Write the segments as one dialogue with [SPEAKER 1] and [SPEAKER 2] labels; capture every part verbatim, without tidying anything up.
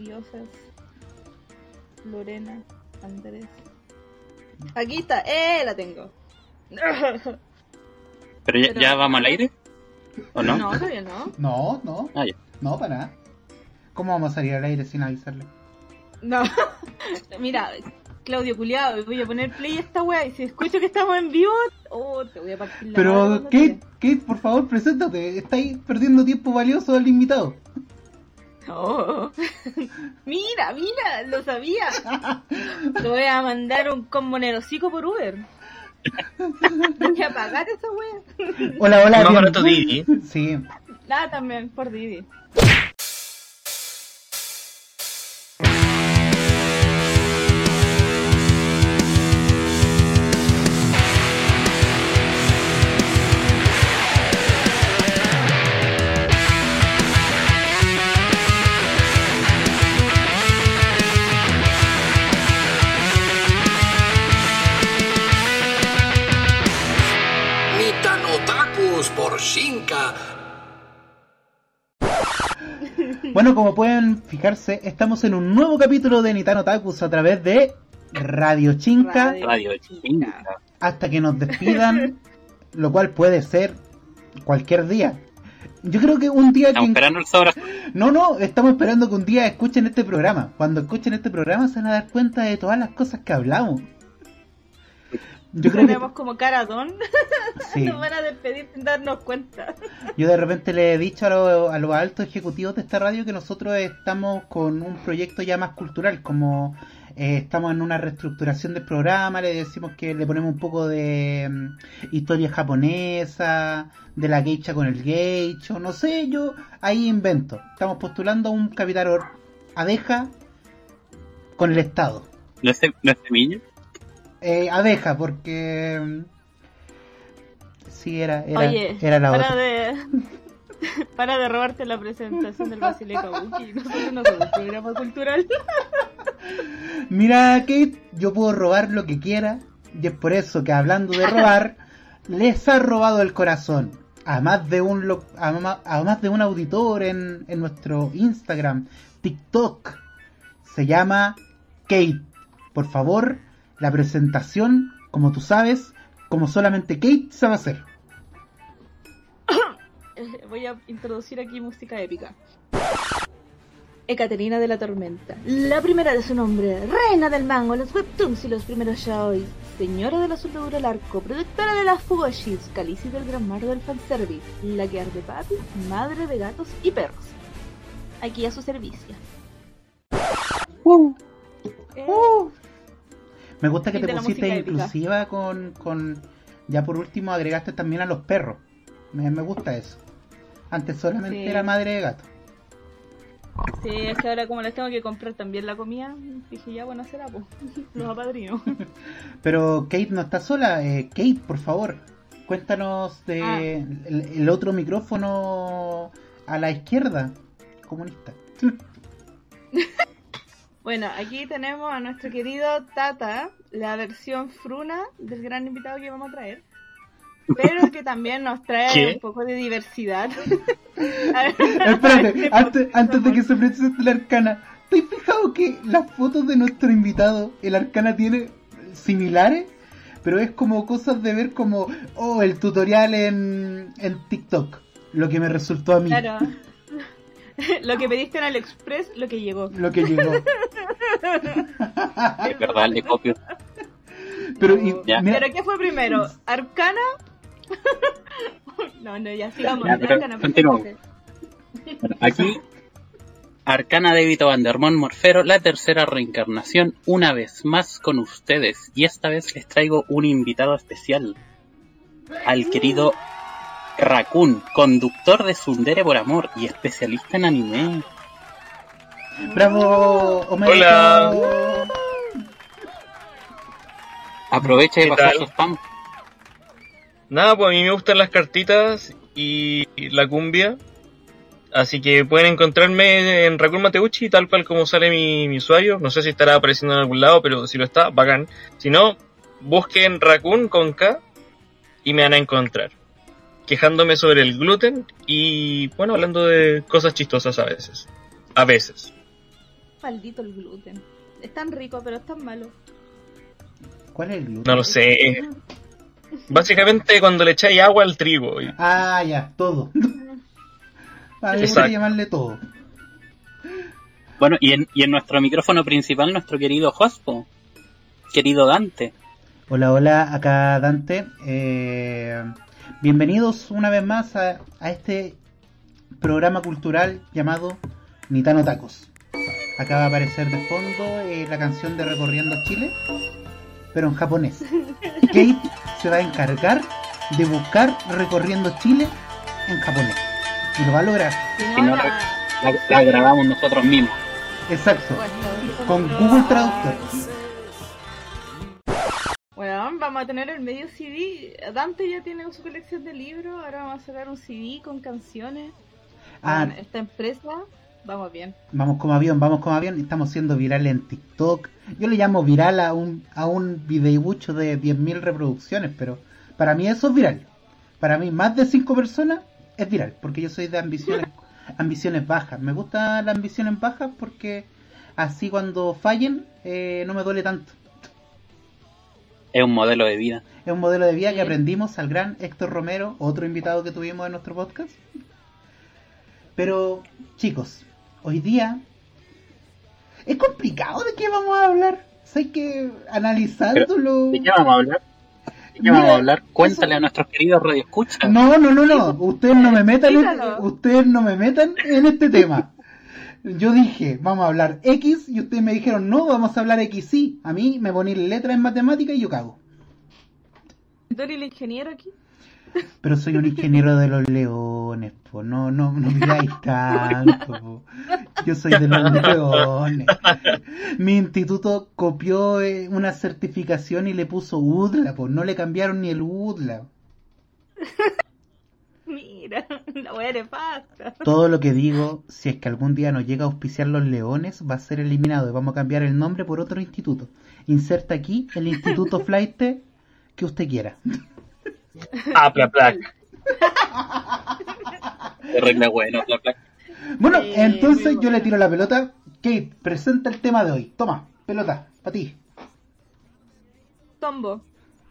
[SPEAKER 1] maravillosas. Lorena, Andrés. Aquí está, eh, la tengo.
[SPEAKER 2] ¿Pero ya,
[SPEAKER 1] Pero-
[SPEAKER 2] ya vamos al aire? ¿O no?
[SPEAKER 1] No, todavía no.
[SPEAKER 3] No, no,
[SPEAKER 2] Ah, ya.
[SPEAKER 3] no, para nada. ¿Cómo vamos a salir al aire sin avisarle?
[SPEAKER 1] No. Mira, Claudio culiado, voy a poner play a esta wea y si escucho que estamos en vivo, oh, te voy a partir la madre
[SPEAKER 3] Pero,
[SPEAKER 1] cuando
[SPEAKER 3] Kate,
[SPEAKER 1] te-
[SPEAKER 3] Kate, por favor, preséntate. Estáis perdiendo tiempo valioso al invitado.
[SPEAKER 1] Oh. Mira, mira, lo sabía. Te voy a mandar un combo nerocico por Uber. Voy a pagar esa wea.
[SPEAKER 3] Hola, hola.
[SPEAKER 4] Es más
[SPEAKER 3] bien-
[SPEAKER 4] barato Didi.
[SPEAKER 3] Sí.
[SPEAKER 1] Nada, también por Didi.
[SPEAKER 5] Nitan Otakus por Shinka.
[SPEAKER 3] Bueno, como pueden fijarse, estamos en un nuevo capítulo de Nitano Takus a través de Radio Chinka,
[SPEAKER 1] Radio.
[SPEAKER 2] Radio Chinka.
[SPEAKER 3] hasta que nos despidan, lo cual puede ser cualquier día. Yo creo que un día
[SPEAKER 2] Estamos
[SPEAKER 3] que...
[SPEAKER 2] esperando el sobre.
[SPEAKER 3] No, no, estamos esperando que un día escuchen este programa. Cuando escuchen este programa se van a dar cuenta de todas las cosas que hablamos. Yo creo que...
[SPEAKER 1] Tenemos como caradón.
[SPEAKER 3] Sí.
[SPEAKER 1] Nos van a despedir sin darnos cuenta.
[SPEAKER 3] Yo de repente le he dicho a, lo- a los altos ejecutivos de esta radio que nosotros estamos con un proyecto ya más cultural, como eh, estamos en una reestructuración del programa, le decimos que le ponemos un poco de mm, historia japonesa, de la geisha con el geisho, no sé, yo ahí invento. Estamos postulando a un capitán Or- abeja con el Estado.
[SPEAKER 2] ¿No es, no es semilla?
[SPEAKER 3] Eh, abeja, porque... mm, sí, era, era,
[SPEAKER 1] Oye,
[SPEAKER 3] era la
[SPEAKER 1] para
[SPEAKER 3] otra.
[SPEAKER 1] de... Para de robarte la presentación del Basile Kabuki. Nosotros no somos programa cultural.
[SPEAKER 3] Mira, Kate, yo puedo robar lo que quiera, y es por eso que hablando de robar, les ha robado el corazón a más de un lo- a, ma- a más de un auditor en, en nuestro Instagram, TikTok. Se llama Kate. Por favor, la presentación, como tú sabes, como solamente Kate sabe hacer.
[SPEAKER 1] Eh, Voy a introducir aquí música épica. Ekaterina de la Tormenta, la primera de su nombre, reina del mango, los webtoons y los primeros yaoi, señora de la soldadura al arco, protectora de las fugoshis, calici del gran mar del fanservice, la que arde papi, madre de gatos y perros. Aquí a su servicio. Eh,
[SPEAKER 3] Uh. Me gusta que
[SPEAKER 1] Fin
[SPEAKER 3] te
[SPEAKER 1] de la
[SPEAKER 3] pusiste
[SPEAKER 1] música épica.
[SPEAKER 3] inclusiva con, con... Ya por último agregaste también a los perros. Me, me gusta eso. Antes solamente
[SPEAKER 1] Sí.
[SPEAKER 3] era madre de gato.
[SPEAKER 1] Sí, es que ahora como les tengo que comprar también la comida, dije ya, bueno, será, pues, los apadrino.
[SPEAKER 3] Pero Kate no está sola. Eh, Kate, por favor, cuéntanos de
[SPEAKER 1] Ah.
[SPEAKER 3] el, el otro micrófono a la izquierda, comunista.
[SPEAKER 1] Bueno, aquí tenemos a nuestro querido Tata, la versión fruna del gran invitado que vamos a traer, pero que también nos trae
[SPEAKER 2] ¿Qué?
[SPEAKER 1] un poco de diversidad. A ver,
[SPEAKER 3] Espérate,
[SPEAKER 1] este
[SPEAKER 3] antes, antes de que
[SPEAKER 1] somos-
[SPEAKER 3] se presente el arcana, ¿te has fijado que las fotos de nuestro invitado, el arcana tiene similares? Pero es como cosas de ver como, oh, el tutorial en, en TikTok, lo que me resultó a mí,
[SPEAKER 1] Claro. Lo que pediste en AliExpress, lo que llegó.
[SPEAKER 3] lo que llegó.
[SPEAKER 2] Es verdad, le copio.
[SPEAKER 3] Pero, y,
[SPEAKER 2] Ya.
[SPEAKER 3] mira,
[SPEAKER 1] ¿Pero qué fue primero? ¿Arcana? No, no, ya sigamos.
[SPEAKER 2] Ya, pero
[SPEAKER 1] Arcana,
[SPEAKER 2] continuamos.
[SPEAKER 1] preséntate.
[SPEAKER 2] Bueno, aquí, Arcana de Vito Vandermont Morfero, la tercera reencarnación, una vez más con ustedes. Y esta vez les traigo un invitado especial. Al querido Raccoon, conductor de Tsundere por Amor y especialista en anime.
[SPEAKER 3] bravo, Omega.
[SPEAKER 4] Hola.
[SPEAKER 2] Aprovecha de
[SPEAKER 4] ¿Qué
[SPEAKER 2] pasar
[SPEAKER 4] tal?
[SPEAKER 2] su spam.
[SPEAKER 4] Nada, pues a mí me gustan las cartitas y la cumbia. Así que pueden encontrarme en Raccoon Mateuchi, tal cual como sale mi, mi usuario. No sé si estará apareciendo en algún lado, pero si lo está, bacán. Si no, busquen Raccoon con K y me van a encontrar. Quejándome sobre el gluten y, bueno, hablando de cosas chistosas a veces. A veces.
[SPEAKER 1] Maldito el gluten. Es tan rico, pero es tan malo.
[SPEAKER 3] ¿Cuál es el gluten?
[SPEAKER 4] No lo sé. Básicamente cuando le echáis agua al trigo. y-
[SPEAKER 3] Ah, ya, todo. A mí me gusta
[SPEAKER 4] Exacto.
[SPEAKER 3] llamarle todo.
[SPEAKER 2] Bueno, y en, y en nuestro micrófono principal, nuestro querido Jospo, querido Dante.
[SPEAKER 3] Hola, hola, acá Dante. Eh, bienvenidos una vez más a, a este programa cultural llamado Nitano Tacos. Acá va a aparecer de fondo eh, la canción de Recorriendo Chile, pero en japonés. Kate se va a encargar de buscar Recorriendo Chile en japonés. Y lo va a lograr.
[SPEAKER 1] Si
[SPEAKER 2] Si no,
[SPEAKER 1] la-
[SPEAKER 2] La, la grabamos nosotros mismos.
[SPEAKER 3] Exacto.
[SPEAKER 1] Bueno,
[SPEAKER 3] Con
[SPEAKER 1] nosotros-
[SPEAKER 3] Google Traductor.
[SPEAKER 1] Bueno, vamos a tener el medio C D. Dante ya tiene su colección de libros. Ahora vamos a sacar un C D con canciones.
[SPEAKER 3] Ah,
[SPEAKER 1] Con esta empresa, vamos bien.
[SPEAKER 3] vamos como avión, vamos como avión. Estamos siendo virales en TikTok. Yo le llamo viral a un, a un videibucho de diez mil reproducciones, pero para mí eso es viral. Para mí más de cinco personas es viral, porque yo soy de ambiciones ambiciones bajas. Me gustan las ambiciones bajas porque así cuando fallen eh, no me duele tanto.
[SPEAKER 2] Es un modelo de vida.
[SPEAKER 3] Es un modelo de vida
[SPEAKER 1] Sí.
[SPEAKER 3] que aprendimos al gran Héctor Romero, otro invitado que tuvimos en nuestro podcast. Pero, chicos, hoy día es complicado de qué vamos a hablar. Sé que analizándolo...
[SPEAKER 2] ¿De qué vamos a hablar? ¿De qué
[SPEAKER 3] Mira,
[SPEAKER 2] vamos a hablar? Cuéntale
[SPEAKER 3] eso-
[SPEAKER 2] a nuestros queridos radioescuchas.
[SPEAKER 3] No, no, no, no. Ustedes no me metan en,
[SPEAKER 1] Tíralo.
[SPEAKER 3] ustedes no me metan en este tema. Yo dije, vamos a hablar X y ustedes me dijeron, no, vamos a hablar X y. A mí me ponen letras en matemáticas y yo cago.
[SPEAKER 1] ¿Tú eres el ingeniero aquí?
[SPEAKER 3] Pero soy un ingeniero de los leones, po. No, no, no miráis tanto, po. Yo soy de los leones. Mi instituto copió eh, una certificación y le puso U D L A, po. No le cambiaron ni el U D L A.
[SPEAKER 1] Mira, la wea nefasta.
[SPEAKER 3] Todo lo que digo, si es que algún día nos llega a auspiciar los leones, va a ser eliminado y vamos a cambiar el nombre por otro instituto. Inserta aquí el instituto Flight que usted quiera.
[SPEAKER 4] Ah, pla, pla.
[SPEAKER 2] Terrible bueno, bla, bla.
[SPEAKER 3] Bueno,
[SPEAKER 1] Eh,
[SPEAKER 3] entonces
[SPEAKER 1] muy
[SPEAKER 3] yo le
[SPEAKER 1] bueno.
[SPEAKER 3] tiro la pelota. Kate, presenta el tema de hoy. Toma, pelota, para ti.
[SPEAKER 1] Tombo.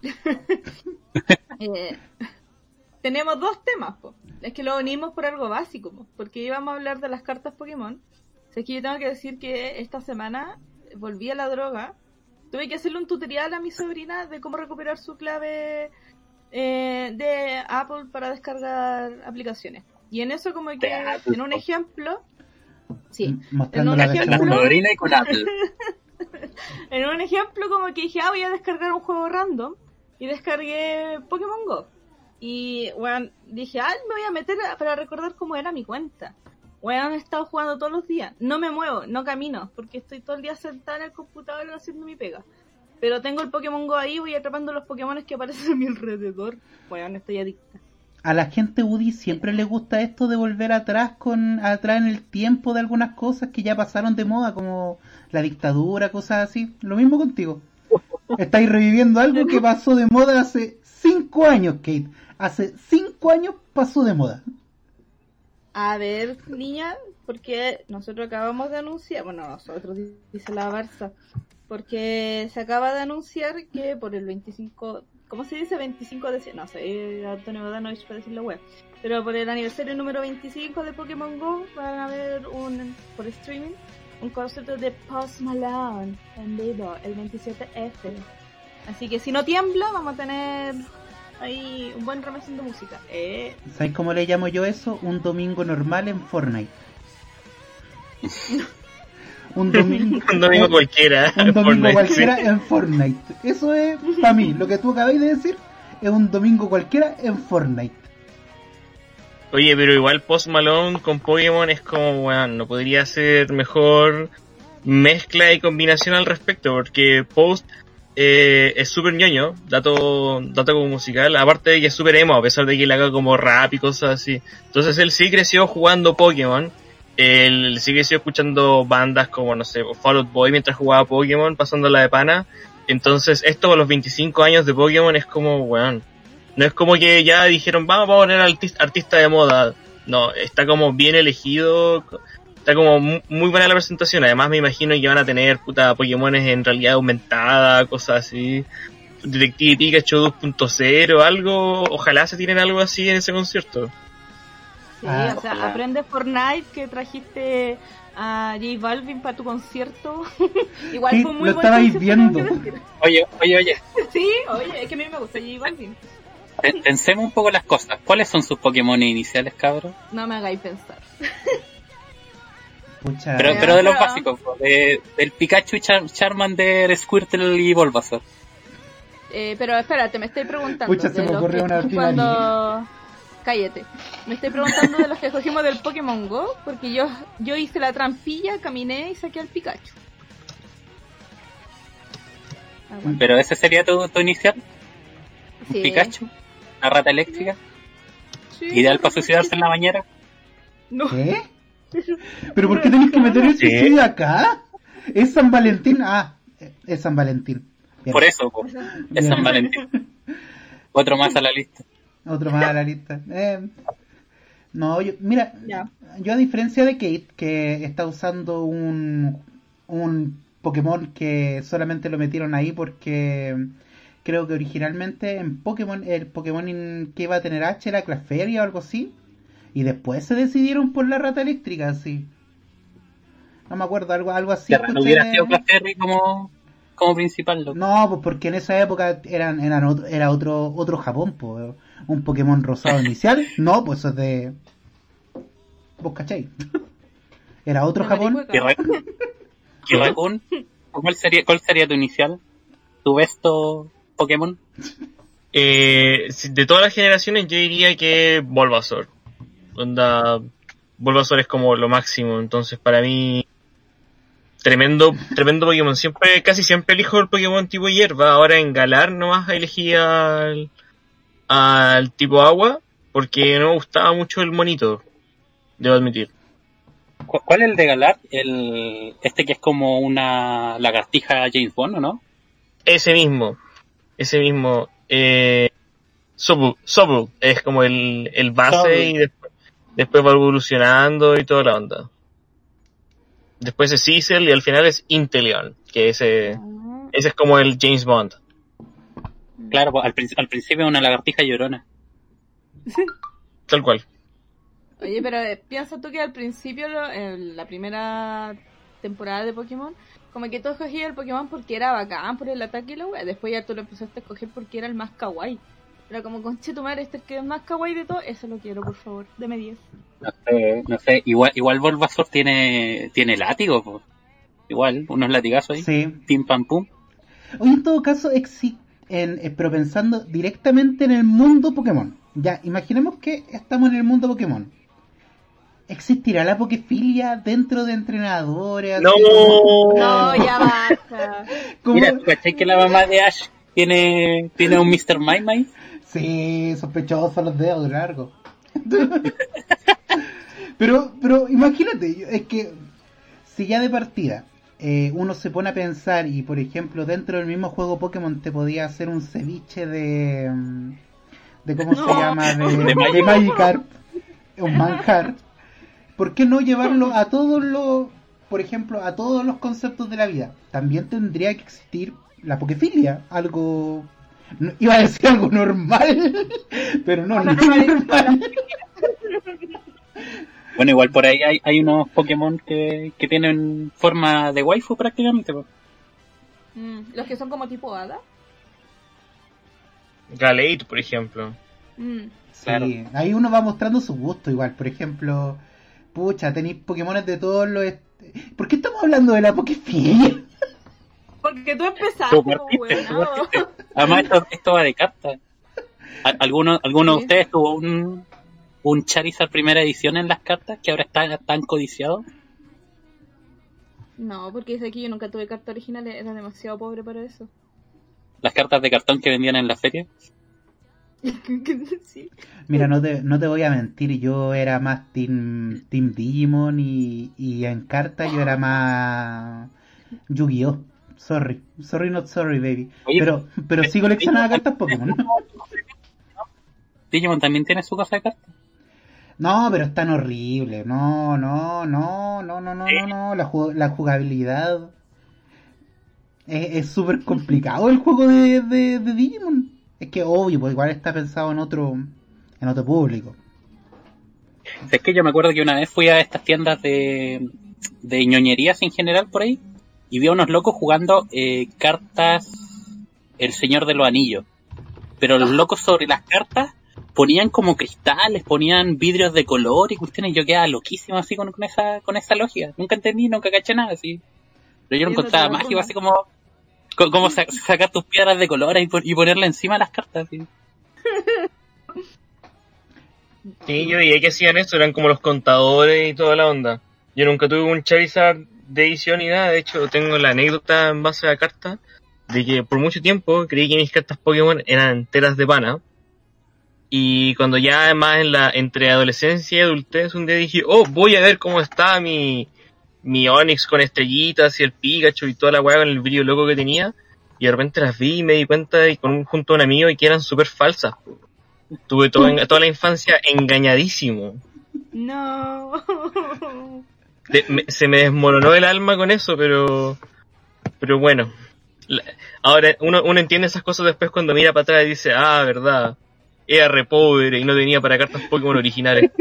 [SPEAKER 1] Eh, tenemos dos temas, po. Es que lo unimos por algo básico, po, porque íbamos a hablar de las cartas Pokémon. O sea, es que yo tengo que decir que esta semana volví a la droga. Tuve que hacerle un tutorial a mi sobrina de cómo recuperar su clave eh, de Apple para descargar aplicaciones. Y en eso como que,
[SPEAKER 2] De Apple,
[SPEAKER 1] en un
[SPEAKER 2] po.
[SPEAKER 1] ejemplo, sí,
[SPEAKER 3] Mostrando
[SPEAKER 1] en
[SPEAKER 3] la
[SPEAKER 1] un
[SPEAKER 3] versión
[SPEAKER 2] La
[SPEAKER 1] ejemplo-
[SPEAKER 3] uno.
[SPEAKER 2] sobrina y con Apple.
[SPEAKER 1] en un ejemplo como que dije, ah, voy a descargar un juego random y descargué Pokémon Go. Y, bueno, dije, ah, me voy a meter a- para recordar cómo era mi cuenta. Bueno, he estado jugando todos los días. No me muevo, no camino, porque estoy todo el día sentada en el computador haciendo mi pega. Pero tengo el Pokémon Go ahí, voy atrapando los Pokémon que aparecen a mi alrededor. Bueno, estoy adicta.
[SPEAKER 3] A la gente Woody siempre le gusta esto de volver atrás con atrás en el tiempo de algunas cosas que ya pasaron de moda, como la dictadura, cosas así. Lo mismo contigo. Estáis reviviendo algo que pasó de moda hace cinco años, Kate. Hace cinco años pasó de moda.
[SPEAKER 1] A ver, niña, porque nosotros acabamos de anunciar, bueno, nosotros, dice la Barça, porque se acaba de anunciar que por el veinticinco, ¿cómo se dice? veinticinco de... No sé, Antonio Bodanovich para decirlo web, pero por el aniversario número veinticinco de Pokémon Go van a ver un, por streaming, un concierto de Post Malone en vivo, el veintisiete F. Así que si no tiembla, vamos a tener ahí un buen remesón de música. Eh,
[SPEAKER 3] ¿Sabéis cómo le llamo yo eso? Un domingo normal en Fortnite. Un domingo,
[SPEAKER 4] Un domingo cualquiera.
[SPEAKER 3] un domingo
[SPEAKER 4] Fortnite,
[SPEAKER 3] cualquiera
[SPEAKER 4] sí.
[SPEAKER 3] en Fortnite. Eso es, para mí, lo que tú acabáis de decir, es un domingo cualquiera en Fortnite.
[SPEAKER 4] Oye, pero igual Post Malone con Pokémon es como, bueno, no podría ser mejor mezcla y combinación al respecto, porque Post eh, es súper ñoño, dato, dato como musical, aparte de que es súper emo, a pesar de que le haga como rap y cosas así. Entonces él sí creció jugando Pokémon, él sí creció escuchando bandas como, no sé, Fall Out Boy mientras jugaba Pokémon, pasándola de pana. Entonces esto a los veinticinco años de Pokémon es como, weón, no es como que ya dijeron, vamos a poner artista, artista de moda. No, está como bien elegido, está como mu- muy buena la presentación. Además me imagino que van a tener puta Pokémones en realidad aumentada, cosas así. Detective Pikachu dos punto cero, algo. Ojalá se tiren algo así en ese concierto.
[SPEAKER 1] Sí,
[SPEAKER 3] Ah,
[SPEAKER 1] o sea,
[SPEAKER 2] ojalá.
[SPEAKER 1] aprende Fortnite que trajiste a J Balvin para tu concierto. Igual
[SPEAKER 3] Sí,
[SPEAKER 1] fue muy
[SPEAKER 3] lo
[SPEAKER 1] buen
[SPEAKER 3] estabais
[SPEAKER 1] concierto,
[SPEAKER 3] viendo.
[SPEAKER 1] tengo que decir.
[SPEAKER 2] Oye, oye, oye,
[SPEAKER 1] Sí, oye, es que a mí me gusta J Balvin.
[SPEAKER 2] pe- pensemos un poco las cosas. ¿Cuáles son sus Pokémon iniciales, cabros?
[SPEAKER 1] No me hagáis pensar.
[SPEAKER 3] Pucha,
[SPEAKER 2] Pero,
[SPEAKER 3] eh,
[SPEAKER 2] pero de los
[SPEAKER 1] Ya.
[SPEAKER 2] básicos, po, de, del Pikachu, Char- Charmander, Squirtle y Bulbasaur.
[SPEAKER 1] Eh, pero espérate, me estoy preguntando.
[SPEAKER 3] Pucha, se
[SPEAKER 1] de
[SPEAKER 3] me
[SPEAKER 1] los
[SPEAKER 3] ocurrió
[SPEAKER 1] que
[SPEAKER 3] una
[SPEAKER 1] escogí cuando... Cállate. Me estoy preguntando de los que escogimos del Pokémon Go, porque yo yo hice la trampilla, caminé y saqué al Pikachu. Ah, bueno.
[SPEAKER 2] Pero ese sería tu, tu inicial, un
[SPEAKER 1] Sí.
[SPEAKER 2] Pikachu, una rata eléctrica,
[SPEAKER 1] Sí,
[SPEAKER 2] ideal
[SPEAKER 1] pero
[SPEAKER 2] para suicidarse en la bañera.
[SPEAKER 1] No.
[SPEAKER 3] ¿qué? ¿Pero por qué tenés que meter el
[SPEAKER 4] ¿Qué?
[SPEAKER 3] suicidio acá? ¿Es San Valentín? Ah, es San Valentín. Bien.
[SPEAKER 2] Por eso, po, es
[SPEAKER 3] Bien.
[SPEAKER 2] San Valentín. Otro más a la lista.
[SPEAKER 3] Otro más a la lista. Eh, no, yo, mira,
[SPEAKER 1] Ya.
[SPEAKER 3] yo a diferencia de Kate, que está usando un, un Pokémon que solamente lo metieron ahí porque creo que originalmente en Pokémon, el Pokémon in- que iba a tener H era Clefairy o algo así, y después se decidieron por la rata eléctrica, sí. No me acuerdo, algo, algo así.
[SPEAKER 2] Que no
[SPEAKER 3] escuché
[SPEAKER 2] hubiera
[SPEAKER 3] de-
[SPEAKER 2] sido Clefairy como, como principal, loco.
[SPEAKER 3] No, pues porque en esa época eran, eran otro, era otro otro Japón, pues. Un Pokémon rosado inicial. No, pues eso es de... ¿Vos cachai? Era otro
[SPEAKER 1] De
[SPEAKER 3] Japón.
[SPEAKER 1] Maricueca.
[SPEAKER 2] Y Ra- y Raccoon, ¿cuál sería, ¿cuál sería tu inicial? ¿Tu besto Pokémon?
[SPEAKER 4] Eh, si- de todas las generaciones yo diría que Bulbasaur. Onda, Bulbasaur es como lo máximo, entonces para mí tremendo, tremendo Pokémon. Siempre, casi siempre elijo el Pokémon tipo hierba. Ahora en Galar nomás elegí al, al tipo agua porque no me gustaba mucho el monito, debo admitir.
[SPEAKER 2] ¿Cu- ¿Cuál es el de Galar? El, este que es como una lagartija James Bond, ¿o no?
[SPEAKER 4] Ese mismo, ese mismo. Eh, Sobble, Sobble es como el, el base
[SPEAKER 2] Sobble.
[SPEAKER 4] y después, después va evolucionando y toda la onda. Después es Cecil y al final es Inteleon, que ese,
[SPEAKER 1] Ah,
[SPEAKER 4] ese es como el James Bond.
[SPEAKER 2] Claro, pues, al, prin- al principio es una lagartija llorona.
[SPEAKER 4] Tal cual.
[SPEAKER 1] Oye, pero eh, piensa tú que al principio, lo- en la primera temporada de Pokémon, como que tú escogías el Pokémon porque era bacán, por el ataque y la wea. Después ya tú lo empezaste a escoger porque era el más kawaii. Pero como conche tu madre, este es el que es más kawaii de todo, eso lo quiero, por favor. Deme diez.
[SPEAKER 2] No sé, no sé, igual, igual Bulbasaur tiene, tiene látigo, pues. Igual, unos latigazos ahí.
[SPEAKER 3] Sí.
[SPEAKER 2] Pim pam pum.
[SPEAKER 3] Oye, en todo caso, exi- en, eh, pero pensando directamente en el mundo Pokémon. Ya, imaginemos que estamos en el mundo Pokémon. ¿Existirá la Pokefilia dentro de entrenadores? así
[SPEAKER 4] No.
[SPEAKER 3] como-
[SPEAKER 1] No, ya basta.
[SPEAKER 3] como-
[SPEAKER 2] Mira, ¿tú cachai que la mamá de Ash tiene, tiene un mister Mime ahí?
[SPEAKER 3] Sí, sospechosos los dedos largos. pero, pero imagínate, es que si ya de partida eh, uno se pone a pensar y por ejemplo dentro del mismo juego Pokémon te podía hacer un ceviche de... mm, de ¿cómo se
[SPEAKER 1] No.
[SPEAKER 3] llama? De,
[SPEAKER 2] De
[SPEAKER 3] de
[SPEAKER 2] Magikarp.
[SPEAKER 3] Magikarp, un manjar. ¿Por qué no llevarlo a todos los, por ejemplo, a todos los conceptos de la vida? También tendría que existir la Pokefilia, algo... no- iba a decir algo normal, pero no, no es normal.
[SPEAKER 2] Bueno, igual por ahí hay, hay unos Pokémon que, que tienen forma de waifu prácticamente, pues.
[SPEAKER 1] Mm, los que son como tipo hada.
[SPEAKER 4] Galate, por ejemplo.
[SPEAKER 1] Mm.
[SPEAKER 2] Claro.
[SPEAKER 3] Sí, ahí uno va mostrando su gusto igual. Por ejemplo, pucha, tenéis Pokémones de todos los... est- ¿Por qué estamos hablando de la Pokefilia?
[SPEAKER 1] Porque tú empezaste,
[SPEAKER 2] Tú
[SPEAKER 1] po,
[SPEAKER 2] partiste, tú
[SPEAKER 1] weón.
[SPEAKER 2] partiste. Además, esto, esto va de cartas. ¿Al- ¿Alguno, alguno de
[SPEAKER 1] Sí.
[SPEAKER 2] ustedes tuvo un, un Charizard primera edición en las cartas que ahora está tan codiciado?
[SPEAKER 1] No, porque dice aquí yo nunca tuve carta original, era demasiado pobre para eso.
[SPEAKER 2] Las cartas de cartón que vendían en la feria.
[SPEAKER 1] Sí.
[SPEAKER 3] Mira, no te, no te voy a mentir, yo era más Team, team Digimon y, y en carta yo era más Yu-Gi-Oh! Sorry, sorry not sorry baby.
[SPEAKER 2] Oye,
[SPEAKER 3] Pero, pero sí coleccionaba cartas Pokémon.
[SPEAKER 2] Digimon también tiene su cosa de cartas.
[SPEAKER 3] No, pero es tan horrible. No, no, no, no, no, no, no, no. La, ju- la jugabilidad es súper complicado el juego de, de, de Digimon. Es que obvio, pues igual está pensado en otro, en otro público.
[SPEAKER 2] Es que yo me acuerdo que una vez fui a estas tiendas de, de ñoñerías en general por ahí y vi a unos locos jugando eh, cartas El Señor de los Anillos. Pero los locos sobre las cartas ponían como cristales, ponían vidrios de color y cuestiones. Yo quedaba loquísimo así con, con esa con esa lógica. Nunca entendí, nunca caché nada así. Pero yo lo encontraba mágico, así como co- como sa- sacar tus piedras de colores y, pon- y ponerle encima las cartas. Así.
[SPEAKER 4] Sí, yo veía que hacían esto, eran como los contadores y toda la onda. Yo nunca tuve un Charizard de edición ni nada, de hecho tengo la anécdota en base a la carta de que por mucho tiempo creí que mis cartas Pokémon eran enteras de pana. Y cuando ya además en la entre adolescencia y adultez un día dije, oh, voy a ver cómo está mi, mi Onix con estrellitas y el Pikachu y toda la weá con el brillo loco que tenía. Y de repente las vi y me di cuenta y con un, junto a un amigo y que eran súper falsas. Tuve todo, en- toda la infancia engañadísimo.
[SPEAKER 1] No.
[SPEAKER 4] De- me- se me desmoronó el alma con eso, pero pero bueno. La- ahora uno, uno entiende esas cosas después cuando mira para atrás y dice, ah, verdad, era re pobre y no tenía para cartas Pokémon originales.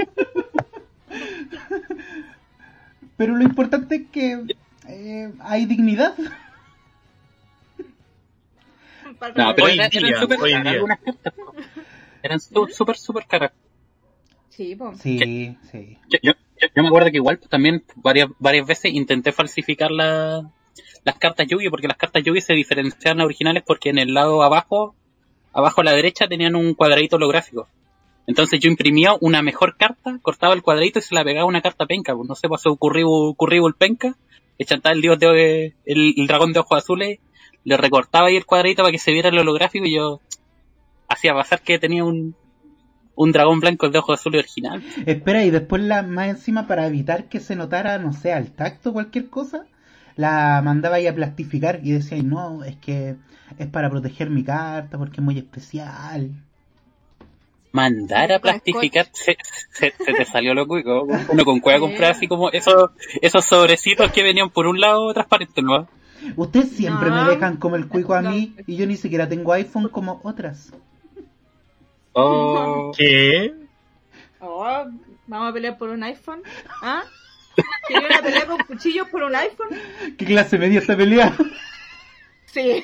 [SPEAKER 3] Pero lo importante es que eh, hay dignidad.
[SPEAKER 2] No, pero
[SPEAKER 4] Hoy
[SPEAKER 2] eran,
[SPEAKER 4] día,
[SPEAKER 2] eran súper
[SPEAKER 4] hoy
[SPEAKER 2] caras
[SPEAKER 4] día.
[SPEAKER 2] algunas cartas. po. Eran su- súper, súper caras.
[SPEAKER 1] Sí, pues.
[SPEAKER 3] Sí, sí.
[SPEAKER 2] Yo, yo, yo- yo me acuerdo que igual pues, también varias varias veces intenté falsificar la, las cartas Yu-Gi, porque las cartas Yu-Gi se diferenciaban originales porque en el lado abajo, abajo a la derecha tenían un cuadradito holográfico. Entonces yo imprimía una mejor carta, cortaba el cuadradito y se la pegaba a una carta penca. Pues no sé, pasó curríbul, curríbul penca, le chantaba el dios de el, el dragón de ojos azules, le recortaba ahí el cuadradito para que se viera el holográfico y yo hacía pasar que tenía un un dragón blanco de ojos azules original.
[SPEAKER 3] Espera, y después la más encima para evitar que se notara, no sé, al tacto cualquier cosa, la mandaba ahí a plastificar y decía, no, es que es para proteger mi carta porque es muy especial.
[SPEAKER 2] Mandar a
[SPEAKER 1] Con
[SPEAKER 2] plastificar, se, se, se te salió lo cuico. Uno con cueva comprar así como esos, esos sobrecitos que venían por un lado transparentes, ¿no?
[SPEAKER 3] Ustedes siempre
[SPEAKER 1] No.
[SPEAKER 3] me dejan como el cuico a mí y yo ni siquiera tengo iPhone como otras.
[SPEAKER 2] Oh,
[SPEAKER 4] ¿Qué?
[SPEAKER 1] Oh, vamos a pelear por un iPhone. ¿Ah? ¿Quieres una pelea con cuchillos por un iPhone?
[SPEAKER 3] ¿Qué clase media esta pelea?
[SPEAKER 1] Sí.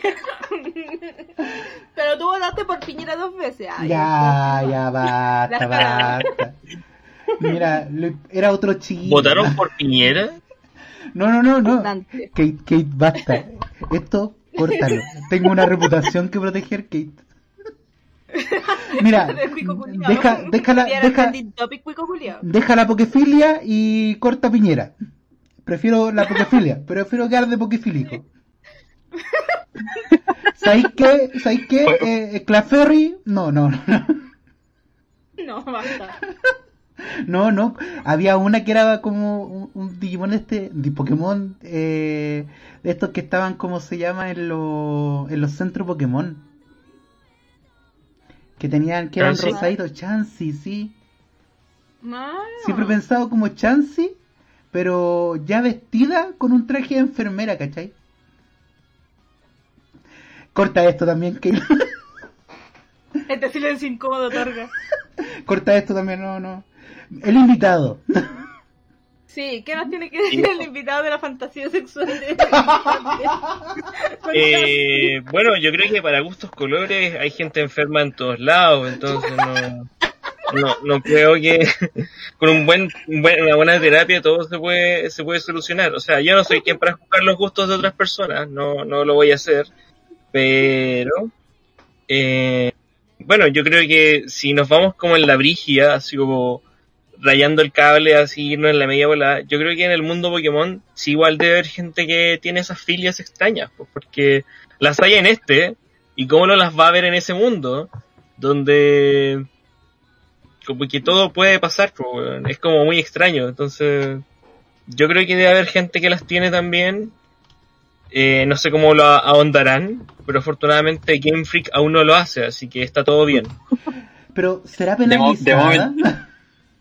[SPEAKER 1] Pero tú votaste por Piñera dos veces. Ay,
[SPEAKER 3] Ya,
[SPEAKER 1] entonces,
[SPEAKER 3] ya, basta,
[SPEAKER 1] Las palabras.
[SPEAKER 3] basta. Mira, lo- era otro chico.
[SPEAKER 4] ¿Votaron por Piñera?
[SPEAKER 3] No, no, no, no.
[SPEAKER 1] Dante.
[SPEAKER 3] Kate, Kate, basta. Esto, córtalo. Tengo una reputación que proteger, Kate. Mira,
[SPEAKER 1] De cuico culiao.
[SPEAKER 3] deja, deja, la,
[SPEAKER 1] Era
[SPEAKER 3] deja,
[SPEAKER 1] trending topic cuico culiao.
[SPEAKER 3] deja la pokefilia y corta Piñera. Prefiero la pokefilia, pero prefiero quedar de pokefílico. ¿Sabéis qué? ¿Sabéis qué? Eh, Clefairy, no, no, no.
[SPEAKER 1] No, basta.
[SPEAKER 3] No, no, había una que era como un, un Digimon este, de Pokémon, eh, de estos que estaban, como se llama, en, los en los centros Pokémon. Que tenían, que eran
[SPEAKER 4] ¿Chansey?
[SPEAKER 3] rosaditos, Chansey, sí.
[SPEAKER 1] Mano.
[SPEAKER 3] Siempre he pensado como Chansey, pero ya vestida con un traje de enfermera, ¿cachai? Corta esto también, que
[SPEAKER 1] Este silencio incómodo otorga.
[SPEAKER 3] corta esto también, no, no. El invitado.
[SPEAKER 1] Sí, ¿qué nos tiene que decir el invitado de la fantasía sexual de
[SPEAKER 4] Eh, bueno, yo creo que para gustos colores hay gente enferma en todos lados, entonces no, no, no creo que con un buen, un buen- una buena terapia todo se puede, se puede solucionar. O sea, yo no soy quien para juzgar los gustos de otras personas, no, no lo voy a hacer, pero eh, bueno, yo creo que si nos vamos como en la brígida, así como rayando el cable, así irnos en la media bola, yo creo que en el mundo Pokémon sí igual debe haber gente que tiene esas filias extrañas, pues, porque las hay en este, y cómo no las va a ver en ese mundo, donde como que todo puede pasar, pues, weón, es como muy extraño, entonces yo creo que debe haber gente que las tiene también, eh, no sé cómo lo ahondarán, pero afortunadamente Game Freak aún no lo hace, así que está todo bien.
[SPEAKER 3] Pero, ¿será
[SPEAKER 2] De mo- de
[SPEAKER 3] penalizada?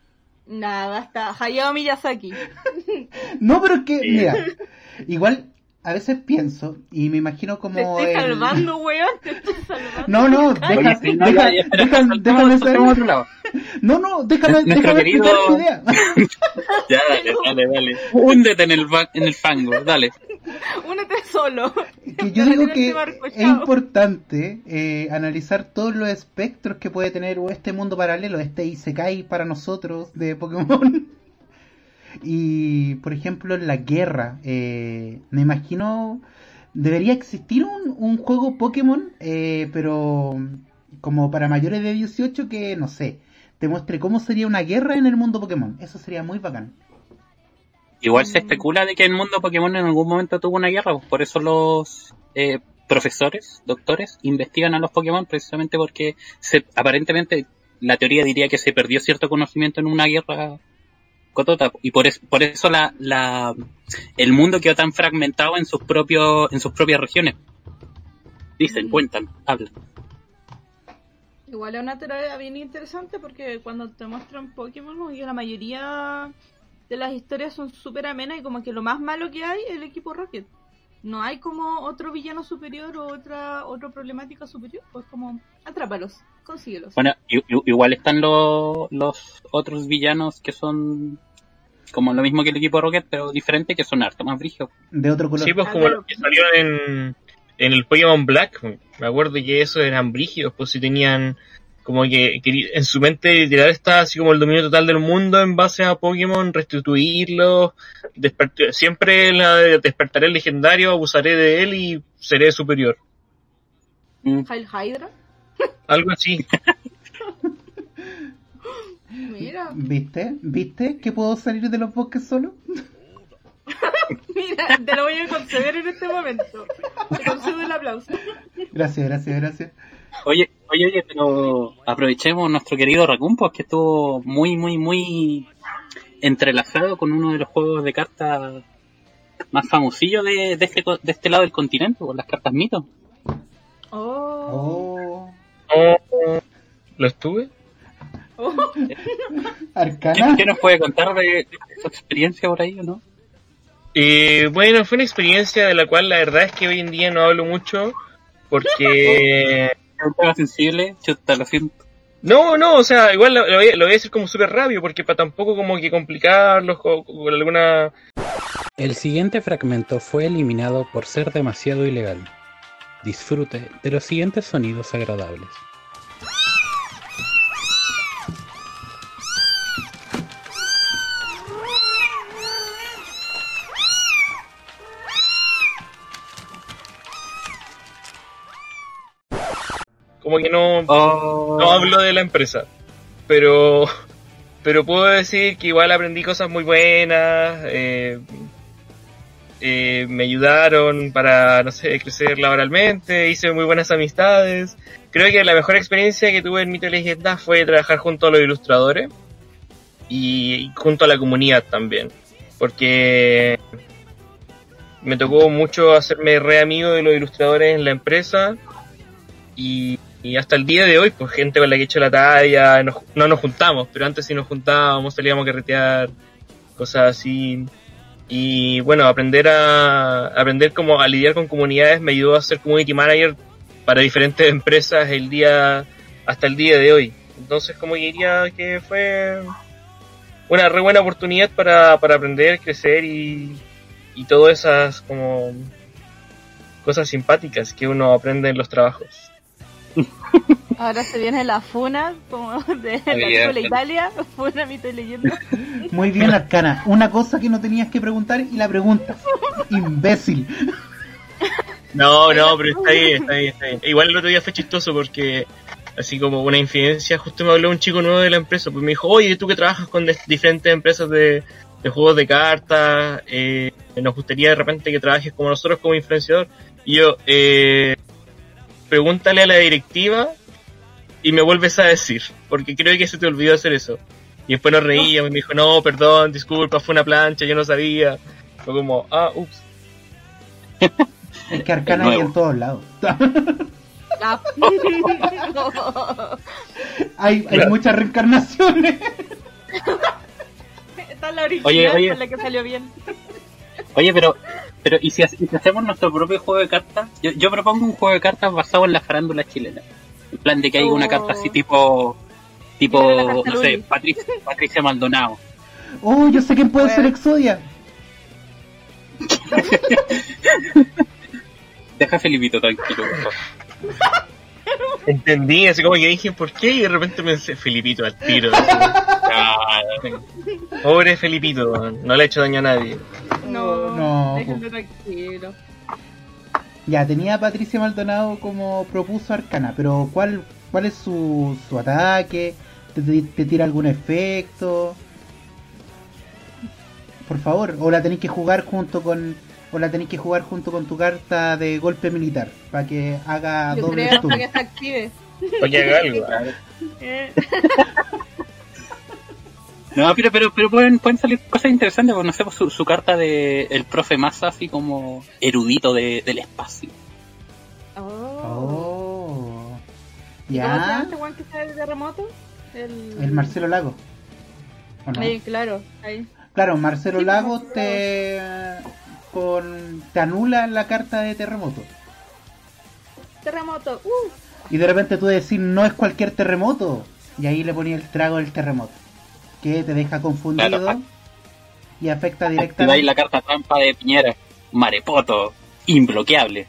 [SPEAKER 1] Nada, está Hayao Miyazaki.
[SPEAKER 3] No, pero es que,
[SPEAKER 2] Sí.
[SPEAKER 3] mira, igual a veces pienso y me imagino como
[SPEAKER 1] Te estoy
[SPEAKER 3] el-
[SPEAKER 1] salvando, weón, te estoy salvando.
[SPEAKER 3] No, no,
[SPEAKER 1] Ay,
[SPEAKER 3] deja,
[SPEAKER 2] Oye, sí, no,
[SPEAKER 3] deja-
[SPEAKER 2] ya, ya, espera,
[SPEAKER 3] deja-
[SPEAKER 2] saltemos-
[SPEAKER 3] déjame
[SPEAKER 2] saltemos
[SPEAKER 3] saber.
[SPEAKER 2] a otro lado.
[SPEAKER 3] No, no, déjame,
[SPEAKER 2] Nuestro
[SPEAKER 3] déjame
[SPEAKER 2] querido-
[SPEAKER 3] explicar mi idea.
[SPEAKER 2] Ya, dale, dale, dale. Húndete en el, fa- en el fango, dale.
[SPEAKER 1] Únete solo.
[SPEAKER 3] Que yo digo que
[SPEAKER 1] Este barco,
[SPEAKER 3] es
[SPEAKER 1] chao.
[SPEAKER 3] importante eh, analizar todos los espectros que puede tener este mundo paralelo, este Isekai para nosotros de Pokémon. Y, por ejemplo, en la guerra, eh, me imagino, debería existir un, un juego Pokémon, eh, pero como para mayores de dieciocho que, no sé, te muestre cómo sería una guerra en el mundo Pokémon. Eso sería muy bacán.
[SPEAKER 2] Igual se especula de que el mundo Pokémon en algún momento tuvo una guerra, pues por eso los eh, profesores, doctores, investigan a los Pokémon precisamente porque se, aparentemente la teoría diría que se perdió cierto conocimiento en una guerra cotota y por eso, por eso la, la el mundo quedó tan fragmentado en sus propios en sus propias regiones. Dicen,
[SPEAKER 1] Mm.
[SPEAKER 2] cuentan, hablan.
[SPEAKER 1] Igual es una teoría bien interesante porque cuando te muestran Pokémon, como que la mayoría de las historias son súper amenas y como que lo más malo que hay es el equipo Rocket. No hay como otro villano superior o otra otra problemática superior, pues como atrápalos, consíguelos.
[SPEAKER 2] Bueno, i- i- igual están los los otros villanos que son como lo mismo que el equipo Rocket, pero diferente, que son harto más brígidos.
[SPEAKER 3] De otro color.
[SPEAKER 4] Sí, pues
[SPEAKER 1] Ah,
[SPEAKER 4] como
[SPEAKER 1] claro.
[SPEAKER 4] los que salieron en, en el Pokémon Black. Me acuerdo que esos eran brígidos, pues si tenían como que, que en su mente literal está así como el dominio total del mundo en base a Pokémon, restituirlos, despert- siempre la de despertaré el legendario, abusaré de él y seré superior.
[SPEAKER 2] Mm.
[SPEAKER 1] Hail Hydra,
[SPEAKER 4] Algo así.
[SPEAKER 1] mira,
[SPEAKER 3] ¿Viste? ¿Viste que puedo salir de los bosques solo?
[SPEAKER 1] mira, te lo voy a conceder en este momento. Te concedo el aplauso.
[SPEAKER 3] Gracias, gracias, gracias.
[SPEAKER 2] Oye, oye, oye, pero aprovechemos nuestro querido Raccoon, pues que estuvo muy, muy, muy entrelazado con uno de los juegos de cartas más famosillos de, de, este, co- de este lado del continente, con las cartas mito.
[SPEAKER 1] Oh,
[SPEAKER 3] Oh,
[SPEAKER 4] Oh, ¿lo estuve?
[SPEAKER 1] oh.
[SPEAKER 2] ¿Qué,
[SPEAKER 3] Arcana.
[SPEAKER 2] qué nos puede contar de, de su experiencia por ahí o no?
[SPEAKER 4] Eh, bueno, fue una experiencia de la cual la verdad es que hoy en día no hablo mucho porque...
[SPEAKER 2] Es un tema sensible, chuta, lo siento.
[SPEAKER 4] No, no, o sea, igual lo, lo voy, lo voy a decir como súper rápido porque para tampoco como que complicarlos con, con alguna...
[SPEAKER 6] El siguiente fragmento fue eliminado por ser demasiado ilegal. Disfrute de los siguientes sonidos agradables.
[SPEAKER 4] Como que no,
[SPEAKER 2] Oh,
[SPEAKER 4] no hablo de la empresa, pero pero puedo decir que igual aprendí cosas muy buenas, eh, eh, me ayudaron para, no sé, crecer laboralmente, hice muy buenas amistades. Creo que la mejor experiencia que tuve en Mito y Leyenda fue trabajar junto a los ilustradores y, y junto a la comunidad también, porque me tocó mucho hacerme re amigo de los ilustradores en la empresa y, y hasta el día de hoy, pues gente con la que he hecho la talla, nos- no nos juntamos, pero antes sí nos juntábamos, salíamos a carretear, cosas así. Y bueno, aprender a aprender como a lidiar con comunidades me ayudó a ser community manager para diferentes empresas el día hasta el día de hoy. Entonces como que diría que fue una re buena oportunidad para, para aprender, crecer y, y todas esas como cosas simpáticas que uno aprende en los trabajos.
[SPEAKER 1] Ahora se viene la funa, como de la
[SPEAKER 2] Bien.
[SPEAKER 1] película Italia, funa Mito y Leyenda.
[SPEAKER 3] Muy bien, Arcana. Una cosa que no tenías que preguntar y la preguntas. Imbécil.
[SPEAKER 4] No, no, pero está bien, está bien, está bien. Igual el otro día fue chistoso porque, así como una infidencia, justo me habló un chico nuevo de la empresa, pues me dijo, oye, tú que trabajas con de- diferentes empresas de, de juegos de cartas, eh, nos gustaría de repente que trabajes como nosotros como influenciador. Y yo, eh, pregúntale a la directiva y me vuelves a decir, porque creo que se te olvidó hacer eso. Y después nos reíamos y me dijo, no, perdón, disculpa, fue una plancha, yo no sabía. Fue como, ah, ups.
[SPEAKER 3] Es que Arcana hay en todos lados.
[SPEAKER 1] Ah.
[SPEAKER 3] hay hay
[SPEAKER 4] Claro.
[SPEAKER 3] muchas reencarnaciones.
[SPEAKER 1] Esta es la original,
[SPEAKER 2] Oye, oye.
[SPEAKER 1] con la que salió bien.
[SPEAKER 2] Oye, pero, pero ¿y si, ha- y si hacemos nuestro propio juego de cartas? Yo, yo propongo un juego de cartas basado en la farándula chilena. En plan de que hay una
[SPEAKER 1] Oh.
[SPEAKER 2] carta así tipo, tipo,
[SPEAKER 1] Mira la carta
[SPEAKER 2] no sé,
[SPEAKER 1] Luli.
[SPEAKER 2] Patricia, Patricia Maldonado.
[SPEAKER 3] Oh, yo sé quién puede
[SPEAKER 1] Bueno.
[SPEAKER 3] ser Exodia.
[SPEAKER 2] Deja a Felipito tranquilo, por favor.
[SPEAKER 4] Entendí, así como que dije, ¿por qué? Y de repente pensé, Felipito al tiro. así.
[SPEAKER 2] Ah,
[SPEAKER 4] Pobre Felipito, no le ha hecho daño a nadie.
[SPEAKER 1] No,
[SPEAKER 3] No,
[SPEAKER 1] déjenlo tranquilo.
[SPEAKER 3] Ya, tenía a Patricia Maldonado como propuso Arcana, pero ¿cuál cuál es su, su ataque? ¿Te, te, te tira algún efecto? Por favor, o la tenéis que jugar junto con o la tenéis que jugar junto con tu carta de golpe militar para que haga
[SPEAKER 1] Yo
[SPEAKER 3] doble
[SPEAKER 1] creo
[SPEAKER 3] stun.
[SPEAKER 1] hasta que se active.
[SPEAKER 4] Para que haga algo.
[SPEAKER 1] Eh,
[SPEAKER 2] no, pero, pero, pero pueden, pueden salir cosas interesantes, pues no sé, pues su, su carta de el profe Massa, así como erudito de, del espacio.
[SPEAKER 1] Oh.
[SPEAKER 3] Oh.
[SPEAKER 1] ¿Y ¿Cómo se llama
[SPEAKER 3] Ya,
[SPEAKER 1] este weón que sale de terremoto? El,
[SPEAKER 3] el Marcelo Lago. ¿O no?
[SPEAKER 1] Ahí, claro, ahí.
[SPEAKER 3] Claro, Marcelo
[SPEAKER 1] Sí,
[SPEAKER 3] Lago
[SPEAKER 1] Marcelo
[SPEAKER 3] te con te anula la carta de terremoto.
[SPEAKER 1] Terremoto, uh.
[SPEAKER 3] Y de repente tú decís, no es cualquier terremoto. Y ahí le ponía el trago del terremoto. Que te deja confundido
[SPEAKER 2] Claro.
[SPEAKER 3] y afecta
[SPEAKER 2] Activáis
[SPEAKER 3] directamente.
[SPEAKER 2] la carta trampa de Piñera, Marepoto, imbloqueable.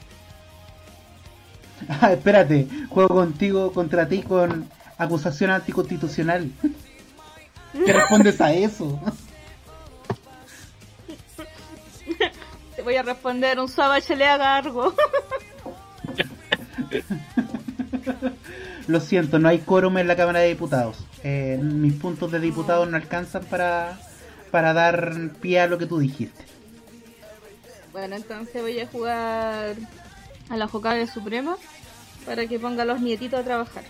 [SPEAKER 3] Ah, espérate, juego contigo contra ti con acusación anticonstitucional. ¿Qué respondes a eso?
[SPEAKER 1] Te voy a responder un Savage le haga algo.
[SPEAKER 3] Lo siento, no hay quórum en la Cámara de Diputados. Eh, mis puntos de diputados no alcanzan para, para dar pie a lo que tú dijiste.
[SPEAKER 1] Bueno, entonces voy a jugar a la Hokage Suprema para que ponga a los nietitos a trabajar.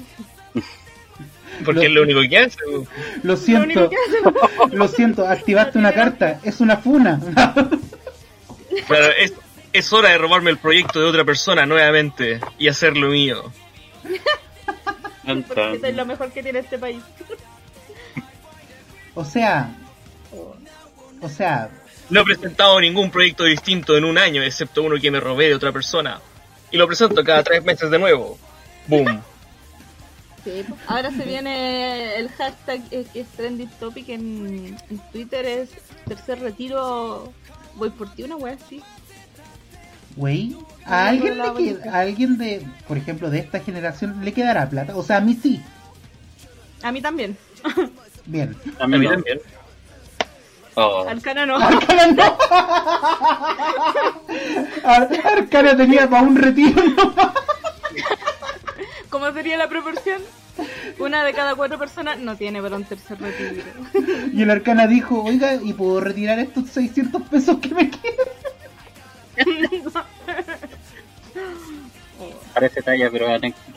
[SPEAKER 4] Porque es lo único que hace.
[SPEAKER 3] Lo
[SPEAKER 1] Lo único
[SPEAKER 3] siento,
[SPEAKER 1] que hace.
[SPEAKER 3] lo siento, activaste una carta, es una funa.
[SPEAKER 4] Claro, es, es hora de robarme el proyecto de otra persona nuevamente y hacerlo mío.
[SPEAKER 1] Porque eso es lo mejor que tiene este país.
[SPEAKER 3] O sea, o sea,
[SPEAKER 4] No he presentado ningún proyecto distinto en un año, excepto uno que me robé de otra persona. Y lo presento cada tres meses de nuevo. Boom.
[SPEAKER 1] Sí, pues, ahora se viene el hashtag eh, que es trending topic en, en Twitter, es tercer retiro, voy por ti, una wea así.
[SPEAKER 3] güey, a alguien le queda, a alguien de, por ejemplo, de esta generación le quedará plata. O sea, a mí sí.
[SPEAKER 1] A mí también.
[SPEAKER 3] Bien.
[SPEAKER 2] A
[SPEAKER 4] A
[SPEAKER 2] mí
[SPEAKER 4] mí
[SPEAKER 2] no.
[SPEAKER 4] también.
[SPEAKER 2] Oh.
[SPEAKER 1] Arcana no.
[SPEAKER 3] Arcana no. Ar- Arcana tenía para un retiro nomás.
[SPEAKER 1] ¿Cómo sería la proporción? Una de cada cuatro personas no tiene para un tercer retiro.
[SPEAKER 3] Y el Arcana dijo, oiga, ¿y puedo retirar estos seiscientos pesos que me quedan?
[SPEAKER 2] Parece talla, pero anécdota.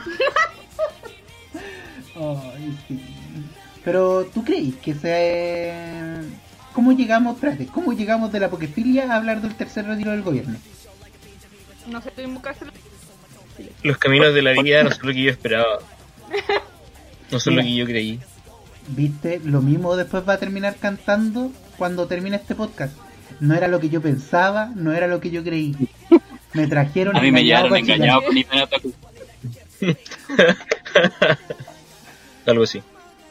[SPEAKER 3] Ay, sí. Pero, ¿tú crees que se... ¿Cómo llegamos, espérate, cómo llegamos de la pokefilia a hablar del tercer retiro del gobierno?
[SPEAKER 1] No sé, estoy en buscarse.
[SPEAKER 4] Los caminos de la vida no son lo que yo esperaba. No son lo que yo creí.
[SPEAKER 3] ¿Viste? Lo mismo después va a terminar cantando cuando termine este podcast. No era lo que yo pensaba, no era lo que yo creí. Me trajeron
[SPEAKER 2] A mí me
[SPEAKER 3] engañado
[SPEAKER 2] llevaron
[SPEAKER 3] pa'
[SPEAKER 2] engañado
[SPEAKER 3] Chillán.
[SPEAKER 2] con Ipena Otaku.
[SPEAKER 4] Algo así.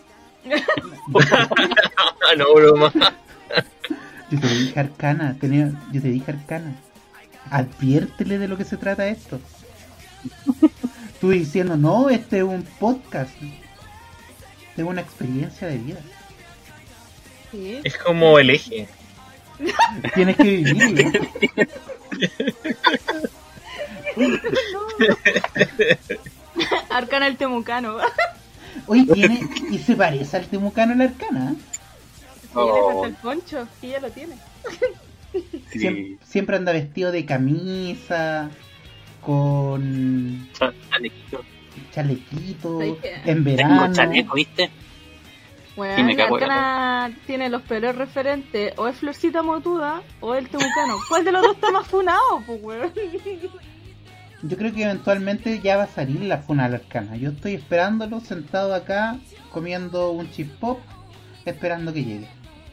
[SPEAKER 4] No, broma.
[SPEAKER 3] Yo te dije Arcana, tenía, yo te dije Arcana. Adviértele de lo que se trata esto. Tú diciendo, no, este es un podcast. Este es una experiencia de vida.
[SPEAKER 1] Sí.
[SPEAKER 4] Es como el eje.
[SPEAKER 3] Tienes que vivirlo.
[SPEAKER 1] Arcana el Temucano.
[SPEAKER 3] Oye, tiene, y se parece al Temucano el Arcana.
[SPEAKER 1] Sí, le falta el poncho, sí, ya lo tiene.
[SPEAKER 2] Sí.
[SPEAKER 3] Siem- siempre anda vestido de camisa, con
[SPEAKER 2] Chalequito.
[SPEAKER 3] chalequito,
[SPEAKER 1] ¿Sabes qué?
[SPEAKER 3] en
[SPEAKER 2] Tengo
[SPEAKER 3] verano.
[SPEAKER 2] chaleco, ¿viste?
[SPEAKER 1] Bueno,
[SPEAKER 2] Sí, me cago en
[SPEAKER 1] Arcana tiene los peores referentes, o es Florcita Motuda o el Temucano. ¿Cuál de los dos está más funado, pues, weón?
[SPEAKER 3] Yo creo que eventualmente ya va a salir la funa al Arcana. Yo estoy esperándolo sentado acá, comiendo un chip pop, esperando que llegue.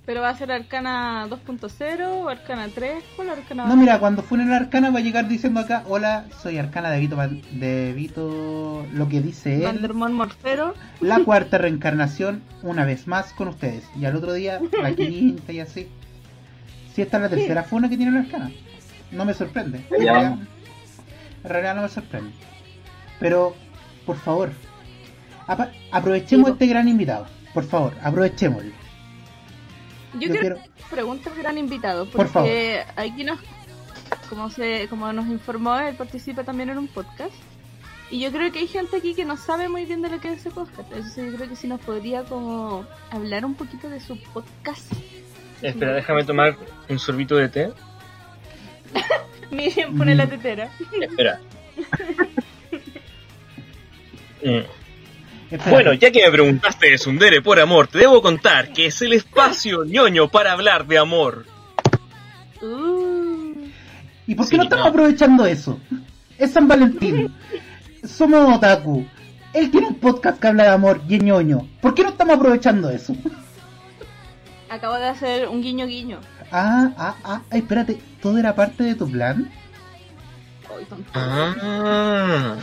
[SPEAKER 1] ¿Pero va a ser Arcana dos punto cero o Arcana tres? ¿Cuál Arcana?
[SPEAKER 3] No, mira, cuando funen la Arcana va a llegar diciendo acá: hola, soy Arcana de Vito, de Vito, lo que dice él,
[SPEAKER 1] Vandermon Morfero.
[SPEAKER 3] la cuarta reencarnación, una vez más con ustedes. Y al otro día, la quinta y así. Si esta es la tercera funa que tiene la Arcana, no me sorprende. En realidad, en realidad no me sorprende. Pero, por favor, apa- aprovechemos
[SPEAKER 1] Digo.
[SPEAKER 3] este gran invitado. Por favor, aprovechémoslo.
[SPEAKER 1] Yo,
[SPEAKER 3] Yo
[SPEAKER 1] quiero
[SPEAKER 3] quiero-
[SPEAKER 1] preguntar al gran invitado,
[SPEAKER 3] Por
[SPEAKER 1] porque aquí nos, como se, como nos informó, él participa también en un podcast. Y yo creo que hay gente aquí que no sabe muy bien de lo que es ese podcast. Entonces yo creo que sí nos podría como hablar un poquito de su podcast.
[SPEAKER 4] Espera, déjame tomar un sorbito de té.
[SPEAKER 1] Miriam pone la tetera.
[SPEAKER 4] Espera. Mm.
[SPEAKER 3] Espérate.
[SPEAKER 4] Bueno, ya que me preguntaste de Tsundere por amor, te debo contar que es el espacio ñoño para hablar de amor.
[SPEAKER 1] Uh,
[SPEAKER 3] ¿Y por qué
[SPEAKER 4] Sí,
[SPEAKER 3] no estamos
[SPEAKER 4] no.
[SPEAKER 3] aprovechando eso? Es San Valentín. Somos otaku. Él tiene un podcast que habla de amor y es ñoño. ¿Por qué no estamos aprovechando eso?
[SPEAKER 1] acabo de hacer un guiño guiño.
[SPEAKER 3] Ah, ah, ah, ay, espérate. ¿Todo era parte de tu plan?
[SPEAKER 1] Ay, tonto.
[SPEAKER 4] Ah.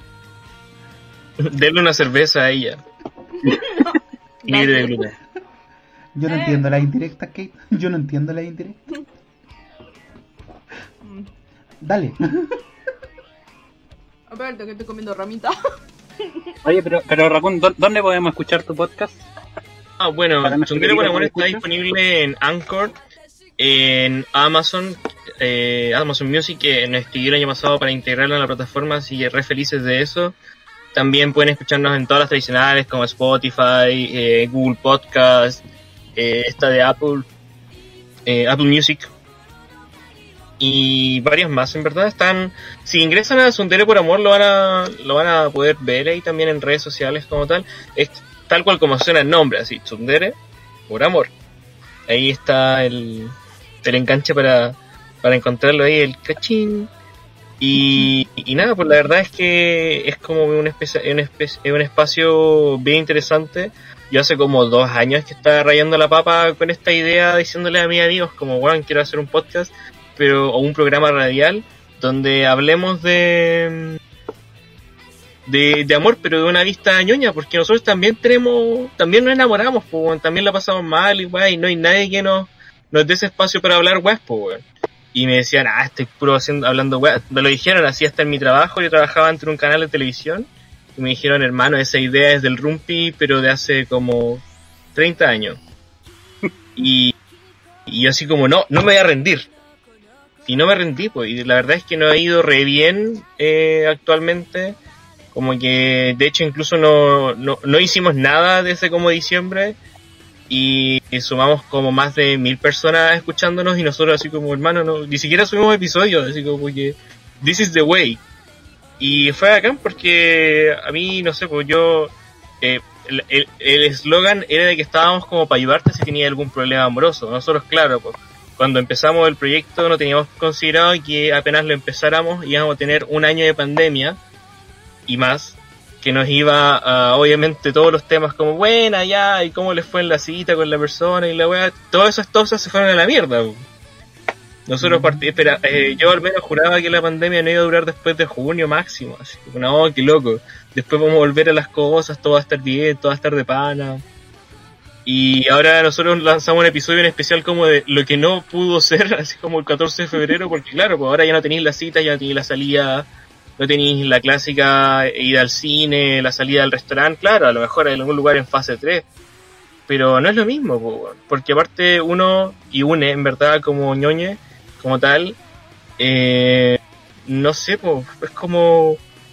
[SPEAKER 4] Denle una cerveza a ella. Libre de gluten.
[SPEAKER 3] Yo no
[SPEAKER 1] Eh.
[SPEAKER 3] entiendo la indirecta, Kate. Yo no entiendo la indirecta.
[SPEAKER 1] Mm.
[SPEAKER 3] Dale.
[SPEAKER 1] Espérate que estoy comiendo ramita.
[SPEAKER 2] Oye, pero, pero Raccoon, ¿dó- ¿dónde podemos escuchar tu podcast?
[SPEAKER 4] Ah, bueno,
[SPEAKER 2] Para nuestro
[SPEAKER 4] Tsundere por
[SPEAKER 2] querido
[SPEAKER 4] amor está
[SPEAKER 2] escucha.
[SPEAKER 4] disponible en Anchor, en Amazon, eh, Amazon Music, que nos escribió el año pasado para integrarlo en la plataforma, así que re felices de eso. También pueden escucharnos en todas las tradicionales como Spotify, eh, Google Podcast, eh, esta de Apple, eh, Apple Music y varios más. En verdad están, si ingresan a Tsundere por amor lo van a lo van a poder ver ahí también en redes sociales como tal. Es tal cual como suena el nombre, así, Tsundere por amor. Ahí está el, el enganche para, para encontrarlo ahí, el cachín. Y, y nada, pues la verdad es que es como una especie, una especie, un espacio bien interesante. Yo hace como dos años que estaba rayando la papa con esta idea, diciéndole a mis amigos como, bueno, quiero hacer un podcast, pero o un programa radial donde hablemos de de, de amor, pero de una vista ñoña, porque nosotros también tenemos, también nos enamoramos, pues, weón, también la pasamos mal y weón, y no hay nadie que nos, nos dé ese espacio para hablar weas, pues, weón. Y me decían, ah, estoy puro haciendo, hablando weas. Me lo dijeron así hasta en mi trabajo. Yo trabajaba entre un canal de televisión. Y me dijeron, hermano, esa idea es del Rumpi, pero de hace como treinta años. Y, y yo así como, no, no me voy a rendir. Y no me rendí, pues. Y la verdad es que nos ha ido re bien eh, actualmente. Como que, de hecho, incluso no, no, no hicimos nada desde como diciembre. Y sumamos como más de mil personas escuchándonos y nosotros así como, hermano, no, ni siquiera subimos episodios, así como que this is the way. Y fue acá porque a mí, no sé, pues yo, eh, el eslogan era de que estábamos como para ayudarte si tenías algún problema amoroso. Nosotros, claro, pues cuando empezamos el proyecto no teníamos considerado que apenas lo empezáramos íbamos a tener un año de pandemia y más, que nos iba a, obviamente, todos los temas como, buena, ya, y cómo les fue en la cita con la persona y la weá, todas esas cosas se fueron a la mierda. Po. Nosotros partí, espera, eh, yo al menos juraba que la pandemia no iba a durar después de junio máximo, así que, no, qué loco, después vamos a volver a las cosas, todo va a estar bien, todo va a estar de pana. Y ahora nosotros lanzamos un episodio en especial como de lo que no pudo ser, así como el catorce de febrero, porque claro, pues ahora ya no tenéis la cita, ya no tenéis la salida, no tenéis la clásica ida al cine, la salida al restaurante, claro, a lo mejor en algún lugar en fase tres, pero no es lo mismo, po, porque aparte uno, y une en verdad como ñoñe, como tal, eh, no sé, po, es como,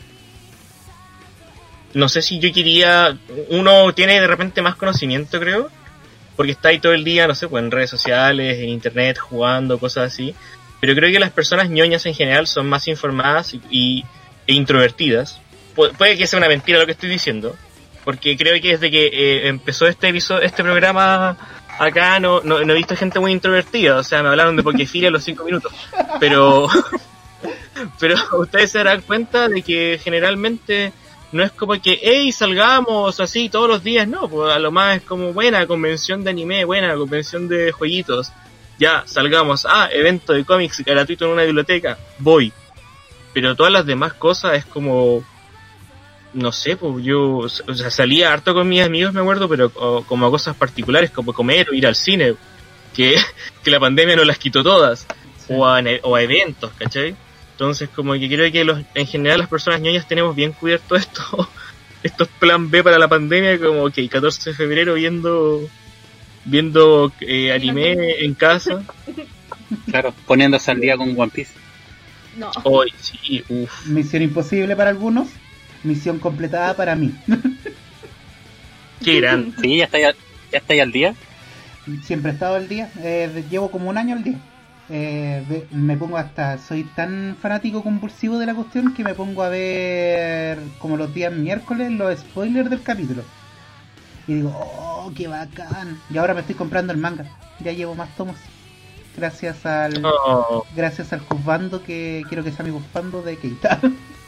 [SPEAKER 4] no sé si yo quería, uno tiene de repente más conocimiento, creo, porque está ahí todo el día, no sé, pues en redes sociales, en internet, jugando, cosas así. Pero creo que las personas ñoñas en general son más informadas y, y e introvertidas. Pu- puede que sea una mentira lo que estoy diciendo, porque creo que desde que eh, empezó este episodio, este programa acá no, no, no he visto gente muy introvertida. O sea, me hablaron de Pokefilia a los cinco minutos. Pero, pero ustedes se darán cuenta de que generalmente no es como que, hey, salgamos así todos los días, no, pues a lo más es como buena convención de anime, buena convención de jueguitos, ya, salgamos, ah, evento de cómics gratuito en una biblioteca, voy. Pero todas las demás cosas es como, no sé, pues yo, o sea, salía harto con mis amigos, me acuerdo, pero o, como a cosas particulares, como comer o ir al cine, que, que la pandemia nos las quitó todas, sí. o, a, o a eventos, ¿cachai? Entonces, como que creo que los, en general las personas ñoñas tenemos bien cubierto esto, estos plan B para la pandemia, como que el catorce de febrero viendo viendo eh, anime en casa.
[SPEAKER 2] Claro, poniéndose al día con One Piece.
[SPEAKER 1] No.
[SPEAKER 4] Hoy sí, uff.
[SPEAKER 3] Misión imposible para algunos, misión completada para mí.
[SPEAKER 4] Qué grande.
[SPEAKER 2] Sí, ya está ya, ya está ya al día.
[SPEAKER 3] Siempre he estado al día, eh, llevo como un año al día. Eh, me pongo hasta, soy tan fanático compulsivo de la cuestión que me pongo a ver como los días miércoles los spoilers del capítulo y digo, oh, qué bacán. Y ahora me estoy comprando el manga, ya llevo más tomos gracias al oh. gracias al juzbando, que quiero que sea mi juzbando de Keita.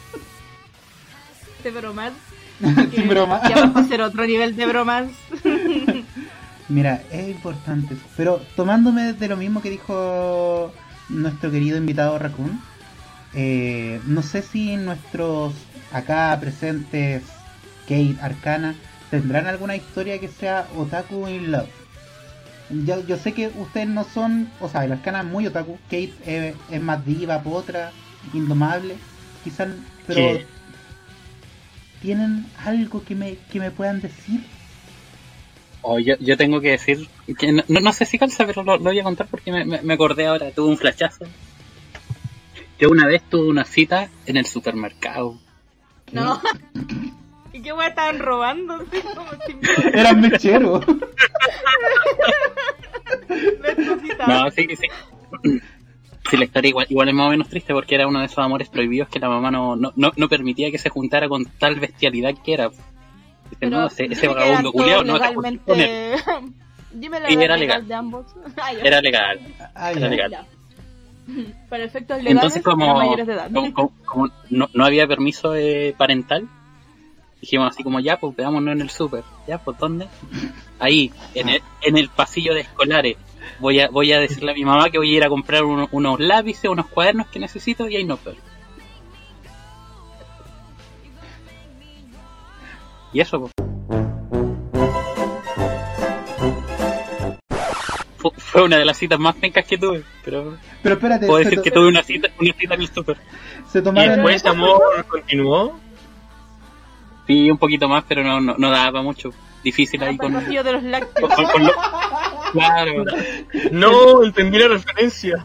[SPEAKER 1] De bromas.
[SPEAKER 3] De bromas.
[SPEAKER 1] Ya va a ser otro nivel de bromas.
[SPEAKER 3] Mira, es importante eso. Pero tomándome de lo mismo que dijo nuestro querido invitado Raccoon, eh, no sé si nuestros acá presentes Kate, Arcana, tendrán alguna historia que sea otaku in love. Yo, yo sé que ustedes no son, o sea, el Arcana es muy otaku, Kate es, es más diva, potra, indomable, quizás, pero
[SPEAKER 4] ¿qué?
[SPEAKER 3] ¿Tienen algo que me, que me puedan decir?
[SPEAKER 2] Oh, yo, yo tengo que decir que no, no sé si calza, pero lo, lo voy a contar porque me, me, me acordé ahora, tuve un flashazo. Yo una vez tuve una cita en el supermercado.
[SPEAKER 1] No. ¿Y qué weá estaban robando? ¿Sí? Como si...
[SPEAKER 3] Eran mecheros.
[SPEAKER 2] No, sí, sí. Sí, la historia igual, igual es más o menos triste porque era uno de esos amores prohibidos que la mamá no, no, no, no permitía que se juntara con tal bestialidad que era. Pero no, ese, ese vagabundo culiao no
[SPEAKER 1] legalmente... Dime la
[SPEAKER 2] sí,
[SPEAKER 1] edad
[SPEAKER 2] era
[SPEAKER 1] legal,
[SPEAKER 2] legal
[SPEAKER 1] de ambos.
[SPEAKER 2] Ah, era legal.
[SPEAKER 3] Ah,
[SPEAKER 2] era legal.
[SPEAKER 1] Ya. Para efectos legales,
[SPEAKER 2] entonces como,
[SPEAKER 1] mayores de edad.
[SPEAKER 2] como, como, como no, no había permiso eh, parental, dijimos así como ya, pues veámonos en el súper. Ya, pues ¿dónde? Ahí, en el, en el pasillo de escolares. Voy a, voy a decirle a mi mamá que voy a ir a comprar uno, unos lápices, unos cuadernos que necesito y ahí nos vemos. Y eso, pues. Fue, fue una de las citas más pencas que tuve, pero...
[SPEAKER 3] Pero espérate...
[SPEAKER 2] Puedo decir
[SPEAKER 3] to-
[SPEAKER 2] que tuve una cita, una cita en el súper.
[SPEAKER 3] Se
[SPEAKER 4] ¿Y
[SPEAKER 3] tomaron...
[SPEAKER 4] después ese amor continuó?
[SPEAKER 2] Sí, un poquito más, pero no, no, no daba para mucho. Difícil ahí con...
[SPEAKER 1] El pasillo de los lácteos.
[SPEAKER 2] con, con lo- Claro.
[SPEAKER 4] No, entendí la referencia.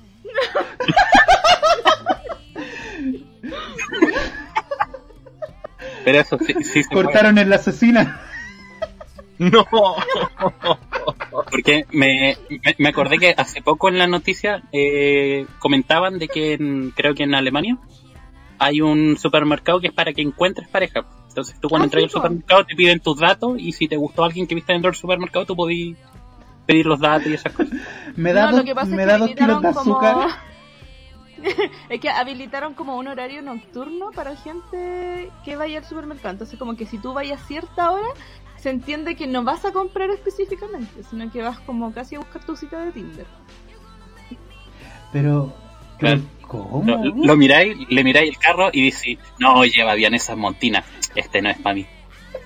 [SPEAKER 2] Pero eso sí, sí se
[SPEAKER 3] Cortaron en la asesina.
[SPEAKER 4] No.
[SPEAKER 2] Porque me, me, me acordé que hace poco en la noticia eh, comentaban de que en, creo que en Alemania hay un supermercado que es para que encuentres pareja. Entonces tú cuando
[SPEAKER 1] Ah,
[SPEAKER 2] entras
[SPEAKER 1] sí,
[SPEAKER 2] al supermercado te piden tus datos y si te gustó alguien que viste dentro del supermercado tú podís pedir los datos y esas cosas.
[SPEAKER 3] Me da,
[SPEAKER 1] No,
[SPEAKER 3] dos,
[SPEAKER 1] lo que pasa
[SPEAKER 3] me
[SPEAKER 1] es
[SPEAKER 3] da
[SPEAKER 1] que
[SPEAKER 3] dos kilos de
[SPEAKER 1] habilitaron como-
[SPEAKER 3] azúcar.
[SPEAKER 1] Es que habilitaron como un horario nocturno para gente que vaya al supermercado. Entonces como que si tú vayas a cierta hora, se entiende que no vas a comprar específicamente, sino que vas como casi a buscar tu cita de Tinder.
[SPEAKER 3] Pero...
[SPEAKER 2] Claro.
[SPEAKER 3] ¿Cómo?
[SPEAKER 2] Lo, lo miráis, le miráis el carro y decís, no, lleva bien esas montinas, este no es para mí.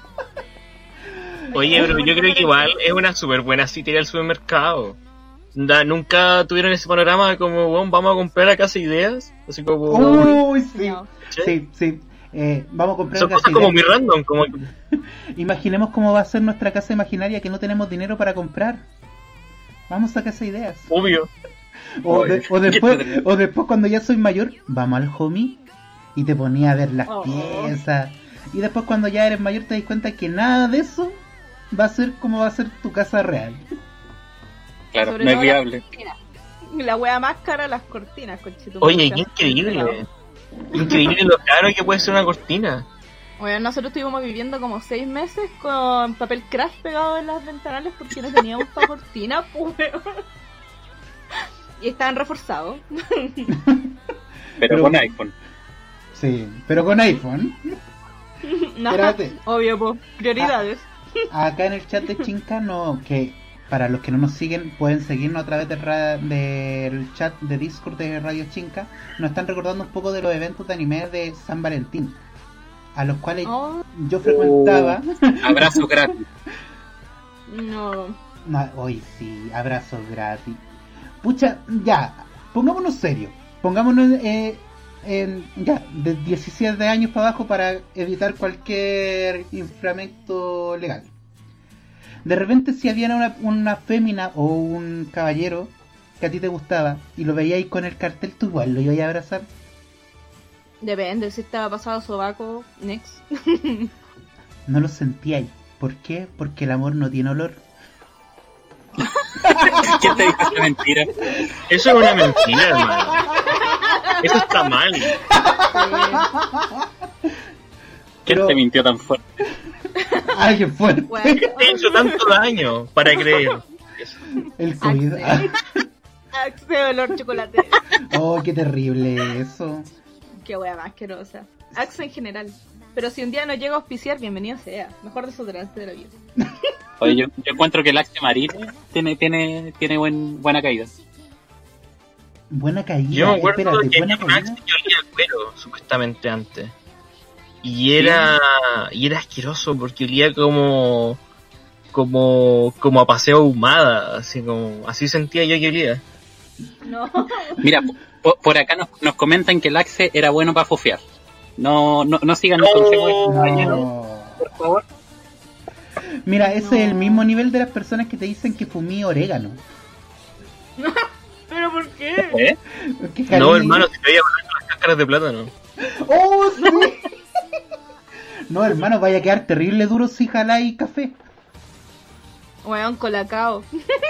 [SPEAKER 4] Oye, pero yo creo que igual es una súper buena cita ir al supermercado. Da, ¿Nunca tuvieron ese panorama como, bueno, vamos a comprar a Casa Ideas? Así como...
[SPEAKER 3] Uy, sí.
[SPEAKER 1] No.
[SPEAKER 3] Sí, sí. Eh, vamos a comprar
[SPEAKER 4] Son
[SPEAKER 3] casa
[SPEAKER 4] cosas como muy
[SPEAKER 3] idea.
[SPEAKER 4] random, como...
[SPEAKER 3] Imaginemos cómo va a ser nuestra casa imaginaria que no tenemos dinero para comprar. Vamos a Casa Ideas.
[SPEAKER 4] Obvio.
[SPEAKER 3] O, de- o después o después cuando ya soy mayor, vamos al homie y te ponía a ver las
[SPEAKER 1] Oh.
[SPEAKER 3] piezas. Y después cuando ya eres mayor te das cuenta que nada de eso va a ser como va a ser tu casa real.
[SPEAKER 2] Claro,
[SPEAKER 1] Sobre
[SPEAKER 2] no es
[SPEAKER 1] todo
[SPEAKER 2] viable.
[SPEAKER 1] La, la wea más cara, las cortinas, conchito.
[SPEAKER 4] Oye, qué increíble. Increíble lo caro que puede ser una cortina.
[SPEAKER 1] Bueno, nosotros estuvimos viviendo como seis meses con papel craft pegado en las ventanales porque no teníamos pa' cortina, pues. Y estaban reforzados.
[SPEAKER 2] Pero,
[SPEAKER 3] Pero-
[SPEAKER 2] con iPhone.
[SPEAKER 3] Sí, pero con iPhone.
[SPEAKER 1] No,
[SPEAKER 3] Espérate.
[SPEAKER 1] obvio, po. Prioridades.
[SPEAKER 3] Acá en el chat de Chinca, no, que para los que no nos siguen, pueden seguirnos a través del, ra- del chat de Discord de Radio Chinca. Nos están recordando un poco de los eventos de anime de San Valentín, a los cuales
[SPEAKER 1] Oh,
[SPEAKER 3] yo frecuentaba.
[SPEAKER 2] Abrazo gratis.
[SPEAKER 1] no.
[SPEAKER 3] No, hoy sí, abrazos gratis. Pucha, ya, pongámonos serios. Pongámonos eh, en, ya, de diecisiete años para abajo para evitar cualquier inframento legal. De repente, si había una, una fémina o un caballero que a ti te gustaba y lo veíais con el cartel, ¿tú igual lo ibas a abrazar?
[SPEAKER 1] Depende, si estaba pasado sobaco, next.
[SPEAKER 3] No lo sentíais. ¿Por qué? Porque el amor no tiene olor.
[SPEAKER 2] ¿Quién te dijo esa mentira?
[SPEAKER 4] Eso es una mentira, hermano. Eso está mal.
[SPEAKER 2] ¿Quién
[SPEAKER 3] Pero-
[SPEAKER 2] te mintió tan fuerte?
[SPEAKER 3] Alguien fuerte.
[SPEAKER 1] Bueno,
[SPEAKER 4] Te he hecho tanto daño para creer eso.
[SPEAKER 3] El COVID.
[SPEAKER 1] Axe. Axe olor chocolate.
[SPEAKER 3] Oh, qué terrible eso.
[SPEAKER 1] Qué wea más asquerosa. Axe en general. Pero si un día no llega a auspiciar, bienvenido sea. Mejor desodorante de la vida.
[SPEAKER 2] Oye, yo, yo encuentro que el Axe Marine tiene, tiene, tiene buen, buena caída.
[SPEAKER 3] Buena caída.
[SPEAKER 4] Yo me acuerdo
[SPEAKER 3] Espérate,
[SPEAKER 4] que
[SPEAKER 3] buena
[SPEAKER 4] había un Axe
[SPEAKER 3] caída.
[SPEAKER 4] que olía a cuero, supuestamente antes. Y era, y era asqueroso porque olía como, como, como a paseo ahumada, así como, así sentía yo que olía.
[SPEAKER 1] No.
[SPEAKER 2] Mira, po- por acá nos, nos comentan que el Axe era bueno para fofear. No, no, no sigan los consejos de estos caballeros,
[SPEAKER 3] No.
[SPEAKER 2] por favor.
[SPEAKER 3] Mira, ese
[SPEAKER 1] No.
[SPEAKER 3] es el mismo nivel de las personas que te dicen que fumí orégano.
[SPEAKER 1] ¿Pero por qué?
[SPEAKER 2] ¿Eh?
[SPEAKER 3] Que
[SPEAKER 4] No,
[SPEAKER 3] Jali-
[SPEAKER 4] hermano, te voy a poner con las cáscaras de plátano.
[SPEAKER 3] ¡Oh, sí! No, hermano, vaya a quedar terrible duro si jaláis café.
[SPEAKER 1] Weón, colacao.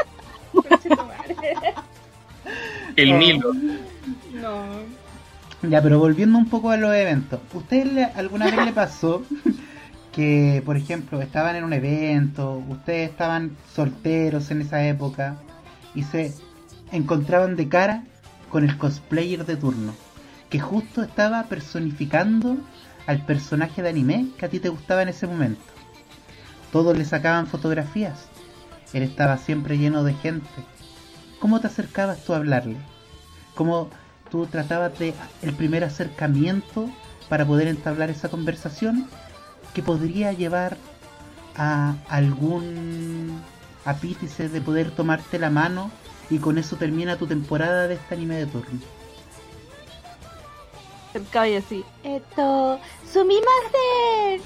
[SPEAKER 4] El
[SPEAKER 3] Oh.
[SPEAKER 4] Nilo.
[SPEAKER 1] No.
[SPEAKER 3] Ya, pero volviendo un poco a los eventos. ¿Usted le- alguna vez le pasó que, por ejemplo, estaban en un evento, ustedes estaban solteros en esa época y se encontraban de cara con el cosplayer de turno, que justo estaba personificando al personaje de anime que a ti te gustaba en ese momento? Todos le sacaban fotografías. Él estaba siempre lleno de gente. ¿Cómo te acercabas tú a hablarle? ¿Cómo tú tratabas de el primer acercamiento para poder entablar esa conversación que podría llevar a algún apítice de poder tomarte la mano y con eso termina tu temporada de este anime de turno?
[SPEAKER 1] El cabello así. Esto. ¡Sumimasen!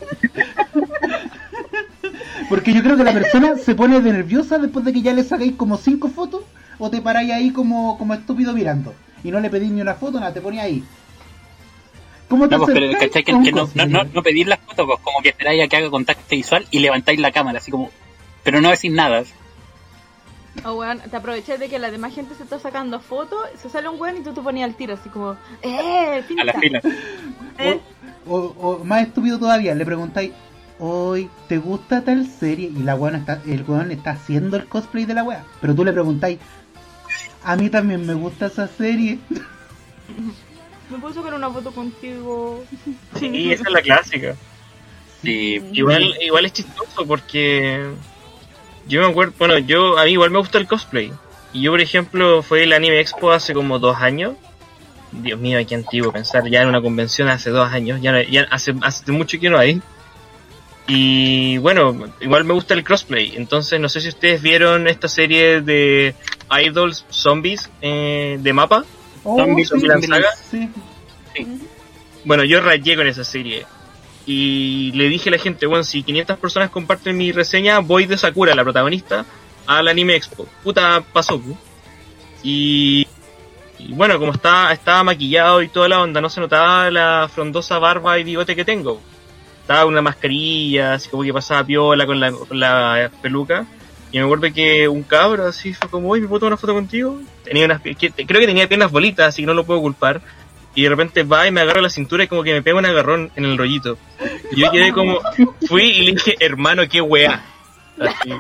[SPEAKER 3] Porque yo creo que la persona se pone de nerviosa después de que ya le sacáis como cinco fotos o te paráis ahí como, como estúpido mirando y no le pedís ni una foto, nada, te ponía ahí. ¿Cómo te
[SPEAKER 2] No, pues, pero
[SPEAKER 3] acercáis
[SPEAKER 2] ¿cachai? Que,
[SPEAKER 3] a un
[SPEAKER 2] que no, no,
[SPEAKER 3] cosplayer?
[SPEAKER 2] no, no pedís las fotos, pues como que esperáis a que haga contacto visual y levantáis la cámara, así como. Pero no decís nada.
[SPEAKER 1] O weón, te aproveché de que la demás gente se está sacando fotos, se sale un weón y tú te ponías al tiro, así como, ¡eh!
[SPEAKER 2] A la
[SPEAKER 1] Finta.
[SPEAKER 2] fila.
[SPEAKER 1] ¿Eh?
[SPEAKER 3] O, o más estúpido todavía, le preguntáis, hoy ¿te gusta tal serie? Y la weona está, el weón está haciendo el cosplay de la wea. Pero tú le preguntáis, a mí también me gusta esa serie.
[SPEAKER 1] ¿Me puedo sacar una foto contigo?
[SPEAKER 4] Sí, esa es la clásica.
[SPEAKER 2] Sí.
[SPEAKER 4] Igual, igual es chistoso porque yo me acuerdo, bueno, yo a mí igual me gusta el cosplay. Y yo, por ejemplo, fue el Anime Expo hace como dos años. Dios mío, qué antiguo pensar, ya en una convención hace dos años, ya, no- ya hace, hace mucho que no hay. Y bueno, igual me gusta el cosplay, entonces no sé si ustedes vieron esta serie de Idols Zombies eh, de mapa.
[SPEAKER 3] Oh,
[SPEAKER 2] Zombies
[SPEAKER 3] sí,
[SPEAKER 2] of Vinland Saga.
[SPEAKER 3] sí.
[SPEAKER 4] Bueno, yo rayé con esa serie. Y le dije a la gente, bueno, si quinientas personas comparten mi reseña, voy de Sakura, la protagonista, al Anime Expo. Puta, pasó. pu. Y, y bueno, como estaba, estaba maquillado y toda la onda, no se notaba la frondosa barba y bigote que tengo. Estaba una mascarilla, así como que pasaba piola con la, con la peluca. Y me acuerdo que un cabro así fue como, uy, ¿me puedo tomar una foto contigo? Tenía unas, pi- que- creo que tenía piernas bolitas, así que no lo puedo culpar. Y de repente va y me agarra la cintura y como que me pega un agarrón en el rollito. Y yo quedé como, fui y le dije, hermano, qué weá. Así.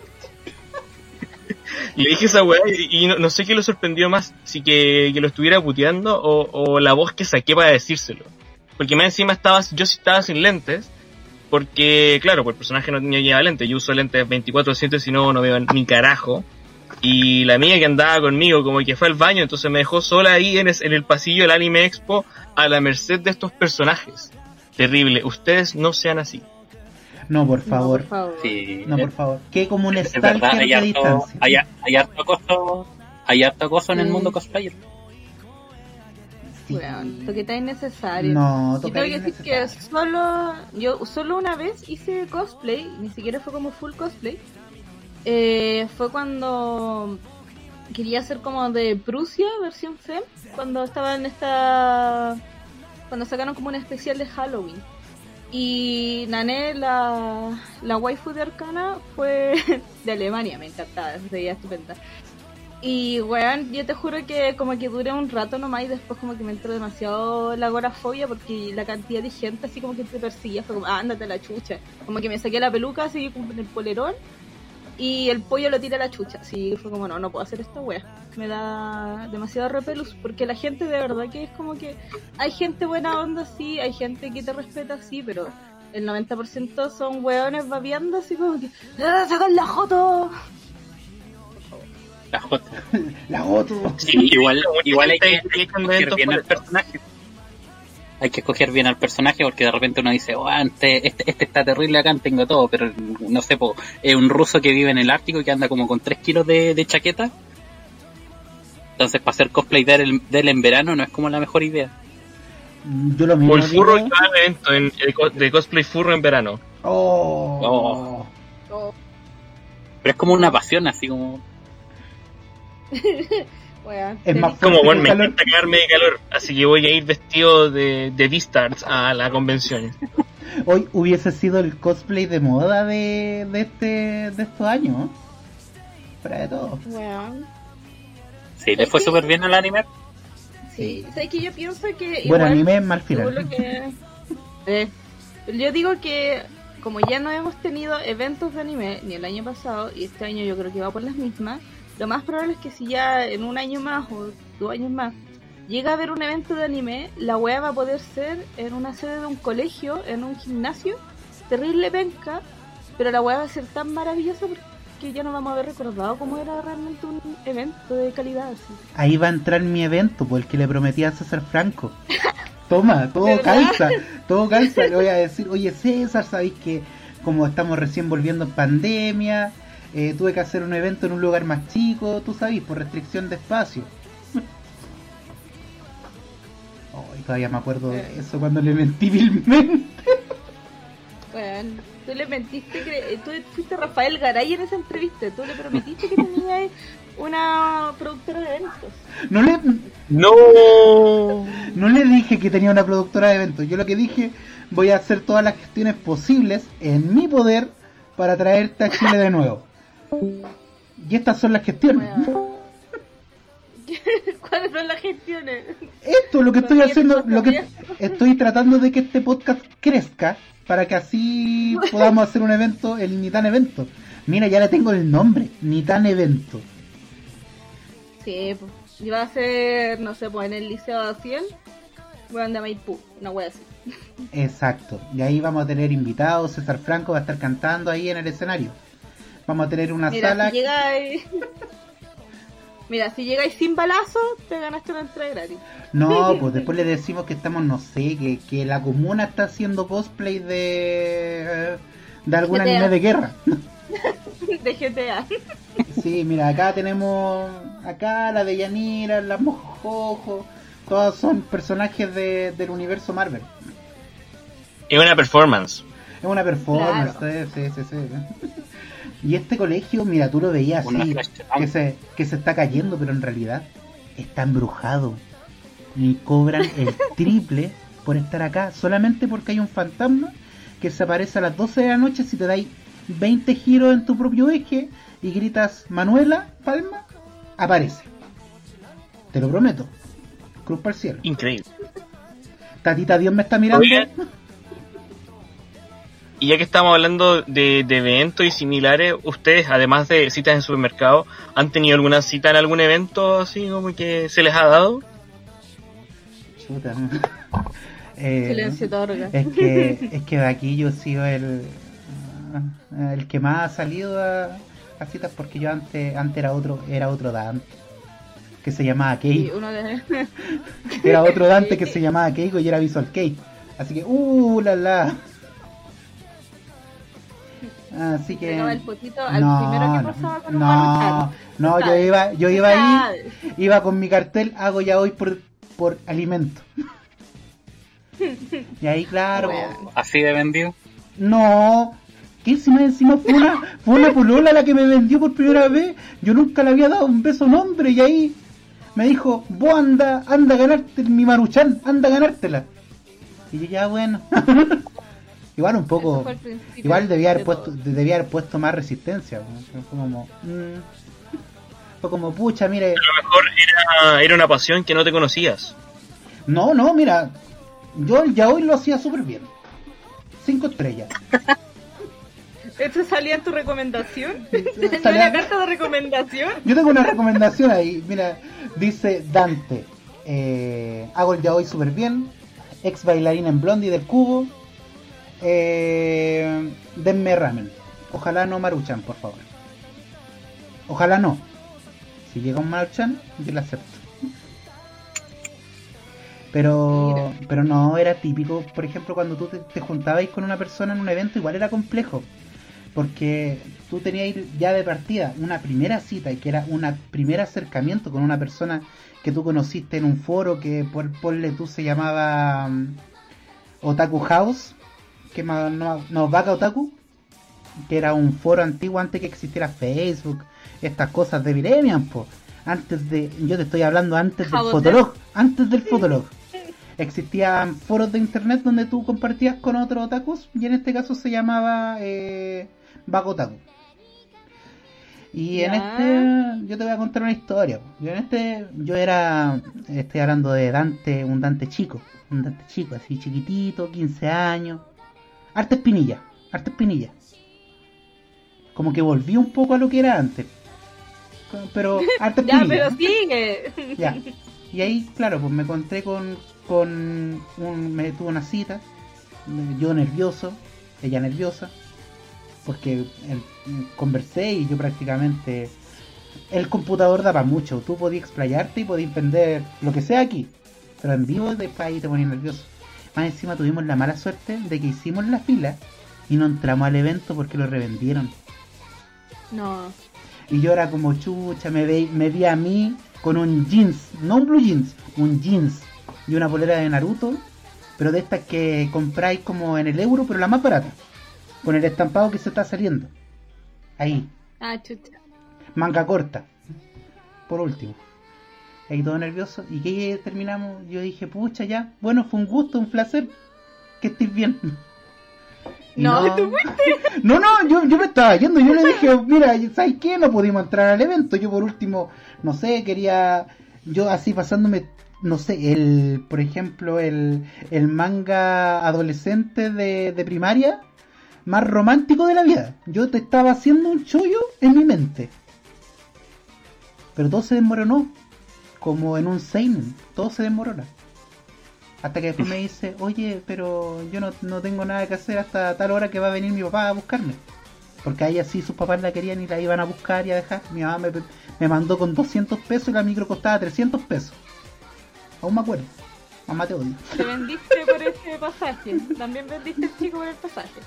[SPEAKER 4] Y le dije esa weá y, y no, no sé qué lo sorprendió más, si que, que lo estuviera puteando o, o la voz que saqué para decírselo. Porque más encima estaba, yo sí estaba sin lentes porque, claro, pues el personaje no tenía lleva lentes, yo uso lentes veinticuatro siete, si no, no veo ni carajo. Y la amiga que andaba conmigo como que fue al baño, entonces me dejó sola ahí en, es, en el pasillo del Anime Expo a la merced de estos personajes. Terrible, ustedes no sean así.
[SPEAKER 3] No, por favor.
[SPEAKER 1] No, por favor.
[SPEAKER 2] Sí.
[SPEAKER 3] No, por favor. Que como un
[SPEAKER 2] Es verdad,
[SPEAKER 3] stalker
[SPEAKER 2] hay
[SPEAKER 3] de
[SPEAKER 2] harto,
[SPEAKER 3] distancia.
[SPEAKER 2] hay, hay harto acoso, hay harto acoso en el
[SPEAKER 1] Sí.
[SPEAKER 2] mundo cosplayer.
[SPEAKER 3] Sí.
[SPEAKER 1] Weón, toqueta innecesario.
[SPEAKER 3] No,
[SPEAKER 1] Yo
[SPEAKER 3] toca
[SPEAKER 1] tengo que decir que solo, yo solo una vez hice cosplay, ni siquiera fue como full cosplay. Eh, fue cuando quería hacer como de Prusia, versión fem, cuando estaba en esta, cuando sacaron como un especial de Halloween. Y Nane, la, la waifu de Arcana, fue de Alemania, me encantaba, se veía estupenda. Y weón, yo te juro que como que duré un rato nomás y después como que me entró demasiado la agorafobia porque la cantidad de gente así como que te perseguía, fue como, ah, ándate a la chucha. Como que me saqué la peluca así como en el polerón y el pollo lo tira a la chucha. Así fue como, no, no puedo hacer esta wea. Me da demasiado repelús porque la gente de verdad que es como que hay gente buena onda sí, hay gente que te respeta sí, pero el noventa por ciento son weones babeando así como que, ¡ah, sacan la joto!
[SPEAKER 2] La J.
[SPEAKER 3] La Goto.
[SPEAKER 2] Sí, igual, igual hay que
[SPEAKER 4] Hay
[SPEAKER 2] escoger bien al personaje. Hay que escoger bien al personaje porque de repente uno dice, oh, este, este, este está terrible acá, tengo todo, pero no sé, po, es un ruso que vive en el Ártico y que anda como con tres kilos de, de chaqueta. Entonces para hacer cosplay de él, de él en verano no es como la mejor idea.
[SPEAKER 3] Yo lo mismo
[SPEAKER 4] O el furro
[SPEAKER 3] digo.
[SPEAKER 4] que va al evento en, el co- de cosplay furro en verano.
[SPEAKER 3] Oh.
[SPEAKER 2] Oh.
[SPEAKER 1] Oh.
[SPEAKER 2] Pero es como una pasión, así como...
[SPEAKER 1] Weón,
[SPEAKER 3] Es
[SPEAKER 1] te-
[SPEAKER 3] más
[SPEAKER 4] Como,
[SPEAKER 3] fuerte
[SPEAKER 4] bueno, me
[SPEAKER 3] que el calor.
[SPEAKER 4] encanta cagarme de calor, así que voy a ir vestido de, de Beastars a la convención.
[SPEAKER 3] Hoy hubiese sido el cosplay de moda de, de este de estos años, ¿no? Fuera de todo.
[SPEAKER 1] Weón.
[SPEAKER 2] Sí, le fue súper bien al anime.
[SPEAKER 1] Sí, o sea, es que yo pienso que
[SPEAKER 3] Buen
[SPEAKER 1] igual,
[SPEAKER 3] anime, mal
[SPEAKER 1] según
[SPEAKER 3] final.
[SPEAKER 1] lo que- eh, yo digo que como ya no hemos tenido eventos de anime ni el año pasado y este año yo creo que va por las mismas, lo más probable es que si ya en un año más o dos años más llega a haber un evento de anime, la wea va a poder ser en una sede de un colegio, en un gimnasio, terrible penca, pero la wea va a ser tan maravillosa porque ya no vamos a haber recordado cómo era realmente un evento de calidad así.
[SPEAKER 3] Ahí va a entrar mi evento, por el que le prometí a César Franco. Toma, todo
[SPEAKER 1] ¿Verdad?
[SPEAKER 3] calza, todo calza. Le voy a decir, oye César, sabéis que como estamos recién volviendo en pandemia, eh, tuve que hacer un evento en un lugar más chico, tú sabes, por restricción de espacio. Ay, todavía me acuerdo de eso cuando le mentí vilmente.
[SPEAKER 1] Bueno, tú le mentiste, que tú fuiste Rafael Garay en esa entrevista, tú le prometiste que tenías una productora de eventos.
[SPEAKER 3] No le,
[SPEAKER 4] ¡No!
[SPEAKER 3] no le dije que tenía una productora de eventos, yo lo que dije, voy a hacer todas las gestiones posibles en mi poder para traerte a Chile de nuevo. Y estas son las gestiones.
[SPEAKER 1] Bueno. ¿Cuáles son las gestiones?
[SPEAKER 3] Esto, lo que estoy
[SPEAKER 1] Todavía
[SPEAKER 3] haciendo,
[SPEAKER 1] te
[SPEAKER 3] lo que
[SPEAKER 1] todavía.
[SPEAKER 3] estoy tratando de que este podcast crezca para que así podamos hacer un evento, el Nitan Evento. Mira, ya le tengo el nombre, Nitan Evento.
[SPEAKER 1] Sí, pues, iba a ser, no sé, pues en el Liceo cien, weón de Maipú, una wea así.
[SPEAKER 3] Exacto. Y ahí vamos a tener invitados, César Franco va a estar cantando ahí en el escenario. Vamos a tener una
[SPEAKER 1] Mira,
[SPEAKER 3] sala...
[SPEAKER 1] si llegáis... Mira, si llegáis sin balazo, te ganaste una entrada gratis.
[SPEAKER 3] No, pues después le decimos que estamos, no sé, que, que la comuna está haciendo cosplay de... de algún
[SPEAKER 1] G T A.
[SPEAKER 3] anime de guerra.
[SPEAKER 1] De G T A.
[SPEAKER 3] Sí, mira, acá tenemos... Acá la de Yanira, la Mojojo... Todos son personajes de, del universo Marvel.
[SPEAKER 4] Es una performance.
[SPEAKER 3] Es una performance,
[SPEAKER 1] Claro.
[SPEAKER 3] sí, sí, sí, sí. Y este colegio, mira, tú lo veías
[SPEAKER 2] Una
[SPEAKER 3] así,
[SPEAKER 2] flash
[SPEAKER 3] que
[SPEAKER 2] out.
[SPEAKER 3] se, que se está cayendo, pero en realidad está embrujado. Y cobran el triple por estar acá, solamente porque hay un fantasma que se aparece a las doce de la noche si te dais veinte giros en tu propio eje y gritas Manuela, Palma, aparece. Te lo prometo. Cruz para el cielo.
[SPEAKER 4] Increíble.
[SPEAKER 3] Tatita Dios me está mirando.
[SPEAKER 4] Oigan. Y ya que estamos hablando de, de eventos y similares, ustedes, además de citas en supermercado, ¿han tenido alguna cita en algún evento así como que se les ha dado?
[SPEAKER 3] Chuta. Eh,
[SPEAKER 1] Silencio otorga.
[SPEAKER 3] Es que, es que de aquí yo he sido el, el que más ha salido a, a citas porque yo antes, antes era otro, era otro Dante que se llamaba
[SPEAKER 1] Y
[SPEAKER 3] Keiko.
[SPEAKER 1] uno de...
[SPEAKER 3] Era otro Dante que se llamaba Keiko y era Visual Kei. Así que, uh, la la. Así que
[SPEAKER 1] Pegaba el potito al
[SPEAKER 3] no,
[SPEAKER 1] primero que
[SPEAKER 3] no,
[SPEAKER 1] pasaba con un
[SPEAKER 3] no,
[SPEAKER 1] Maruchan.
[SPEAKER 3] no, yo
[SPEAKER 1] ¿Sabes?
[SPEAKER 3] iba, yo iba ahí,
[SPEAKER 1] ¿Sabes?
[SPEAKER 3] iba con mi cartel, hago ya hoy por, por alimento. Y ahí, claro,
[SPEAKER 1] Bueno.
[SPEAKER 2] Así de vendido.
[SPEAKER 3] no, que encima, encima fue una, fue una polola la que me vendió por primera vez. Yo nunca le había dado un beso a un hombre y ahí me dijo, vos anda, anda a ganarte mi Maruchan, anda a ganártela. Y yo ya, bueno. Igual un
[SPEAKER 1] Eso
[SPEAKER 3] poco,
[SPEAKER 1] fue el principio
[SPEAKER 3] igual debía haber
[SPEAKER 1] de
[SPEAKER 3] puesto,
[SPEAKER 1] todo.
[SPEAKER 3] debía haber puesto más resistencia. ¿No? Fue como, mm, fue como, pucha, mire,
[SPEAKER 4] A lo mejor era, era una pasión que no te conocías.
[SPEAKER 3] no, no, mira, yo el ya hoy lo hacía súper bien. Cinco estrellas.
[SPEAKER 1] ¿Esto salía en tu recomendación? ¿Tenía
[SPEAKER 3] Salía-
[SPEAKER 1] una carta de recomendación?
[SPEAKER 3] Yo tengo una recomendación ahí, mira, dice Dante, eh, hago el ya hoy súper bien, ex bailarina en Blondie del Cubo, eh, denme ramen, ojalá no Maruchan, por favor, ojalá no, si llega un Maruchan, yo lo acepto. Pero,
[SPEAKER 1] Mira.
[SPEAKER 3] pero no era típico, por ejemplo, cuando tú te, te juntabais con una persona en un evento, igual era complejo. Porque tú tenías ya de partida una primera cita y que era un primer acercamiento con una persona que tú conociste en un foro que por ponle tú se llamaba um, Otaku House, que ma- no, no Baka Otaku, que era un foro antiguo antes que existiera Facebook, estas cosas de Viremian, po. Antes de, yo te estoy hablando antes del
[SPEAKER 1] Jabotep.
[SPEAKER 3] Fotolog, antes del Fotolog. Existían foros de internet donde tú compartías con otros otakus y en este caso se llamaba eh, Bagotaku. Y en
[SPEAKER 1] Ya.
[SPEAKER 3] este yo te voy a contar una historia. Yo en este yo era, estoy hablando de Dante, un Dante chico, un Dante chico, así chiquitito, quince años, harta espinilla, harta espinilla. Como que volví un poco a lo que era antes. Pero harta
[SPEAKER 1] Ya,
[SPEAKER 3] espinilla.
[SPEAKER 1] pero sigue.
[SPEAKER 3] Ya. Y ahí, claro, pues me encontré con, con un, me tuvo una cita, yo nervioso, ella nerviosa, porque el, conversé y yo prácticamente, el computador daba mucho, tú podías explayarte y podías vender lo que sea aquí, pero en vivo después ahí te ponías nervioso. Más encima tuvimos la mala suerte de que hicimos la fila y no entramos al evento porque lo revendieron.
[SPEAKER 1] No.
[SPEAKER 3] Y yo era como chucha, me vi, me vi a mí con un jeans, no un blue jeans, un jeans y una polera de Naruto, pero de estas que compráis como en el euro, pero la más barata, con el estampado que se está saliendo. Ahí,
[SPEAKER 1] Ah, chucha.
[SPEAKER 3] manga corta, por último. Ahí todo nervioso, y que terminamos, yo dije, pucha ya, bueno, fue un gusto, un placer, que estés bien. Y
[SPEAKER 1] No, tú
[SPEAKER 3] no, no, yo, yo me estaba yendo, yo le dije, mira, ¿sabes qué? No pudimos entrar al evento, yo por último, no sé, quería, yo así pasándome, no sé, el, por ejemplo, el, el manga adolescente de, de primaria, más romántico de la vida. Yo te estaba haciendo un chollo en mi mente. Pero todo se desmoronó, como en un seinen, todo se desmorona. Hasta que después me dice, oye, pero yo no, no tengo nada que hacer hasta tal hora que va a venir mi papá a buscarme. Porque a ella sí sus papás la querían y la iban a buscar y a dejar. Mi mamá me, me mandó con doscientos pesos y la micro costaba trescientos pesos. Aún me acuerdo. Mamá, te odio.
[SPEAKER 1] Te vendiste por ese pasaje. También vendiste el chico por el pasaje.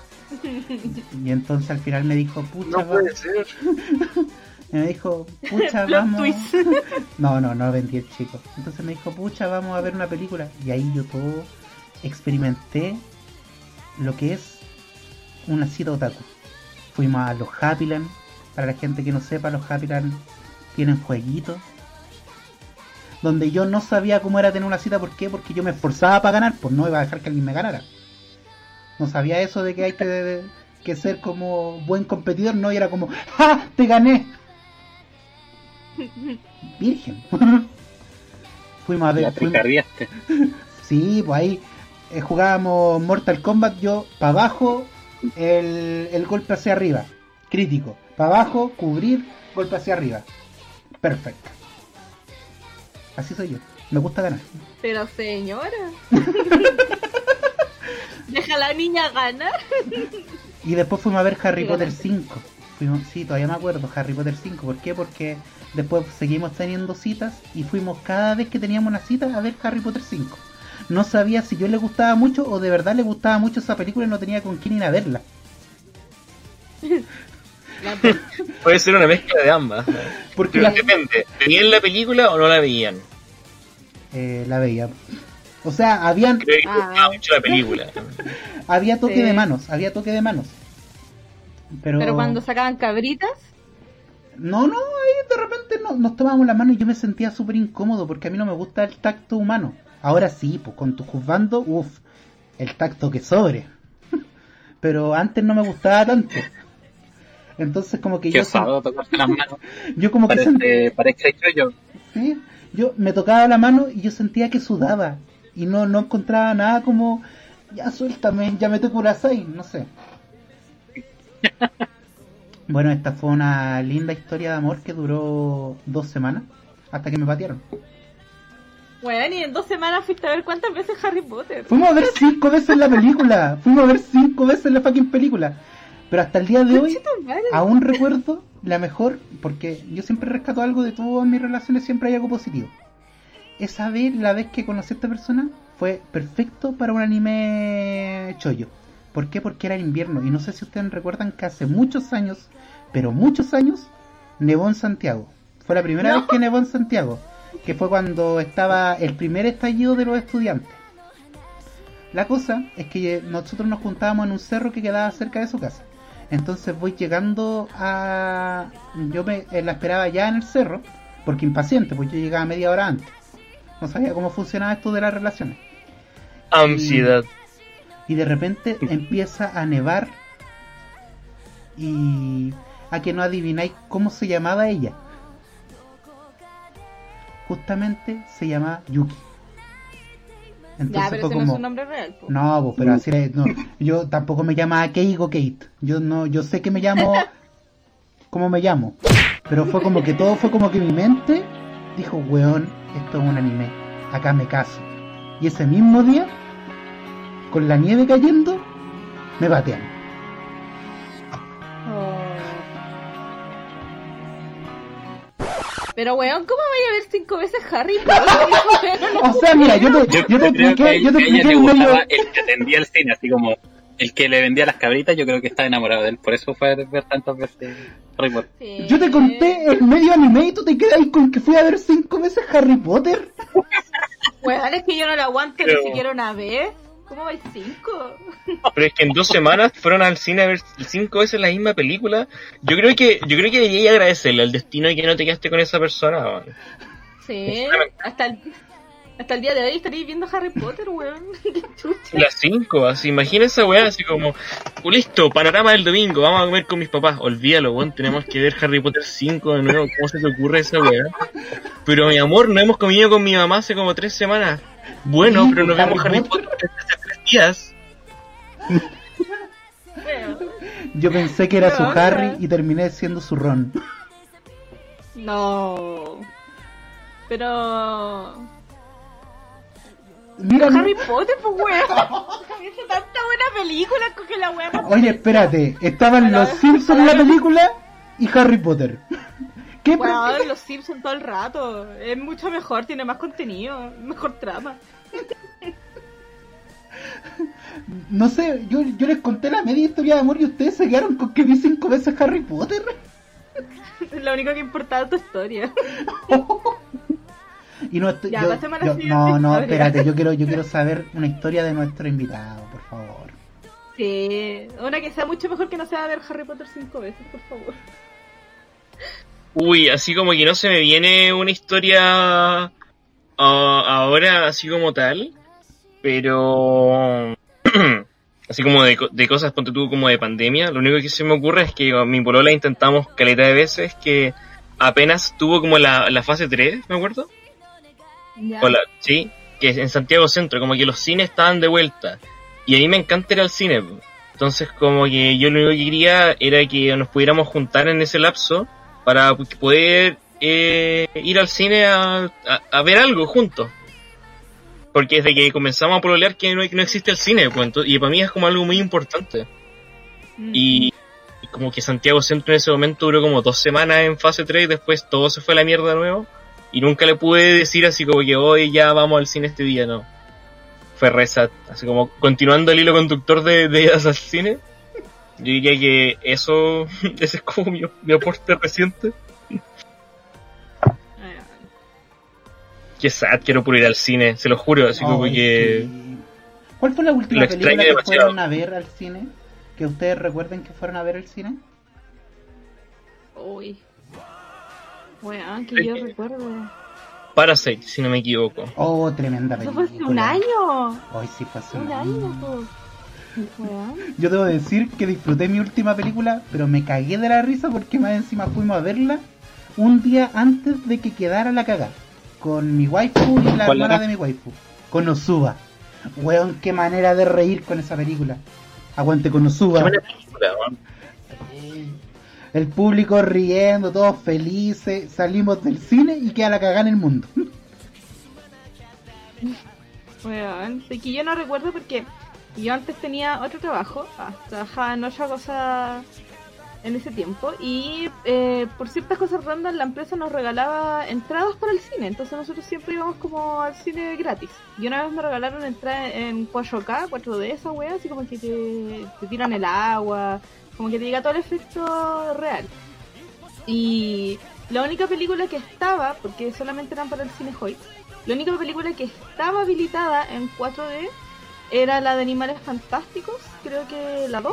[SPEAKER 3] Y entonces al final me dijo, pucha,
[SPEAKER 4] No puede ser.
[SPEAKER 3] me dijo, pucha,
[SPEAKER 1] Plot
[SPEAKER 3] vamos.
[SPEAKER 1] twist.
[SPEAKER 3] No, no, no vendí el chico. Entonces me dijo, pucha, vamos a ver una película. Y ahí yo todo experimenté lo que es una cita otaku. Fuimos a los Happyland. Para la gente que no sepa, los Happyland tienen jueguitos. Donde yo no sabía cómo era tener una cita. ¿Por qué? Porque yo me esforzaba para ganar. Pues no iba a dejar que alguien me ganara. No sabía eso de que hay que, que ser como buen competidor. No, y era como, ¡ja! ¡Te gané! Virgen. Fuimos a ver.
[SPEAKER 2] La
[SPEAKER 3] fuimos-
[SPEAKER 2] tricardiaste.
[SPEAKER 3] Sí, pues ahí eh, jugábamos Mortal Kombat. Yo para abajo, el, el golpe hacia arriba. Crítico. Para abajo, cubrir, golpe hacia arriba. Perfecto. Así soy yo. Me gusta ganar.
[SPEAKER 1] Pero señora. Deja a la niña ganar.
[SPEAKER 3] Y después fuimos a ver Harry
[SPEAKER 1] Sí,
[SPEAKER 3] Potter
[SPEAKER 1] ganaste.
[SPEAKER 3] cinco. Fuimos, sí, todavía me acuerdo, Harry Potter cinco. ¿Por qué? Porque después seguimos teniendo citas y fuimos cada vez que teníamos una cita a ver Harry Potter cinco. No sabía si yo le gustaba mucho o de verdad le gustaba mucho esa película y no tenía con quién ir a verla.
[SPEAKER 4] Puede ser una mezcla de ambas.
[SPEAKER 3] Porque
[SPEAKER 4] Pero
[SPEAKER 3] la,
[SPEAKER 4] depende, ¿veían la película o no la veían?
[SPEAKER 3] eh, la veía. O sea, habían,
[SPEAKER 4] Creo que me
[SPEAKER 1] Ah.
[SPEAKER 4] gustaba mucho la película.
[SPEAKER 3] había toque
[SPEAKER 1] Sí.
[SPEAKER 3] de manos, había toque de manos. Pero,
[SPEAKER 1] Pero cuando sacaban cabritas,
[SPEAKER 3] No, no, ahí de repente no- nos tomábamos la mano y yo me sentía súper incómodo porque a mí no me gusta el tacto humano. Ahora sí, pues con tu juzgando, uff, el tacto que sobre. Pero antes no me gustaba tanto. Entonces como que
[SPEAKER 2] Qué
[SPEAKER 3] yo,
[SPEAKER 2] osado tocarse las manos.
[SPEAKER 3] yo como que sentía,
[SPEAKER 2] Parece, parece que yo.
[SPEAKER 3] ¿sí? Yo me tocaba la mano y yo sentía que sudaba y no, no encontraba nada como, ya suéltame, ya me te curasai, no sé. Bueno, esta fue una linda historia de amor que duró dos semanas hasta que me patearon.
[SPEAKER 1] bueno, y en dos semanas fuiste a ver cuántas veces Harry Potter.
[SPEAKER 3] Fuimos a ver cinco veces la película, fuimos a ver cinco veces la fucking película. Pero hasta el día de hoy
[SPEAKER 1] Conchita madre.
[SPEAKER 3] aún recuerdo la mejor, porque yo siempre rescato algo de todas mis relaciones, siempre hay algo positivo. Esa vez, la vez que conocí a esta persona, fue perfecto para un anime chollo. ¿Por qué? Porque era invierno. Y no sé si ustedes recuerdan que hace muchos años, pero muchos años, nevó en Santiago. Fue la primera
[SPEAKER 1] ¿No?
[SPEAKER 3] vez que nevó en Santiago, que fue cuando estaba el primer estallido de los estudiantes. La cosa es que nosotros nos juntábamos en un cerro que quedaba cerca de su casa. Entonces voy llegando a... Yo me eh, la esperaba ya en el cerro, porque impaciente, pues yo llegaba media hora antes. No sabía cómo funcionaba esto de las relaciones.
[SPEAKER 4] Ansiedad.
[SPEAKER 3] Y de repente empieza a nevar. Y... a que no adivináis cómo se llamaba ella. Justamente se llamaba Yuki. Entonces
[SPEAKER 1] Ya, pero
[SPEAKER 3] fue
[SPEAKER 1] ese no es
[SPEAKER 3] como...
[SPEAKER 1] un nombre real. po.
[SPEAKER 3] No, pues, pero así es, no. Yo tampoco me llamaba Keiko Kate. Yo no, yo sé que me llamo como me llamo. Pero fue como que todo fue como que mi mente dijo, weón, esto es un anime. Acá me caso. Y ese mismo día, con la nieve cayendo, me batean.
[SPEAKER 1] Pero weón, ¿cómo vaya a ver cinco veces Harry Potter?
[SPEAKER 3] O sea, mira, yo te,
[SPEAKER 2] Yo,
[SPEAKER 3] yo te
[SPEAKER 2] yo creo
[SPEAKER 3] expliqué,
[SPEAKER 2] que
[SPEAKER 3] yo te
[SPEAKER 2] a ella
[SPEAKER 3] expliqué
[SPEAKER 2] le
[SPEAKER 3] en medio...
[SPEAKER 2] gustaba el que atendía el cine, así como el que le vendía las cabritas. Yo creo que estaba enamorado de él, por eso fue a ver tantas veces Harry Potter.
[SPEAKER 1] Sí.
[SPEAKER 3] Yo te conté el medio anime y tú te quedas ahí con que fui a ver cinco veces Harry Potter.
[SPEAKER 1] Weón, es que yo no lo aguanto
[SPEAKER 4] Pero-
[SPEAKER 1] ni siquiera una vez. ¿Cómo vais cinco?
[SPEAKER 4] Pero es que en dos semanas fueron al cine a ver cinco veces la misma película. Yo creo que yo creo que debería agradecerle al destino y que no te quedaste con esa persona. Man.
[SPEAKER 1] Sí, hasta el, hasta el día de hoy estaréis viendo Harry Potter, weón. Qué chucha.
[SPEAKER 4] Las cinco, así, imagina esa weá así como, "Oh, listo, panorama del domingo, vamos a comer con mis papás". Olvídalo, weón, tenemos que ver Harry Potter cinco de nuevo, ¿cómo se te ocurre esa weá? Pero mi amor, no hemos comido con mi mamá hace como tres semanas. Bueno,
[SPEAKER 3] Sí,
[SPEAKER 4] pero nos
[SPEAKER 3] Harry
[SPEAKER 4] vemos Harry
[SPEAKER 3] Potter.
[SPEAKER 4] Potter hace tres días.
[SPEAKER 1] Weón.
[SPEAKER 3] Yo pensé que era su
[SPEAKER 1] No,
[SPEAKER 3] Harry
[SPEAKER 1] no.
[SPEAKER 3] y terminé siendo su Ron.
[SPEAKER 1] No. Pero...
[SPEAKER 3] Mira,
[SPEAKER 1] Harry Potter, pues weón. Hizo tanta buena película, coge la weá. más-
[SPEAKER 3] oye, espérate, estaban
[SPEAKER 1] Hola,
[SPEAKER 3] los Simpsons en la
[SPEAKER 1] hola.
[SPEAKER 3] película y Harry Potter. ¿Qué pre-
[SPEAKER 1] Weón, los Simpsons todo el rato. Es mucho mejor, tiene más contenido, mejor trama.
[SPEAKER 3] No sé, yo, yo les conté la media historia de amor y ustedes se quedaron con que vi cinco veces Harry Potter.
[SPEAKER 1] Es lo único que importaba tu historia.
[SPEAKER 3] Y no estoy,
[SPEAKER 1] Ya,
[SPEAKER 3] yo-
[SPEAKER 1] pasemos a la
[SPEAKER 3] yo-
[SPEAKER 1] siguiente
[SPEAKER 3] no, no,
[SPEAKER 1] historia.
[SPEAKER 3] espérate, yo quiero, yo quiero saber una historia de nuestro invitado, por favor.
[SPEAKER 1] Sí, una que sea mucho mejor que no sea ver Harry Potter cinco veces, por favor.
[SPEAKER 4] Uy, así como que no se me viene una historia ah, ahora así como tal, pero así como de, co- de cosas, ponte tú, como de pandemia. Lo único que se me ocurre es que con mi polola intentamos caleta de veces que apenas tuvo como la, la fase tres, me acuerdo.
[SPEAKER 1] Ya.
[SPEAKER 4] O la- sí, que en Santiago Centro, como que los cines estaban de vuelta. Y a mí me encanta ir al cine. po. Entonces como que yo lo único que quería era que nos pudiéramos juntar en ese lapso para poder eh, ir al cine a, a, a ver algo juntos. porque desde que comenzamos a pololear que no, no existe el cine, pues, entonces, y para mí es como algo muy importante. Mm. Y, y como que Santiago Centro en ese momento duró como dos semanas en fase tres y después todo se fue a la mierda de nuevo. Y nunca le pude decir así como que hoy ya vamos al cine este día, no. Fue re sad. Así como continuando el hilo conductor de, de idas al cine. Yo diría que eso, ese es como mi, mi aporte reciente. Qué sad, quiero puro ir al cine, se lo juro, así como
[SPEAKER 3] Ay,
[SPEAKER 4] que...
[SPEAKER 3] sí. ¿Cuál fue la última película que demasiado. fueron a ver al cine? ¿Que ustedes recuerden que fueron a ver al cine?
[SPEAKER 1] Uy. Weón, que yo recuerdo.
[SPEAKER 4] Parasite, si no me equivoco.
[SPEAKER 3] Oh, tremenda película.
[SPEAKER 1] ¿Eso fue hace un año?
[SPEAKER 3] Hoy sí fue hace un,
[SPEAKER 1] un
[SPEAKER 3] año.
[SPEAKER 1] año. Weón.
[SPEAKER 3] Yo debo decir que disfruté mi última película, pero me cagué de la risa porque más encima fuimos a verla un día antes de que quedara la cagada. Con mi waifu y la hermana era? de mi waifu. Konosuba. Weón, qué manera de reír con esa película. Aguante Konosuba.
[SPEAKER 4] Qué película, weón.
[SPEAKER 3] El público riendo, todos felices. Salimos del cine y queda la cagada en el mundo.
[SPEAKER 1] Weón, sé que yo no recuerdo porque yo antes tenía otro trabajo. Ah, trabajaba en otra cosa en ese tiempo y eh, por ciertas cosas random la empresa nos regalaba entradas para el cine, entonces nosotros siempre íbamos como al cine gratis. Y una vez me regalaron entradas en cuatro K, cuatro D, esa wea, así como que te, te tiran el agua, como que te llega todo el efecto real. Y la única película que estaba, porque solamente eran para el cine Hoyt, la única película que estaba habilitada en cuatro D era la de Animales Fantásticos, creo que la dos.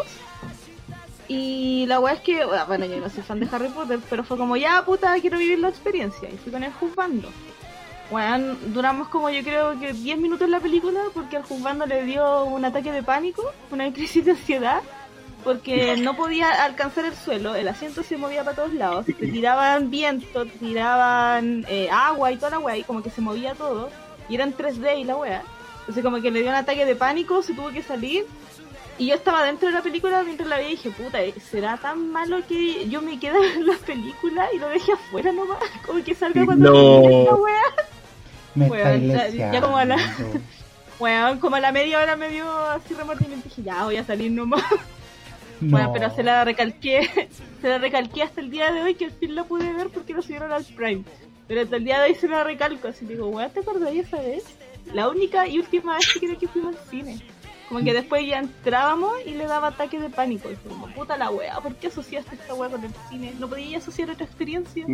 [SPEAKER 1] Y la weá es que, bueno, yo no soy fan de Harry Potter, pero fue como, ya puta, quiero vivir la experiencia. Y fui con el juzgando. Bueno, duramos como yo creo que diez minutos en la película porque al juzgando le dio un ataque de pánico, una crisis de ansiedad, porque no podía alcanzar el suelo, el asiento se movía para todos lados, te tiraban viento, te tiraban eh, agua y toda la weá, y como que se movía todo, y era en tres D y la weá. Entonces como que le dio un ataque de pánico, se tuvo que salir. Y yo estaba dentro de la película mientras la veía y dije, puta, ¿será tan malo que yo me quede en la película y lo deje afuera nomás? Como que salga cuando
[SPEAKER 4] no.
[SPEAKER 1] termine esta wea.
[SPEAKER 3] Me
[SPEAKER 1] Weón,
[SPEAKER 3] está
[SPEAKER 1] ya, ya como a la... Weón, como a la media hora me dio así remordimiento y dije, ya voy a salir nomás. No. Bueno, pero se la recalqué, se la recalqué hasta el día de hoy que al fin la pude ver porque lo subieron al Prime. Pero hasta el día de hoy se la recalco, así digo, weón, ¿te acordás de esa vez? La única y última vez que creo que fuimos al cine. Como que después ya entrábamos y le daba ataque de pánico. Y fue como, puta la wea, ¿por qué asociaste esta wea con el cine? ¿No podías asociar otra experiencia?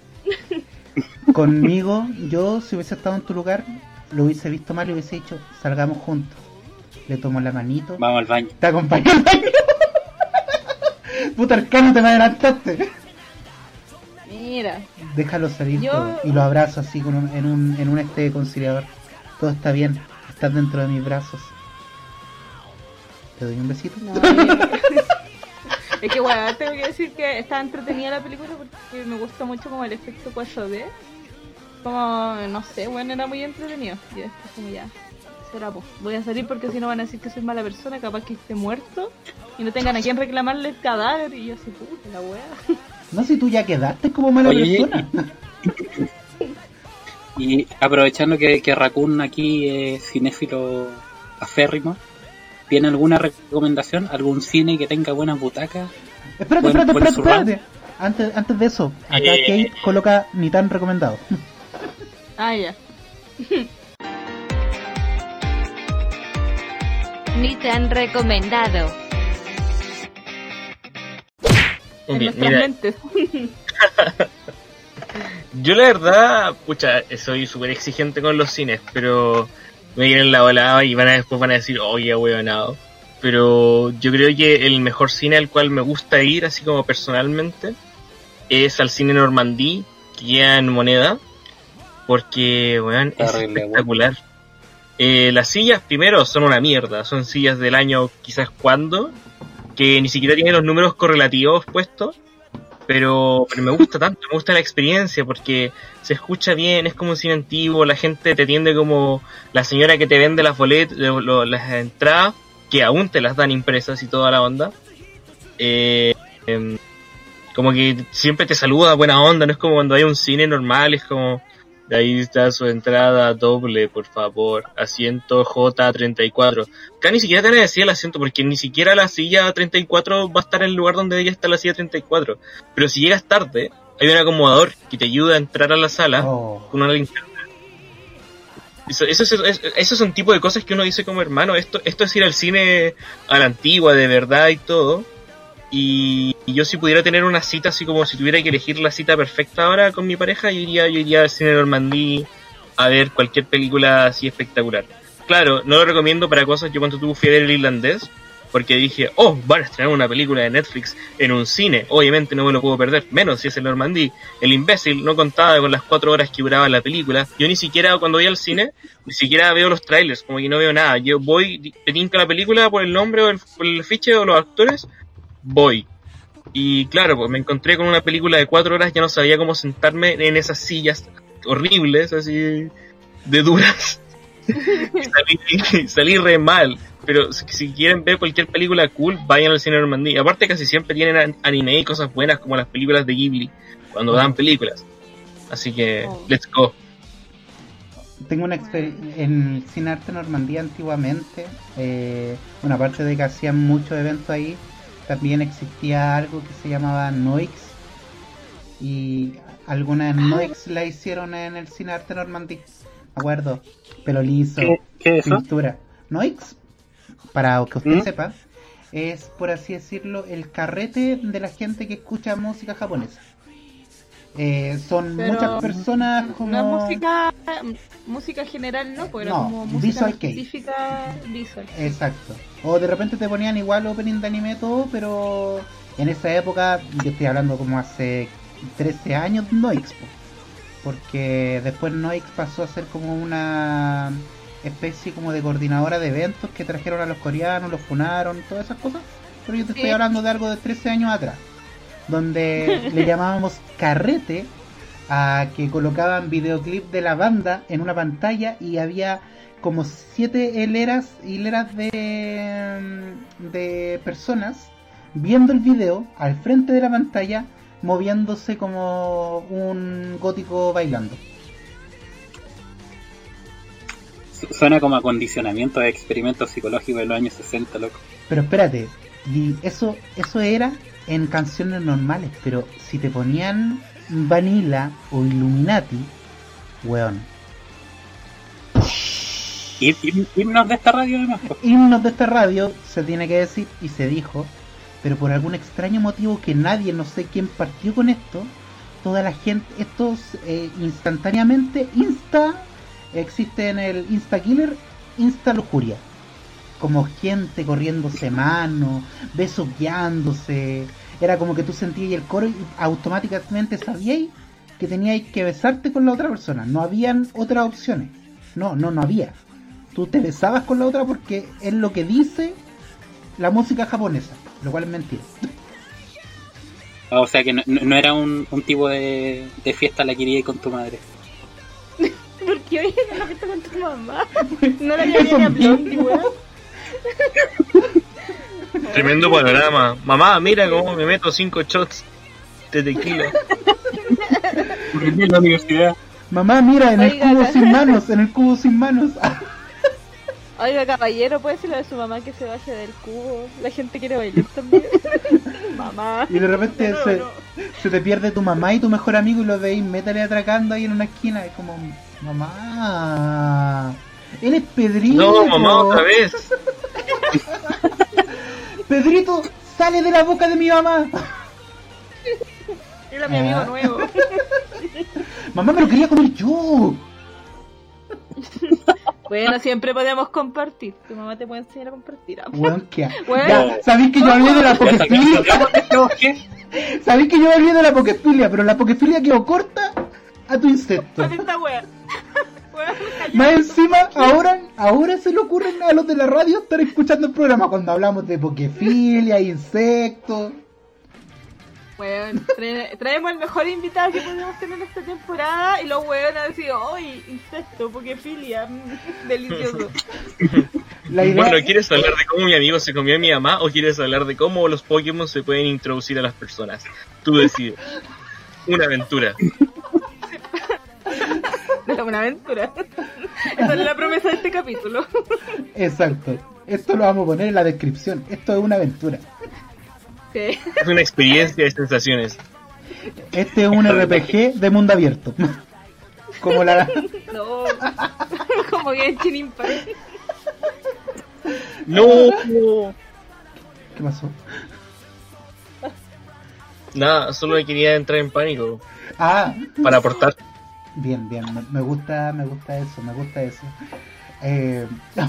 [SPEAKER 3] Conmigo, yo si hubiese estado en tu lugar, lo hubiese visto mal y hubiese dicho, salgamos juntos. Le tomo la manito.
[SPEAKER 2] Vamos al baño.
[SPEAKER 3] Te acompaño al baño. Puta Arcano, te me adelantaste.
[SPEAKER 1] Mira.
[SPEAKER 3] Déjalo salir
[SPEAKER 1] yo...
[SPEAKER 3] todo. Y lo abrazo así con un, en un en un este conciliador. Todo está bien. Estás dentro de mis brazos. ¿Te doy un besito?
[SPEAKER 1] No, es que bueno, tengo que decir que estaba entretenida la película porque me gusta mucho como el efecto cuatro D. Como, no sé, bueno, era muy entretenido. Y después como ya, será pues. Voy a salir porque si no van a decir que soy mala persona, capaz que esté muerto y no tengan a quien reclamarle el cadáver. Y yo así, puta la wea.
[SPEAKER 3] No, si tú ya quedaste como mala
[SPEAKER 2] Oye,
[SPEAKER 3] persona.
[SPEAKER 2] Y, y aprovechando que, que Raccoon aquí es cinéfilo aférrimo, ¿tiene alguna recomendación? ¿Algún cine que tenga buenas butacas?
[SPEAKER 3] Espérate,
[SPEAKER 2] Buen,
[SPEAKER 3] espérate,
[SPEAKER 2] buen
[SPEAKER 3] espérate, espérate. Antes, antes de eso, acá
[SPEAKER 4] Eh.
[SPEAKER 3] Kate coloca ni tan recomendado.
[SPEAKER 1] Ah, ya.
[SPEAKER 7] Ni tan recomendado.
[SPEAKER 1] En
[SPEAKER 4] Bien,
[SPEAKER 1] nuestras
[SPEAKER 4] mira,
[SPEAKER 1] mentes.
[SPEAKER 4] yo la verdad, pucha, soy súper exigente con los cines, pero me vienen la volada y van a, después van a decir, oye, huevonado. Pero yo creo que el mejor cine al cual me gusta ir, así como personalmente, es al cine Normandí, que queda en Moneda, porque, weón, es
[SPEAKER 2] Terrible,
[SPEAKER 4] espectacular. Eh, las sillas, primero, son una mierda, son sillas del año quizás cuando, que ni siquiera tienen los números correlativos puestos, pero, pero me gusta tanto, me gusta la experiencia, porque se escucha bien, es como un cine antiguo, la gente te atiende como la señora que te vende las boletas, lo, lo, las entradas, que aún te las dan impresas y toda la onda. Eh, eh, como que siempre te saluda, buena onda, no es como cuando hay un cine normal, es como ahí está su entrada doble, por favor. Asiento J treinta y cuatro. Acá ni siquiera te van a decir el asiento, porque ni siquiera la silla treinta y cuatro va a estar en el lugar donde debería estar la silla treinta y cuatro. Pero si llegas tarde, hay un acomodador que te ayuda a entrar a la sala
[SPEAKER 3] Oh.
[SPEAKER 4] con una linterna. Eso, eso, eso, eso, eso es un tipo de cosas que uno dice como hermano, esto, esto es ir al cine a la antigua, de verdad y todo. Y, y yo si pudiera tener una cita así como si tuviera que elegir la cita perfecta ahora con mi pareja, yo iría, yo iría al cine Normandí a ver cualquier película así espectacular. Claro, no lo recomiendo para cosas, yo cuando tuve fui a ver El Irlandés, porque dije, oh, van a estrenar una película de Netflix en un cine, obviamente no me lo puedo perder, menos si es el Normandí. El imbécil no contaba con las cuatro horas que duraba la película. Yo ni siquiera cuando voy al cine, ni siquiera veo los trailers, como que no veo nada. Yo voy, te tinca la película por el nombre o el, por el fiche o los actores, voy. Y claro, pues me encontré con una película de cuatro horas, ya no sabía cómo sentarme en esas sillas horribles, así de duras. y salí, salí re mal. Pero si, si quieren ver cualquier película cool, vayan al cine Normandí. Aparte casi siempre tienen anime y cosas buenas como las películas de Ghibli, cuando dan películas. Así que,
[SPEAKER 1] Oh.
[SPEAKER 4] let's go.
[SPEAKER 3] Tengo una experiencia en el Cine Arte Normandía antiguamente. Eh, bueno, aparte de que hacían muchos eventos ahí, también existía algo que se llamaba Noix. Y algunas Noix la hicieron en el Cine Arte Normandí. Me acuerdo. Pelo liso,
[SPEAKER 2] ¿Qué, qué es eso?
[SPEAKER 3] pintura. Noix, para que usted
[SPEAKER 2] ¿Mm?
[SPEAKER 3] sepa, es por así decirlo el carrete de la gente que escucha música japonesa. Eh, son
[SPEAKER 1] Pero
[SPEAKER 3] muchas personas como...
[SPEAKER 1] No música, música general, no, porque era
[SPEAKER 3] No,
[SPEAKER 1] como música
[SPEAKER 3] visual kei.
[SPEAKER 1] específica visual.
[SPEAKER 3] Exacto. O de repente te ponían igual opening de anime todo, pero en esa época, yo estoy hablando como hace trece años, Noix, po. Porque después Noix pasó a ser como una especie como de coordinadora de eventos que trajeron a los coreanos, los funaron, todas esas cosas. Pero yo te estoy
[SPEAKER 1] Sí.
[SPEAKER 3] hablando de algo de trece años atrás, donde le llamábamos carrete a que colocaban videoclip de la banda en una pantalla y había como siete hileras, hileras de, de personas viendo el video al frente de la pantalla, moviéndose como un gótico bailando.
[SPEAKER 2] Su- Suena como acondicionamiento de experimentos psicológicos de los años sesenta, loco.
[SPEAKER 3] Pero espérate, y eso, eso era en canciones normales, pero si te ponían Vanilla o Illuminati, weón,
[SPEAKER 2] Him- him- Himnos de esta radio además, po.
[SPEAKER 3] himnos de esta radio, se tiene que decir, y se dijo, pero por algún extraño motivo que nadie, no sé quién partió con esto, toda la gente, estos eh, instantáneamente, insta, existe en el Insta Killer, Insta Lujuria, como gente corriéndose mano, besuqueándose, era como que tú sentías el coro y automáticamente sabíais que teníais que besarte con la otra persona, no habían otras opciones, no, no, no había. Tú te besabas con la otra porque es lo que dice la música japonesa, lo cual es mentira.
[SPEAKER 2] O sea que no, no- no era un, un tipo de, de fiesta la que iría con tu madre.
[SPEAKER 1] Porque hoy en la fiesta con tu mamá. No la llevaría ni a Blondie, weón.
[SPEAKER 4] Tremendo panorama. Mamá, mira cómo me meto cinco shots de tequila.
[SPEAKER 2] En la universidad.
[SPEAKER 3] Mamá, mira, en el
[SPEAKER 1] Oiga,
[SPEAKER 3] cubo
[SPEAKER 1] la-
[SPEAKER 3] sin manos, en el cubo sin manos.
[SPEAKER 1] Oiga, caballero, ¿puede decirle a su mamá que se baje del cubo? La gente quiere bailar también. Mamá.
[SPEAKER 3] Y de repente
[SPEAKER 1] No,
[SPEAKER 3] se,
[SPEAKER 1] no.
[SPEAKER 3] se te pierde tu mamá y tu mejor amigo y lo veis métale atracando ahí en una esquina. Es como, mamá, él es Pedrito.
[SPEAKER 4] No, mamá, otra vez.
[SPEAKER 3] Pedrito, sale de la boca de mi mamá.
[SPEAKER 1] Era mi amigo
[SPEAKER 3] Ah.
[SPEAKER 1] nuevo.
[SPEAKER 3] Mamá, me lo quería comer yo.
[SPEAKER 1] Bueno, siempre podemos compartir. Tu mamá te puede enseñar a compartir. amor.
[SPEAKER 3] Weón, ¿qué?
[SPEAKER 1] Bueno.
[SPEAKER 3] Ya, sabéis que yo hablé de la
[SPEAKER 2] Ya sacamos-
[SPEAKER 3] pokefilia.
[SPEAKER 2] sacamos de este bosque.
[SPEAKER 3] Sabéis que yo hablé de la pokefilia, pero la pokefilia quedó corta a tu insecto.
[SPEAKER 1] Con esta wea. Weón, cayó.
[SPEAKER 3] Más encima, ahora, ahora se le ocurren a los de la radio estar escuchando el programa cuando hablamos de pokefilia, insectos.
[SPEAKER 1] Weón, trae- traemos el mejor invitado que podemos tener esta temporada y los weones han sido, ¡ay, incesto, pokefilia! mm, Delicioso.
[SPEAKER 3] La idea,
[SPEAKER 4] Bueno, ¿quieres hablar de cómo mi amigo se comió a mi mamá o quieres hablar de cómo los Pokémon se pueden introducir a las personas? Tú decides. Una aventura.
[SPEAKER 1] es una aventura. Esa es la promesa de este capítulo.
[SPEAKER 3] Exacto. Esto lo vamos a poner en la descripción. Esto es una aventura.
[SPEAKER 1] Sí.
[SPEAKER 4] Es una experiencia de sensaciones.
[SPEAKER 3] Este es un R P G de mundo abierto. Como la...
[SPEAKER 1] No, como Genshin Impact.
[SPEAKER 4] ¡No!
[SPEAKER 3] ¿Qué pasó?
[SPEAKER 4] Nada, solo quería entrar en pánico
[SPEAKER 3] Ah,
[SPEAKER 4] para aportar.
[SPEAKER 3] bien, bien. Me, me gusta, me gusta eso, me gusta eso. Eh...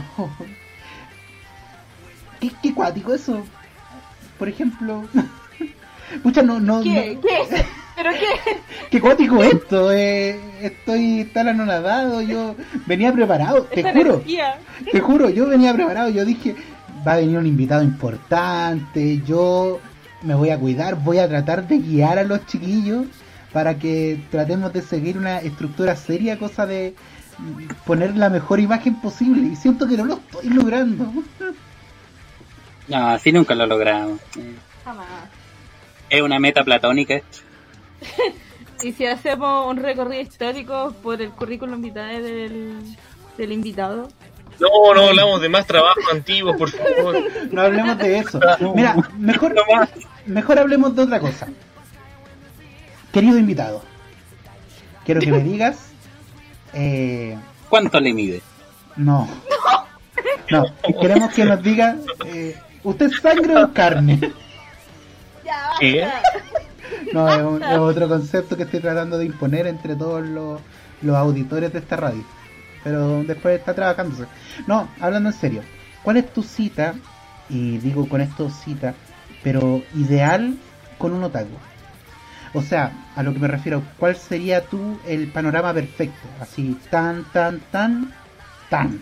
[SPEAKER 3] ¿Qué, qué cuático eso. Por ejemplo... Pucha, no, no...
[SPEAKER 1] ¿Qué?
[SPEAKER 3] no-
[SPEAKER 1] ¿Qué? ¿Pero qué?
[SPEAKER 3] Qué cuático esto, eh, estoy tan anonadado, yo venía preparado, te
[SPEAKER 1] Esta
[SPEAKER 3] juro,
[SPEAKER 1] energía.
[SPEAKER 3] te juro, yo venía preparado, yo dije, va a venir un invitado importante, yo me voy a cuidar, voy a tratar de guiar a los chiquillos para que tratemos de seguir una estructura seria, cosa de poner la mejor imagen posible, y siento que no lo estoy logrando.
[SPEAKER 2] No, así nunca lo logramos.
[SPEAKER 1] Jamás.
[SPEAKER 2] Es una meta platónica esto.
[SPEAKER 1] Y si hacemos un recorrido histórico por el currículum vitae del, del invitado.
[SPEAKER 4] No, no hablamos de más trabajos antiguos, por favor.
[SPEAKER 3] No hablemos de eso. Mira, mejor, mejor hablemos de otra cosa. Querido invitado, quiero que me digas... Eh,
[SPEAKER 2] ¿Cuánto le mide?
[SPEAKER 3] no. No, queremos que nos diga... Eh, ¿usted es sangre o carne?
[SPEAKER 1] Ya,
[SPEAKER 4] ¿Qué?
[SPEAKER 3] No, es, un- es otro concepto que estoy tratando de imponer entre todos los, los auditores de esta radio. Pero después está trabajándose. No, hablando en serio. ¿Cuál es tu cita? Y digo con esto cita, pero ideal con un otaku. O sea, a lo que me refiero, ¿cuál sería tú el panorama perfecto? Así, tan, tan, tan, tan.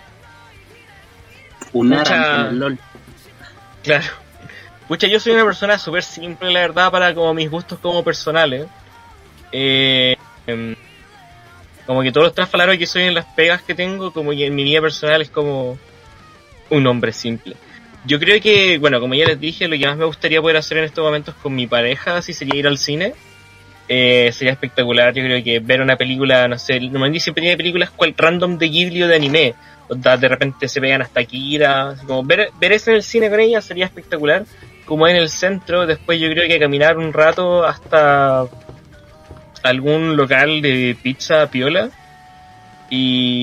[SPEAKER 2] Un
[SPEAKER 4] Mucha-
[SPEAKER 2] Aran en el LOL.
[SPEAKER 4] Claro. Pucha, yo soy una persona súper simple, la verdad, para como mis gustos como personales. Eh, em, como que todos los trasladados que soy en las pegas que tengo, como que en mi vida personal es como un hombre simple. Yo creo que, bueno, como ya les dije, lo que más me gustaría poder hacer en estos momentos con mi pareja, si sería ir al cine. Eh, sería espectacular. Yo creo que ver una película, no sé, normalmente siempre tiene películas cual random de Ghibli o de anime, donde de repente se pegan hasta Akira, así como ver, ver eso en el cine con ella sería espectacular. Como en el centro, después yo creo que caminar un rato hasta algún local de pizza piola y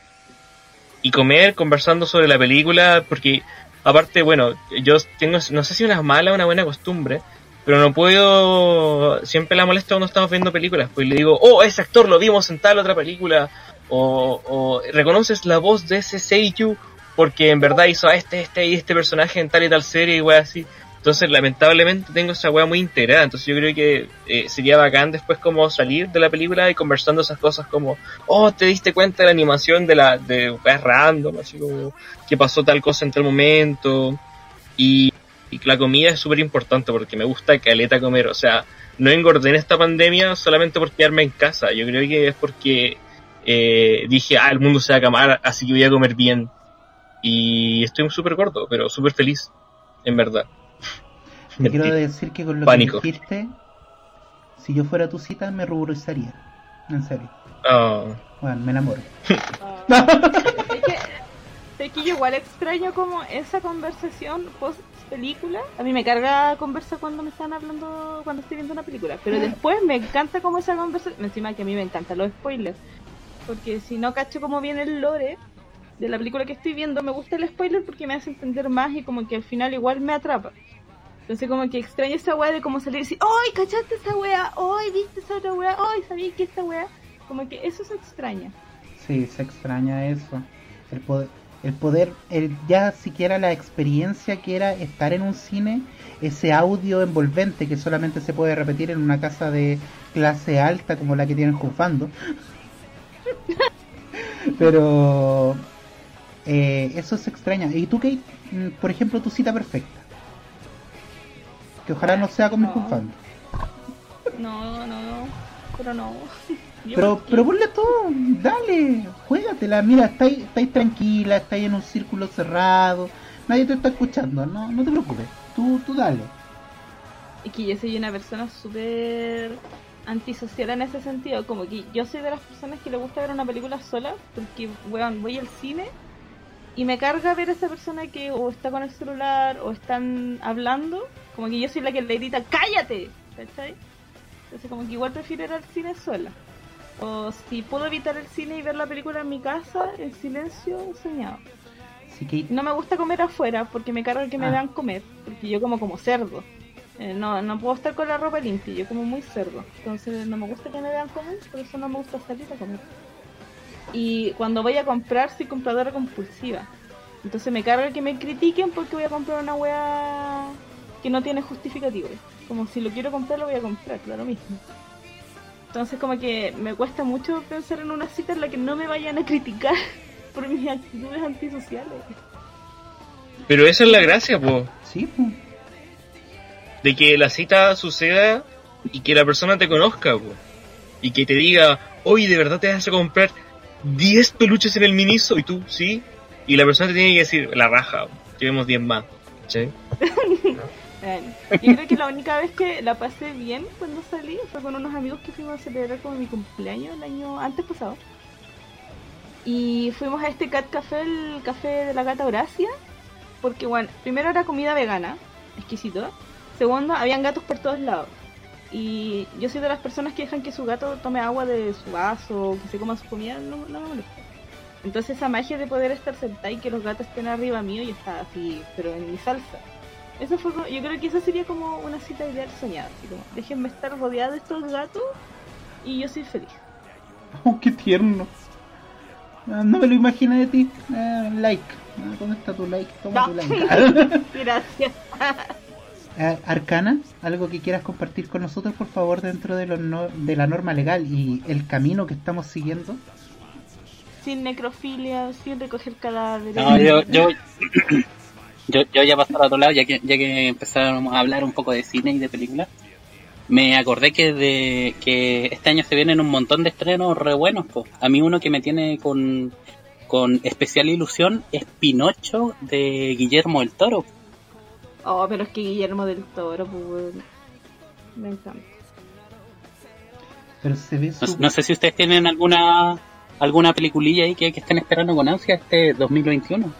[SPEAKER 4] y comer conversando sobre la película, porque aparte, bueno, yo tengo, no sé si una mala o una buena costumbre, pero no puedo, siempre la molesto cuando estamos viendo películas, pues le digo, oh, ese actor lo vimos en tal otra película, o, o reconoces la voz de ese Seiyu porque en verdad hizo a este, este y este personaje en tal y tal serie y wea así. Entonces, lamentablemente tengo esa wea muy integrada. Entonces yo creo que eh, sería bacán después como salir de la película y conversando esas cosas como, oh, te diste cuenta de la animación de la de weas random, así como que pasó tal cosa en tal momento. Y, y la comida es súper importante porque me gusta caleta comer. O sea, no engordé en esta pandemia solamente por quedarme en casa. Yo creo que es porque eh, dije, ah, el mundo se va a acabar, así que voy a comer bien. Y estoy súper gordo, pero súper feliz, en verdad.
[SPEAKER 3] Me
[SPEAKER 4] Mentira.
[SPEAKER 3] quiero decir que con lo
[SPEAKER 4] Pánico.
[SPEAKER 3] que dijiste, si yo fuera tu cita me ruborizaría. En serio.
[SPEAKER 4] Ah,
[SPEAKER 3] Bueno, me enamoro.
[SPEAKER 1] Ah. Es que, es que yo igual extraño como esa conversación post película. A mí me carga conversar cuando me están hablando, cuando estoy viendo una película. Pero después me encanta como esa conversación. Encima que a mí me encantan los spoilers. Porque si no cacho como viene el lore de la película que estoy viendo, me gusta el spoiler porque me hace entender más y como que al final igual me atrapa. Entonces como que extraño esa weá de como salir y decir, ¡ay, cachaste esa weá! ¡ay, viste esa otra weá! ¡ay, sabía que esta weá! Como que eso se extraña.
[SPEAKER 3] Sí, se extraña eso. El poder, el poder, el, ya siquiera la experiencia que era estar en un cine, ese audio envolvente que solamente se puede repetir en una casa de clase alta como la que tienen juzgando. Pero eh, eso se extraña. ¿Y tú, Kate? Mm, Por ejemplo, tu cita perfecta. Que ojalá no sea con mi
[SPEAKER 1] No.
[SPEAKER 3] juzgando.
[SPEAKER 1] No, no, no. Pero no. Yo
[SPEAKER 3] Pero,
[SPEAKER 1] porque-
[SPEAKER 3] pero ponle todo, dale, juégatela, mira, estáis, estáis tranquila, estáis en un círculo cerrado, nadie te está escuchando, no, no te preocupes, tú, tú dale.
[SPEAKER 1] Es que yo soy una persona súper antisocial en ese sentido, como que yo soy de las personas que le gusta ver una película sola, porque weón, voy al cine y me carga ver a esa persona que o está con el celular o están hablando, como que yo soy la que le grita ¡cállate! ¿Cachai? Entonces como que igual prefiero ir al cine sola. O si puedo evitar el cine y ver la película en mi casa, en silencio, soñado.
[SPEAKER 3] Sí que...
[SPEAKER 1] No me gusta comer afuera porque me carga que me
[SPEAKER 3] Ah.
[SPEAKER 1] vean comer, porque yo como como cerdo. Eh, no, no puedo estar con la ropa limpia, yo como muy cerdo. Entonces no me gusta que me vean comer, por eso no me gusta salir a comer. Y cuando voy a comprar, soy compradora compulsiva. Entonces me carga que me critiquen porque voy a comprar una wea que no tiene justificativo. Como si lo quiero comprar, lo voy a comprar, da lo mismo. Entonces como que me cuesta mucho pensar en una cita en la que no me vayan a criticar por mis actitudes antisociales.
[SPEAKER 4] Pero esa es la gracia, po.
[SPEAKER 3] Sí, pues.
[SPEAKER 4] De que la cita suceda y que la persona te conozca, po. Y que te diga, oye, ¿de verdad te vas a comprar diez peluches en el Miniso? Y tú, sí. Y la persona te tiene que decir, la raja, llevemos diez más. ¿Sí?
[SPEAKER 1] Bueno, yo creo que la única vez que la pasé bien cuando salí fue con unos amigos que fuimos a celebrar como mi cumpleaños el año antes pasado. Y fuimos a este Cat Café, el café de la gata Horacia, porque bueno, primero era comida vegana, exquisito. Segundo, habían gatos por todos lados. Y yo soy de las personas que dejan que su gato tome agua de su vaso, que se coma su comida, no, no me molesta. Entonces esa magia de poder estar sentada y que los gatos estén arriba mío, yo estaba así, pero en mi salsa. Eso fue, como- yo creo que eso sería como una cita ideal soñada, así como, déjenme estar rodeada de estos gatos y yo soy feliz.
[SPEAKER 3] Oh, qué tierno. Ah, no me lo imaginé de ti. Ah, like. Ah, ¿dónde está tu like? Toma
[SPEAKER 1] No.
[SPEAKER 3] tu like.
[SPEAKER 1] Gracias.
[SPEAKER 3] Eh, Arcana, algo que quieras compartir con nosotros, por favor, dentro de, lo no- de la norma legal y el camino que estamos siguiendo.
[SPEAKER 1] Sin necrofilia, sin recoger cadáveres.
[SPEAKER 2] No, yo, yo, yo, yo ya pasé al otro lado, ya que, ya que empezamos a hablar un poco de cine y de películas. Me acordé que de que este año se vienen un montón de estrenos re buenos, po. A mí uno que me tiene con, con especial ilusión es Pinocho de Guillermo del Toro.
[SPEAKER 1] Oh, pero es que Guillermo del Toro, pues, weón, me encanta.
[SPEAKER 3] Pero se ve
[SPEAKER 2] No,
[SPEAKER 3] su...
[SPEAKER 2] no sé si ustedes tienen alguna alguna peliculilla ahí que, que estén esperando con ansia este dos mil veintiuno.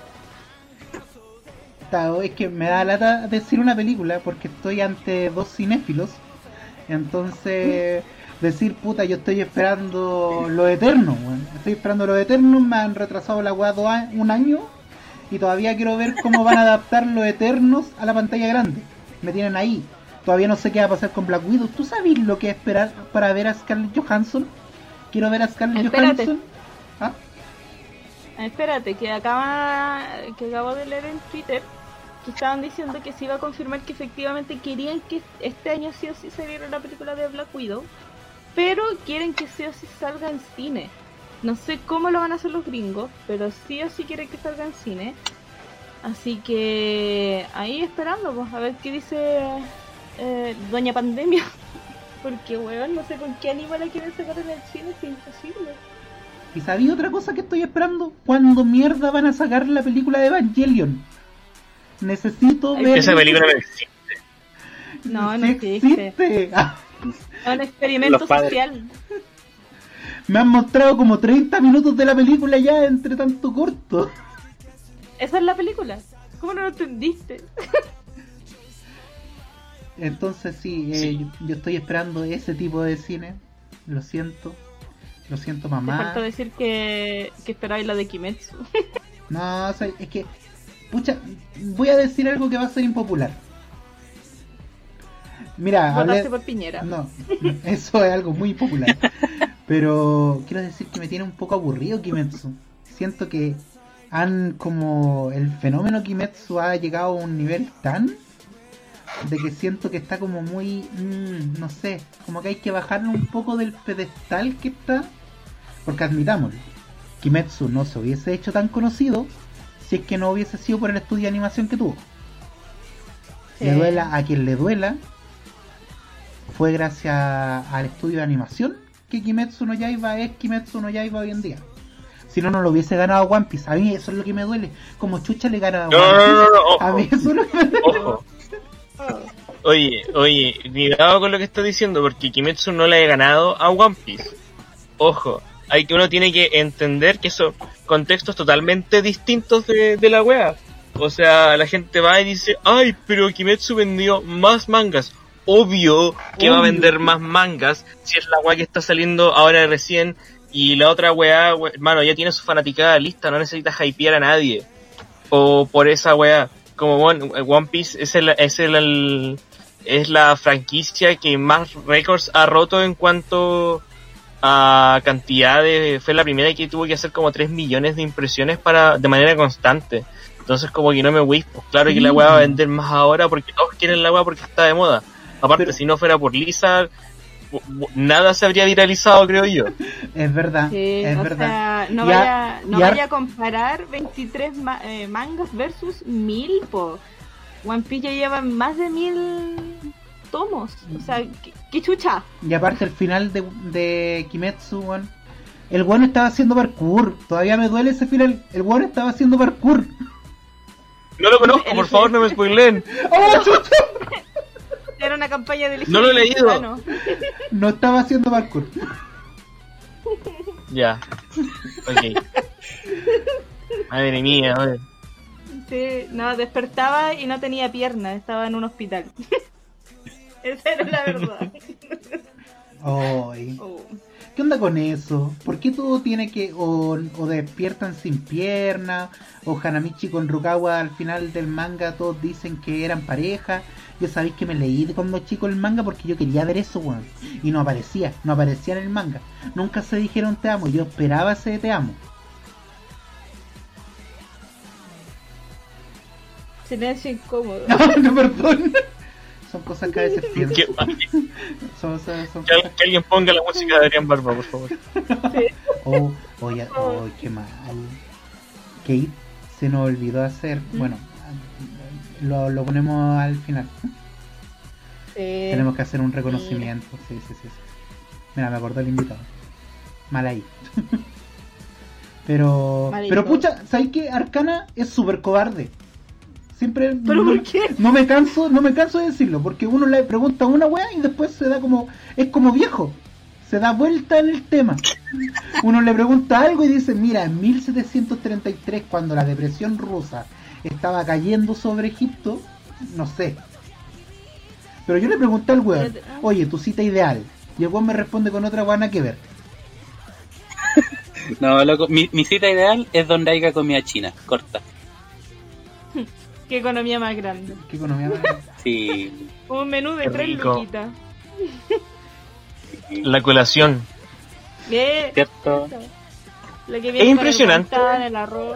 [SPEAKER 3] Tao, es que me da lata decir una película porque estoy ante dos cinéfilos. Entonces, decir, puta, yo estoy esperando Los Eternos, weón. Estoy esperando Los Eternos, me han retrasado la weá dos a- un año y todavía quiero ver cómo van a adaptar Los Eternos a la pantalla grande. Me tienen ahí. Todavía no sé qué va a pasar con Black Widow. ¿Tú sabes lo que es esperar para ver a Scarlett Johansson? Quiero ver a Scarlett
[SPEAKER 1] Espérate.
[SPEAKER 3] Johansson. ¿Ah?
[SPEAKER 1] Espérate, que acaba, que acabo de leer en Twitter que estaban diciendo que se iba a confirmar que efectivamente querían que este año sí o sí saliera la película de Black Widow, pero quieren que sí o sí salga en cine. No sé cómo lo van a hacer los gringos, pero sí o sí quieren que salga en cine. Así que ahí esperando, pues, a ver qué dice eh, Doña Pandemia. Porque, weón, no sé con qué animal la quieren sacar en el cine, es imposible.
[SPEAKER 3] ¿Y sabía otra cosa que estoy esperando? ¿Cuándo mierda van a sacar la película de Evangelion? Necesito
[SPEAKER 1] Ay,
[SPEAKER 3] ver...
[SPEAKER 4] Esa película no existe.
[SPEAKER 1] No,
[SPEAKER 3] Sí
[SPEAKER 1] no existe.
[SPEAKER 3] existe. Ah,
[SPEAKER 1] Es un experimento
[SPEAKER 2] Los padres.
[SPEAKER 1] social.
[SPEAKER 3] me han mostrado como treinta minutos de la película ya entre tanto corto.
[SPEAKER 1] Esa es la película. ¿Cómo no lo entendiste?
[SPEAKER 3] Entonces sí, eh,
[SPEAKER 4] Sí.
[SPEAKER 3] Yo, yo estoy esperando ese tipo de cine. Lo siento. Lo siento,
[SPEAKER 1] Te
[SPEAKER 3] mamá.
[SPEAKER 1] falta decir que, que esperáis la de Kimetsu.
[SPEAKER 3] No, o sea, es que... Pucha, voy a decir algo que va a ser impopular. Mira, hablé...
[SPEAKER 1] Votaste por Piñera.
[SPEAKER 3] No, eso es algo muy popular. Pero quiero decir que me tiene un poco aburrido Kimetsu. Siento que han como... El fenómeno Kimetsu ha llegado a un nivel tan... De que siento que está como muy... mmm, no sé, como que hay que bajarlo un poco del pedestal que está. Porque admitámoslo, Kimetsu no se hubiese hecho tan conocido si es que no hubiese sido por el estudio de animación que tuvo.
[SPEAKER 1] Sí.
[SPEAKER 3] Le duela a quien le duela, fue gracias al estudio de animación que Kimetsu no Yaiba es Kimetsu no Yaiba hoy en día. Si no, no lo hubiese ganado One Piece. A mí eso es lo que me duele. Como chucha le gana a One
[SPEAKER 4] No, no, no, no, no,
[SPEAKER 3] Piece. A mí
[SPEAKER 4] ojo.
[SPEAKER 3] eso es lo que me duele.
[SPEAKER 4] Ojo. Oye, oye, cuidado con lo que estás diciendo, porque Kimetsu no le ha ganado a One Piece. Ojo, hay que uno tiene que entender que son contextos totalmente distintos de, de la wea. O sea, la gente va y dice, ay, pero Kimetsu vendió más mangas. Obvio que Obvio. va a vender más mangas si es la wea que está saliendo ahora recién. Y la otra wea, we, hermano, ya tiene su fanaticada lista, no necesita hypear a nadie. O por esa wea. Como One, One Piece es el, es el, el es la franquicia que más récords ha roto en cuanto a cantidad de... Fue la primera que tuvo que hacer como tres millones de impresiones para de manera constante. Entonces como que no me voy, pues claro que la weá va a vender más ahora porque todos quieren la weá porque está de moda. Aparte, pero, si no fuera por Lisa, nada se habría viralizado, creo yo.
[SPEAKER 3] Es verdad,
[SPEAKER 1] sí,
[SPEAKER 3] es
[SPEAKER 1] o
[SPEAKER 3] verdad.
[SPEAKER 1] Sea, no
[SPEAKER 3] y
[SPEAKER 1] vaya,
[SPEAKER 3] a,
[SPEAKER 1] no
[SPEAKER 3] y
[SPEAKER 1] vaya
[SPEAKER 3] a...
[SPEAKER 1] a comparar veintitrés ma- eh, mangas versus mil, po. One Piece ya lleva más de mil tomos. O sea, ¿qué, qué chucha?
[SPEAKER 3] Y aparte el final de, de Kimetsu, bueno, el bueno estaba haciendo parkour. Todavía me duele ese final. El bueno estaba haciendo parkour.
[SPEAKER 4] No lo conozco, por favor, no me spoileen.
[SPEAKER 3] ¡Oh, chucha!
[SPEAKER 1] Era una campaña de
[SPEAKER 4] No lo he leído.
[SPEAKER 3] No estaba haciendo parkour.
[SPEAKER 4] Ya. Ok. Madre mía, madre.
[SPEAKER 1] Sí, no, despertaba y no tenía piernas, estaba en un hospital. Esa era la verdad.
[SPEAKER 3] Ay.
[SPEAKER 1] Oh.
[SPEAKER 3] ¿Qué onda con eso? ¿Por qué todo tiene que... O, o despiertan sin pierna, o Hanamichi con Rukawa al final del manga todos dicen que eran pareja? Yo sabéis que me leí cuando chico el manga porque yo quería ver eso, weón. Y no aparecía, no aparecía en el manga. Nunca se dijeron te amo, yo esperaba ese te amo.
[SPEAKER 1] Silencio incómodo.
[SPEAKER 3] No, no, perdón. Son cosas que a veces pienso.
[SPEAKER 4] ¿Qué?
[SPEAKER 3] Son, son, son
[SPEAKER 4] que,
[SPEAKER 3] cosas...
[SPEAKER 4] que alguien ponga la música de Adrián Barba, por favor.
[SPEAKER 1] Sí.
[SPEAKER 3] Oh, oh, ya, oh, qué mal. Kate se nos olvidó hacer... ¿Mm? Bueno, lo, lo ponemos al final.
[SPEAKER 1] Sí.
[SPEAKER 3] Tenemos que hacer un reconocimiento. Sí, sí, sí, sí. Mira, me acordó el invitado. Mal ahí. Pero... Malito. Pero pucha, ¿sabes qué? Arcana es súper cobarde. Siempre
[SPEAKER 1] ¿Pero
[SPEAKER 3] no,
[SPEAKER 1] por qué?
[SPEAKER 3] no me canso, no me canso de decirlo, porque uno le pregunta una weá y después se da como, es como viejo, se da vuelta en el tema. Uno le pregunta algo y dice, mira, en mil setecientos treinta y tres, cuando la depresión rusa estaba cayendo sobre Egipto, no sé. Pero yo le pregunté al weón, oye, tu cita ideal, y el weón me responde con otra weá que ver.
[SPEAKER 2] No, loco, mi, mi cita ideal es donde haya comida china, corta.
[SPEAKER 1] Qué economía más grande.
[SPEAKER 3] Qué economía más grande.
[SPEAKER 2] Sí.
[SPEAKER 1] Un menú de tres luquitas.
[SPEAKER 4] La colación.
[SPEAKER 1] ¿Qué?
[SPEAKER 2] ¿Cierto?
[SPEAKER 1] La que viene
[SPEAKER 4] es impresionante.
[SPEAKER 1] Con el guantán, el arroz.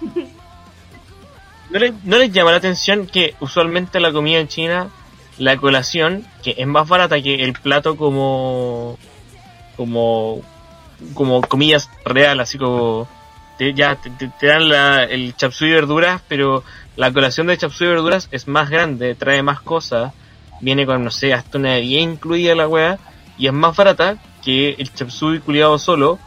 [SPEAKER 4] ¿No les, ¿No les llama la atención que usualmente la comida en China, la colación, que es más barata que el plato como... como... como comillas real, así como... Te, ya te, te, te dan la, el chapsui y verduras, pero la colación de chapsui y verduras es más grande, trae más cosas, viene con, no sé, hasta una bebida incluida la weá, y es más barata que el chapsui culiado solo.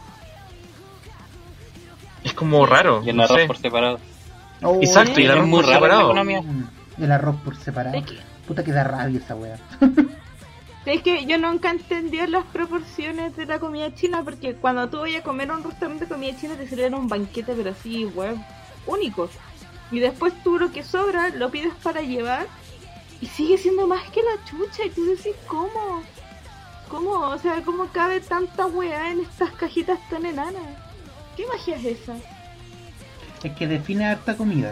[SPEAKER 4] Es como raro.
[SPEAKER 2] Y el
[SPEAKER 4] no
[SPEAKER 2] arroz
[SPEAKER 4] sé.
[SPEAKER 2] por separado.
[SPEAKER 3] Oh,
[SPEAKER 4] exacto, y el
[SPEAKER 2] es
[SPEAKER 4] arroz
[SPEAKER 2] muy
[SPEAKER 4] por
[SPEAKER 2] raro la
[SPEAKER 4] separado.
[SPEAKER 2] economía.
[SPEAKER 3] El arroz por separado. Puta que da rabia esa weá.
[SPEAKER 1] Es que yo nunca entendí las proporciones de la comida china, porque cuando tú vayas a comer a un restaurante de comida china te sirven un banquete, pero así, weón, único. Y después tú lo que sobra lo pides para llevar y sigue siendo más que la chucha. Y tú decís, ¿cómo? ¿Cómo? O sea, ¿cómo cabe tanta weá en estas cajitas tan enanas? ¿Qué magia es esa?
[SPEAKER 3] Es que define harta comida.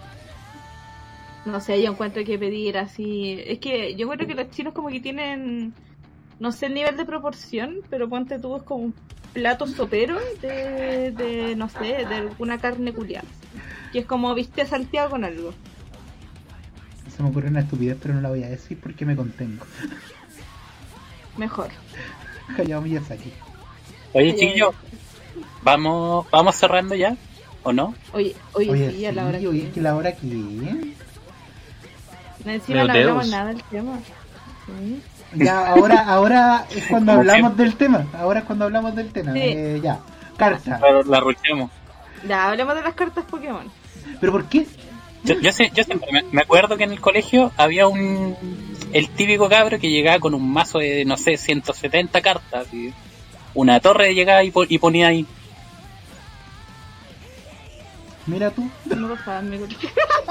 [SPEAKER 1] No sé, yo encuentro que pedir así... Es que yo encuentro que los chinos como que tienen... No sé el nivel de proporción, pero ponte tú es como un plato sopero de, de no sé, de alguna carne culiada. Que es como viste salteado con algo.
[SPEAKER 3] Se me ocurrió una estupidez, pero no la voy a decir porque me contengo.
[SPEAKER 1] Mejor.
[SPEAKER 3] Hayao Miyazaki.
[SPEAKER 2] Oye, chiquillo, ¿vamos, ¿vamos cerrando ya? ¿O no?
[SPEAKER 1] Oye, oye,
[SPEAKER 3] Oye,
[SPEAKER 1] sí, a la
[SPEAKER 3] sí,
[SPEAKER 1] hora
[SPEAKER 3] oye,
[SPEAKER 1] que...
[SPEAKER 3] que la hora que... ¿eh?
[SPEAKER 1] Encima no
[SPEAKER 4] Deus.
[SPEAKER 1] hablamos nada del tema. Sí.
[SPEAKER 3] Ya, ahora, ahora es cuando hablamos del tema. Ahora es cuando hablamos del tema.
[SPEAKER 1] Sí.
[SPEAKER 3] Eh, ya, carta.
[SPEAKER 2] La, la ruchemos.
[SPEAKER 1] Ya, hablemos de las cartas Pokémon.
[SPEAKER 3] ¿Pero por qué?
[SPEAKER 2] Yo, yo, sé, yo siempre me, me acuerdo que en el colegio había un el típico cabro que llegaba con un mazo de, no sé, ciento setenta cartas, y una torre llegaba y, po- y ponía ahí.
[SPEAKER 3] Mira tú,
[SPEAKER 1] No pasaba en mi grupo.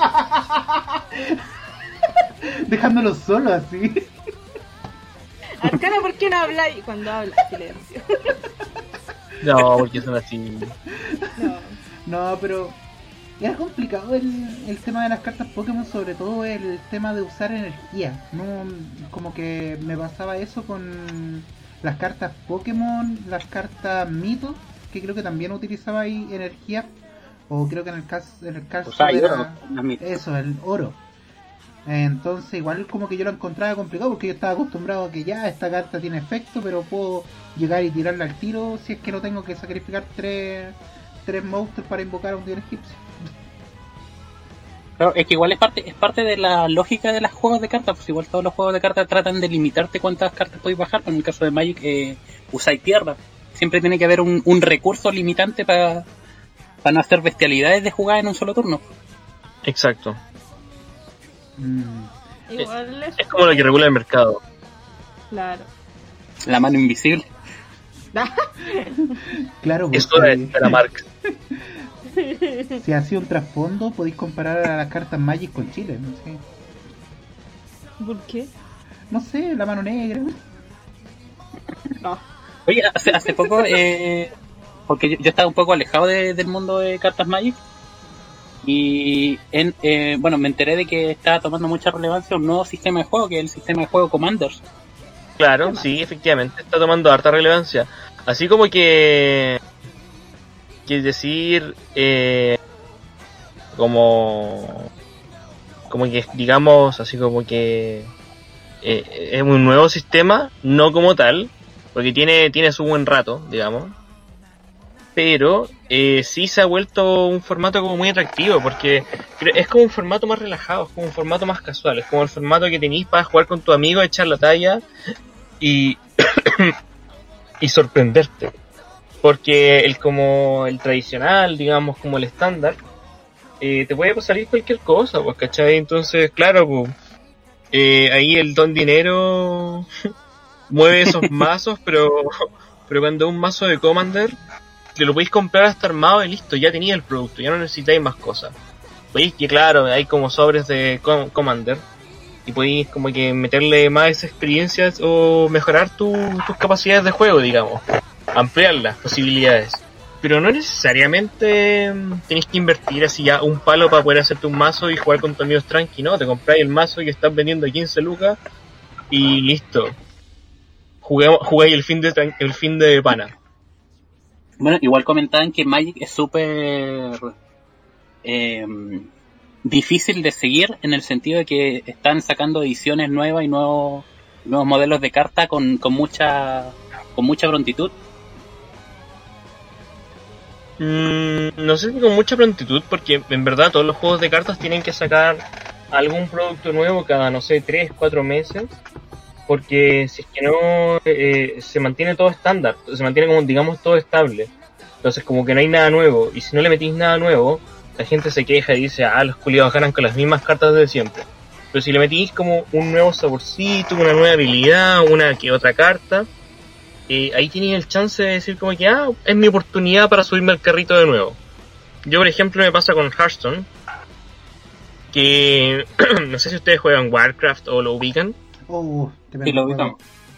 [SPEAKER 3] dejándolo solo así.
[SPEAKER 1] Arcana, ¿por qué no habla? Y cuando habla, silencio.
[SPEAKER 4] No, porque son así.
[SPEAKER 1] No.
[SPEAKER 3] No, pero era complicado el, el tema de las cartas Pokémon, sobre todo el tema de usar energía. No, como que me pasaba eso con las cartas Pokémon, las cartas Mito, que creo que también utilizaba ahí energía, o creo que en el caso, en el caso
[SPEAKER 2] O sea,
[SPEAKER 3] era-
[SPEAKER 2] oro, las Mito.
[SPEAKER 3] eso, el oro. Entonces igual como que yo lo encontraba complicado porque yo estaba acostumbrado a que ya esta carta tiene efecto, pero puedo llegar y tirarla al tiro si es que no tengo que sacrificar tres, tres monstruos para invocar a un dios egipcio.
[SPEAKER 2] Claro, es que igual es parte, es parte de la lógica de los juegos de cartas, pues igual todos los juegos de cartas tratan de limitarte cuántas cartas podéis bajar, pero en el caso de Magic eh, usáis tierra. Siempre tiene que haber un, un recurso limitante para para no hacer bestialidades de jugar en un solo turno.
[SPEAKER 4] Exacto.
[SPEAKER 3] Mm,
[SPEAKER 1] Igual es,
[SPEAKER 4] Es como lo que regula el mercado.
[SPEAKER 1] claro.
[SPEAKER 2] La mano invisible.
[SPEAKER 3] claro,
[SPEAKER 4] Es
[SPEAKER 3] porque
[SPEAKER 4] hora de estar a Marx.
[SPEAKER 3] si hacía un trasfondo podéis comparar a las cartas Magic con Chile, no sé.
[SPEAKER 1] ¿Por qué?
[SPEAKER 3] No sé, la mano negra.
[SPEAKER 1] No.
[SPEAKER 2] Oye, hace, hace poco, eh, porque yo, yo estaba un poco alejado de- del mundo de cartas Magic, y en, eh, bueno, me enteré de que estaba tomando mucha relevancia un nuevo sistema de juego, que es el sistema de juego Commanders.
[SPEAKER 4] Claro, sí, efectivamente, está tomando harta relevancia. Así como que... que decir... Eh, como... como que, digamos, así como que... Eh, es un nuevo sistema, no como tal, porque tiene, tiene su buen rato, digamos. Pero eh, sí se ha vuelto un formato como muy atractivo, porque cre- es como un formato más relajado, es como un formato más casual, es como el formato que tenéis para jugar con tu amigo, echar la talla y, y sorprenderte. Porque el como el tradicional, digamos, como el estándar, eh, te puede salir cualquier cosa, pues, ¿cachai? Entonces, claro, pues, eh, ahí el don dinero mueve esos mazos, pero, pero cuando es un mazo de Commander, te lo podéis comprar hasta armado y listo, ya tenía el producto, ya no necesitáis más cosas. Podéis que, claro, hay como sobres de Com- Commander, y podéis como que meterle más experiencias o mejorar tu, tus capacidades de juego, digamos, ampliar las posibilidades. Pero no necesariamente mm, tenéis que invertir así ya un palo para poder hacerte un mazo y jugar con tus amigos tranqui, no, te compráis el mazo que estás vendiendo a quince lucas y listo. Juguemos, jugáis el fin de tran- el fin de pana.
[SPEAKER 2] Bueno, igual comentaban que Magic es súper eh, difícil de seguir, en el sentido de que están sacando ediciones nuevas y nuevos nuevos modelos de carta con, con mucha con mucha prontitud.
[SPEAKER 4] Mm, no sé si con mucha prontitud, porque en verdad todos los juegos de cartas tienen que sacar algún producto nuevo cada, no sé, tres cuatro meses, porque si es que no, eh, se mantiene todo estándar, se mantiene como, digamos, todo estable. Entonces como que no hay nada nuevo, y si no le metís nada nuevo, la gente se queja y dice, ah, los culiados ganan con las mismas cartas de siempre. Pero si le metís como un nuevo saborcito, una nueva habilidad, una que otra carta, eh, ahí tenéis el chance de decir como que, ah, es mi oportunidad para subirme al carrito de nuevo. Yo, por ejemplo, me pasa con Hearthstone, que no sé si ustedes juegan Warcraft o lo ubican.
[SPEAKER 3] Oh, te
[SPEAKER 2] Y lo ubicamos.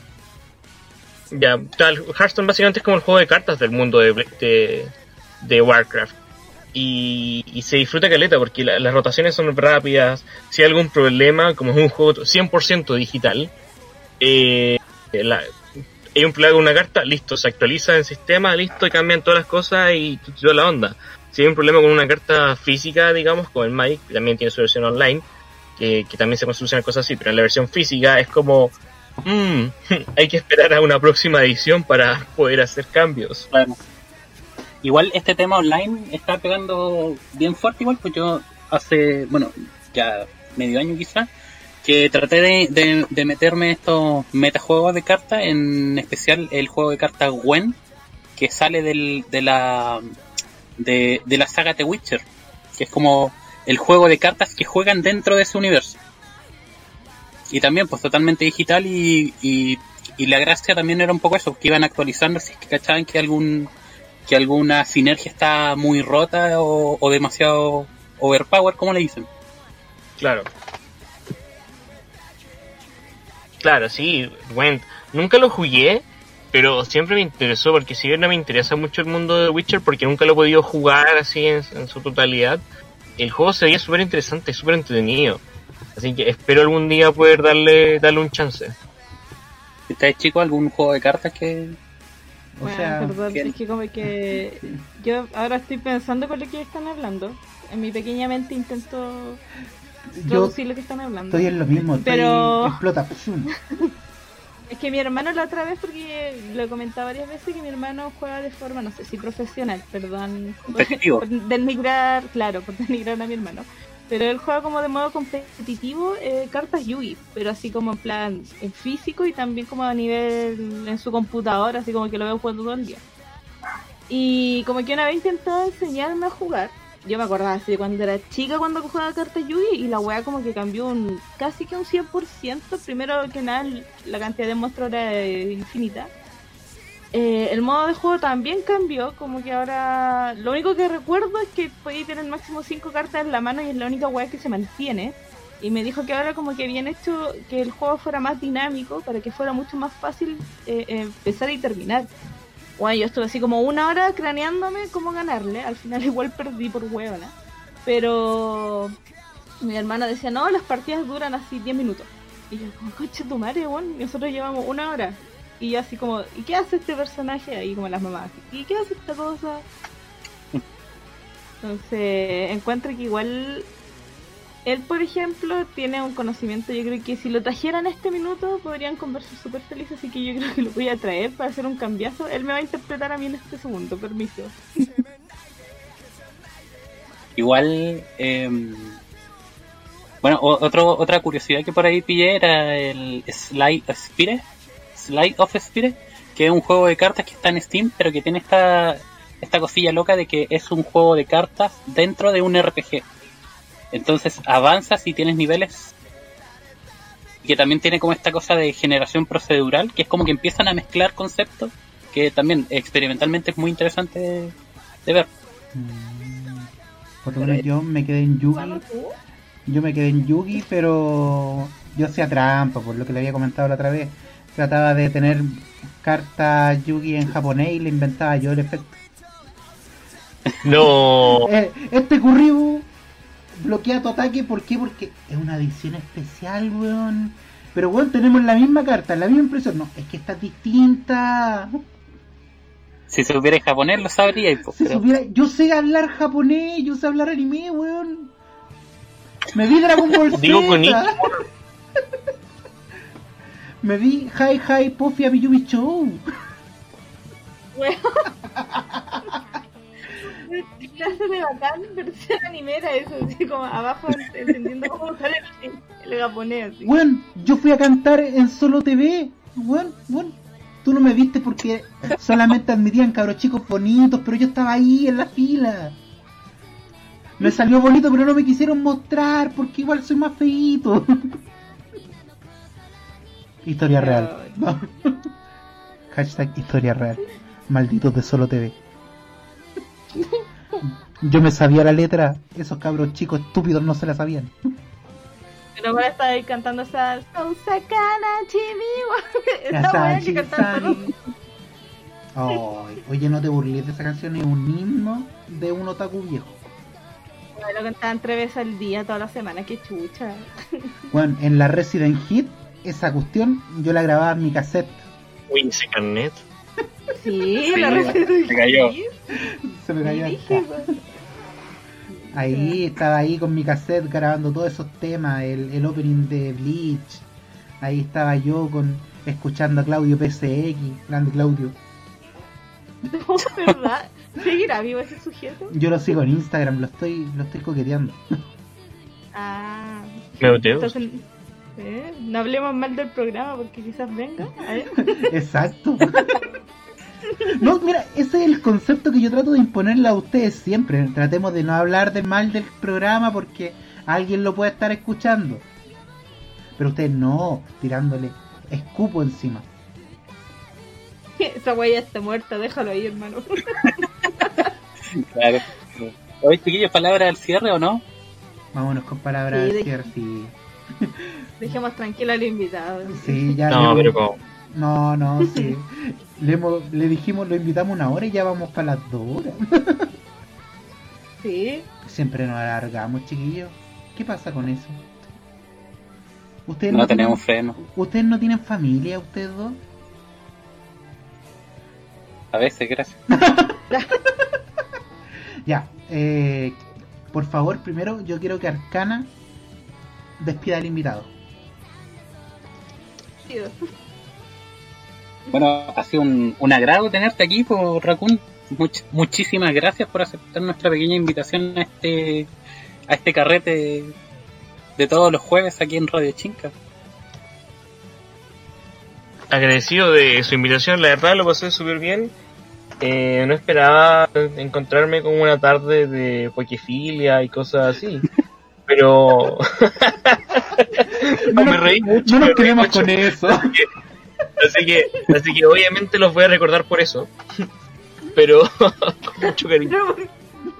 [SPEAKER 4] Ya, tal, Hearthstone básicamente es como el juego de cartas del mundo de, de, de Warcraft. Y, y se disfruta caleta porque la- las rotaciones son rápidas. Si hay algún problema, como es un juego cien por ciento digital, eh, la, hay un problema con una carta, listo, se actualiza el sistema, listo, y cambian todas las cosas y toda la onda. Si hay un problema con una carta física, digamos, como el Magic, que también tiene su versión online, que, que también se pueden solucionar cosas así, pero en la versión física es como, mmm, hay que esperar a una próxima edición para poder hacer cambios.
[SPEAKER 2] Claro. Igual este tema online está pegando bien fuerte, igual, pues yo hace, bueno, ya medio año quizás, que traté de, de, de meterme estos metajuegos de cartas, en especial el juego de cartas Gwen, que sale del, de la de, de la saga The Witcher, que es como el juego de cartas que juegan dentro de ese universo. y también pues totalmente digital y, y, y la gracia también era un poco eso, que iban actualizando si es que cachaban que algún que alguna sinergia está muy rota o, o demasiado overpower, como le dicen.
[SPEAKER 4] Claro. Claro, sí, Gwent. Nunca lo jugué, pero siempre me interesó, porque si bien no me interesa mucho el mundo de Witcher, porque nunca lo he podido jugar así en, en su totalidad, el juego se veía súper interesante, súper entretenido. Así que espero algún día poder darle darle un chance.
[SPEAKER 2] ¿Ustedes, chicos, algún juego de cartas que...?
[SPEAKER 3] O
[SPEAKER 1] Bueno,
[SPEAKER 3] sea,
[SPEAKER 1] perdón,
[SPEAKER 2] ¿quién?
[SPEAKER 1] es que como que yo ahora estoy pensando con lo que están hablando. En mi pequeña mente intento
[SPEAKER 3] yo
[SPEAKER 1] traducir lo que están hablando.
[SPEAKER 3] estoy en lo mismo, estoy
[SPEAKER 1] Pero-
[SPEAKER 3] explota. Pshum.
[SPEAKER 1] Es que mi hermano la otra vez, porque lo he comentado varias veces, que mi hermano juega de forma, no sé si profesional, perdón,
[SPEAKER 2] Competitivo.
[SPEAKER 1] por denigrar, claro, por denigrar a mi hermano. Pero él juega como de modo competitivo eh, cartas Yu-Gi, pero así como en plan en físico y también como a nivel en su computadora, así como que lo veo jugando todo el día. Y como que una vez intentó enseñarme a jugar, yo me acordaba así de cuando era chica cuando jugaba cartas Yu-Gi y la wea como que cambió un casi que un cien por ciento. Primero que nada la cantidad de monstruos era eh, infinita. Eh, el modo de juego también cambió, como que ahora lo único que recuerdo es que podéis tener máximo cinco cartas en la mano y es la única wea que se mantiene. Y me dijo que ahora como que habían hecho que el juego fuera más dinámico para que fuera mucho más fácil eh, eh, empezar y terminar. Bueno, yo estuve así como una hora craneándome cómo ganarle. Al final igual perdí por huevona. Pero mi hermana decía, no, las partidas duran así diez minutos. Y yo como, coche tu madre, bueno, nosotros llevamos una hora. Y yo así como, ¿y qué hace este personaje? Ahí como las mamás, ¿y qué hace esta cosa? Entonces, encuentro que igual él, por ejemplo, tiene un conocimiento, yo creo que si lo trajeran este minuto podrían conversar súper felices, así que yo creo que lo voy a traer para hacer un cambiazo. Él me va a interpretar a mí en este segundo, permiso.
[SPEAKER 2] Igual, eh, bueno, o- otro, otra curiosidad que por ahí pillé era el Slide of Spire, Slide of Spire, que es un juego de cartas que está en Steam, pero que tiene esta, esta cosilla loca de que es un juego de cartas dentro de un R P G. Entonces avanzas y tienes niveles, y que también tiene como esta cosa de generación procedural, que es como que empiezan a mezclar conceptos, que también experimentalmente es muy interesante de, de ver.
[SPEAKER 3] Mm, Por lo menos yo me quedé en Yugi. Yo me quedé en Yugi, pero yo hacía trampa, por lo que le había comentado la otra vez. Trataba de tener cartas Yugi en japonés y le inventaba yo el efecto.
[SPEAKER 4] No.
[SPEAKER 3] Eh, este Kuribu bloquea tu ataque, ¿por qué? Porque es una edición especial, weón. Pero weón, tenemos la misma carta, la misma impresión. No, es que esta es distinta.
[SPEAKER 2] Si supiera japonés lo sabría, y pues,
[SPEAKER 3] Si
[SPEAKER 2] pero-
[SPEAKER 3] supiera- yo sé hablar japonés, yo sé hablar anime, weón. Me vi Dragon Ball Z.
[SPEAKER 4] Digo con
[SPEAKER 3] Me vi Hi Hi Puffy a Miyubi Show.
[SPEAKER 1] Clase de bacán, versión animera, eso, así como abajo entendiendo cómo sale el, el japonés. Así.
[SPEAKER 3] Weón, yo fui a cantar en Solo T V. Weón, weón. Tú no me viste porque solamente admitían cabros chicos bonitos, pero yo estaba ahí en la fila. Me salió bonito, pero no me quisieron mostrar porque igual soy más feíto. Historia real. No. Hashtag historia real. Malditos de Solo T V. Yo me sabía la letra, esos cabros chicos estúpidos no se la sabían.
[SPEAKER 1] Pero ahora está ahí cantando esa Sousakana Chibiwa. Esa
[SPEAKER 3] Esa
[SPEAKER 1] wea que cantaban
[SPEAKER 3] Chizani. Ay, oye, no te burles de esa canción, es un himno de un otaku viejo.
[SPEAKER 1] todos. Lo cantaban tres veces al día, toda la semana, qué chucha.
[SPEAKER 3] Bueno, en la Resident Hit, esa cuestión yo la grababa en mi cassette.
[SPEAKER 4] Uy, ese carnet.
[SPEAKER 1] Sí,
[SPEAKER 2] Sí,
[SPEAKER 1] la receta
[SPEAKER 2] se cayó.
[SPEAKER 3] Se me cayó
[SPEAKER 1] dije,
[SPEAKER 3] acá. Ahí estaba ahí con mi cassette grabando todos esos temas, el, el opening de Bleach. Ahí estaba yo con escuchando a Claudio P C X, grande Claudio.
[SPEAKER 1] no, ¿verdad? ¿Seguirá vivo ese sujeto?
[SPEAKER 3] Yo lo sigo en Instagram, lo estoy lo estoy coqueteando.
[SPEAKER 1] Ah,
[SPEAKER 4] Meoteos.
[SPEAKER 1] entonces, ¿eh? No hablemos mal del programa porque quizás venga. A ver.
[SPEAKER 3] Exacto. No, mira, ese es el concepto que yo trato de imponerle a ustedes siempre. Tratemos de no hablar de mal del programa porque alguien lo puede estar escuchando. pero ustedes no, tirándole escupo encima.
[SPEAKER 1] Esa wea ya está muerta, déjalo ahí, hermano.
[SPEAKER 2] Claro. Oye, chiquillos, ¿palabras al cierre o no?
[SPEAKER 3] Vámonos con palabras
[SPEAKER 1] Sí,
[SPEAKER 3] de
[SPEAKER 1] de-
[SPEAKER 3] cierre, sí.
[SPEAKER 1] Dejemos tranquilo al invitado.
[SPEAKER 3] Sí, ya
[SPEAKER 4] No,
[SPEAKER 3] le-
[SPEAKER 4] pero como...
[SPEAKER 3] No, no, sí. Le, hemos- le dijimos, lo invitamos una hora y ya vamos para las dos horas.
[SPEAKER 1] Sí.
[SPEAKER 3] Siempre nos alargamos, chiquillos. ¿Qué pasa con eso? ¿Ustedes
[SPEAKER 2] No
[SPEAKER 3] tienen-
[SPEAKER 2] tenemos freno.
[SPEAKER 3] ¿Ustedes no tienen familia, ustedes dos?
[SPEAKER 2] A veces, gracias.
[SPEAKER 3] Ya, eh, por favor, primero yo quiero que Arcana despida al invitado.
[SPEAKER 1] Chido.
[SPEAKER 2] Bueno, ha sido un, un agrado tenerte aquí, por Raccoon. Much- muchísimas gracias por aceptar nuestra pequeña invitación a este a este carrete de todos los jueves aquí en Radio Chinca.
[SPEAKER 4] agradecido de su invitación, la verdad lo pasé súper bien. Eh, no esperaba encontrarme con una tarde de pokefilia y cosas así, pero
[SPEAKER 3] No
[SPEAKER 4] me
[SPEAKER 3] nos-
[SPEAKER 4] reí mucho.
[SPEAKER 3] No
[SPEAKER 4] me
[SPEAKER 3] nos
[SPEAKER 4] reí
[SPEAKER 3] quedemos
[SPEAKER 4] mucho.
[SPEAKER 3] con eso.
[SPEAKER 4] Así que, así que obviamente los voy a recordar por eso, pero con mucho cariño.
[SPEAKER 1] Pero por-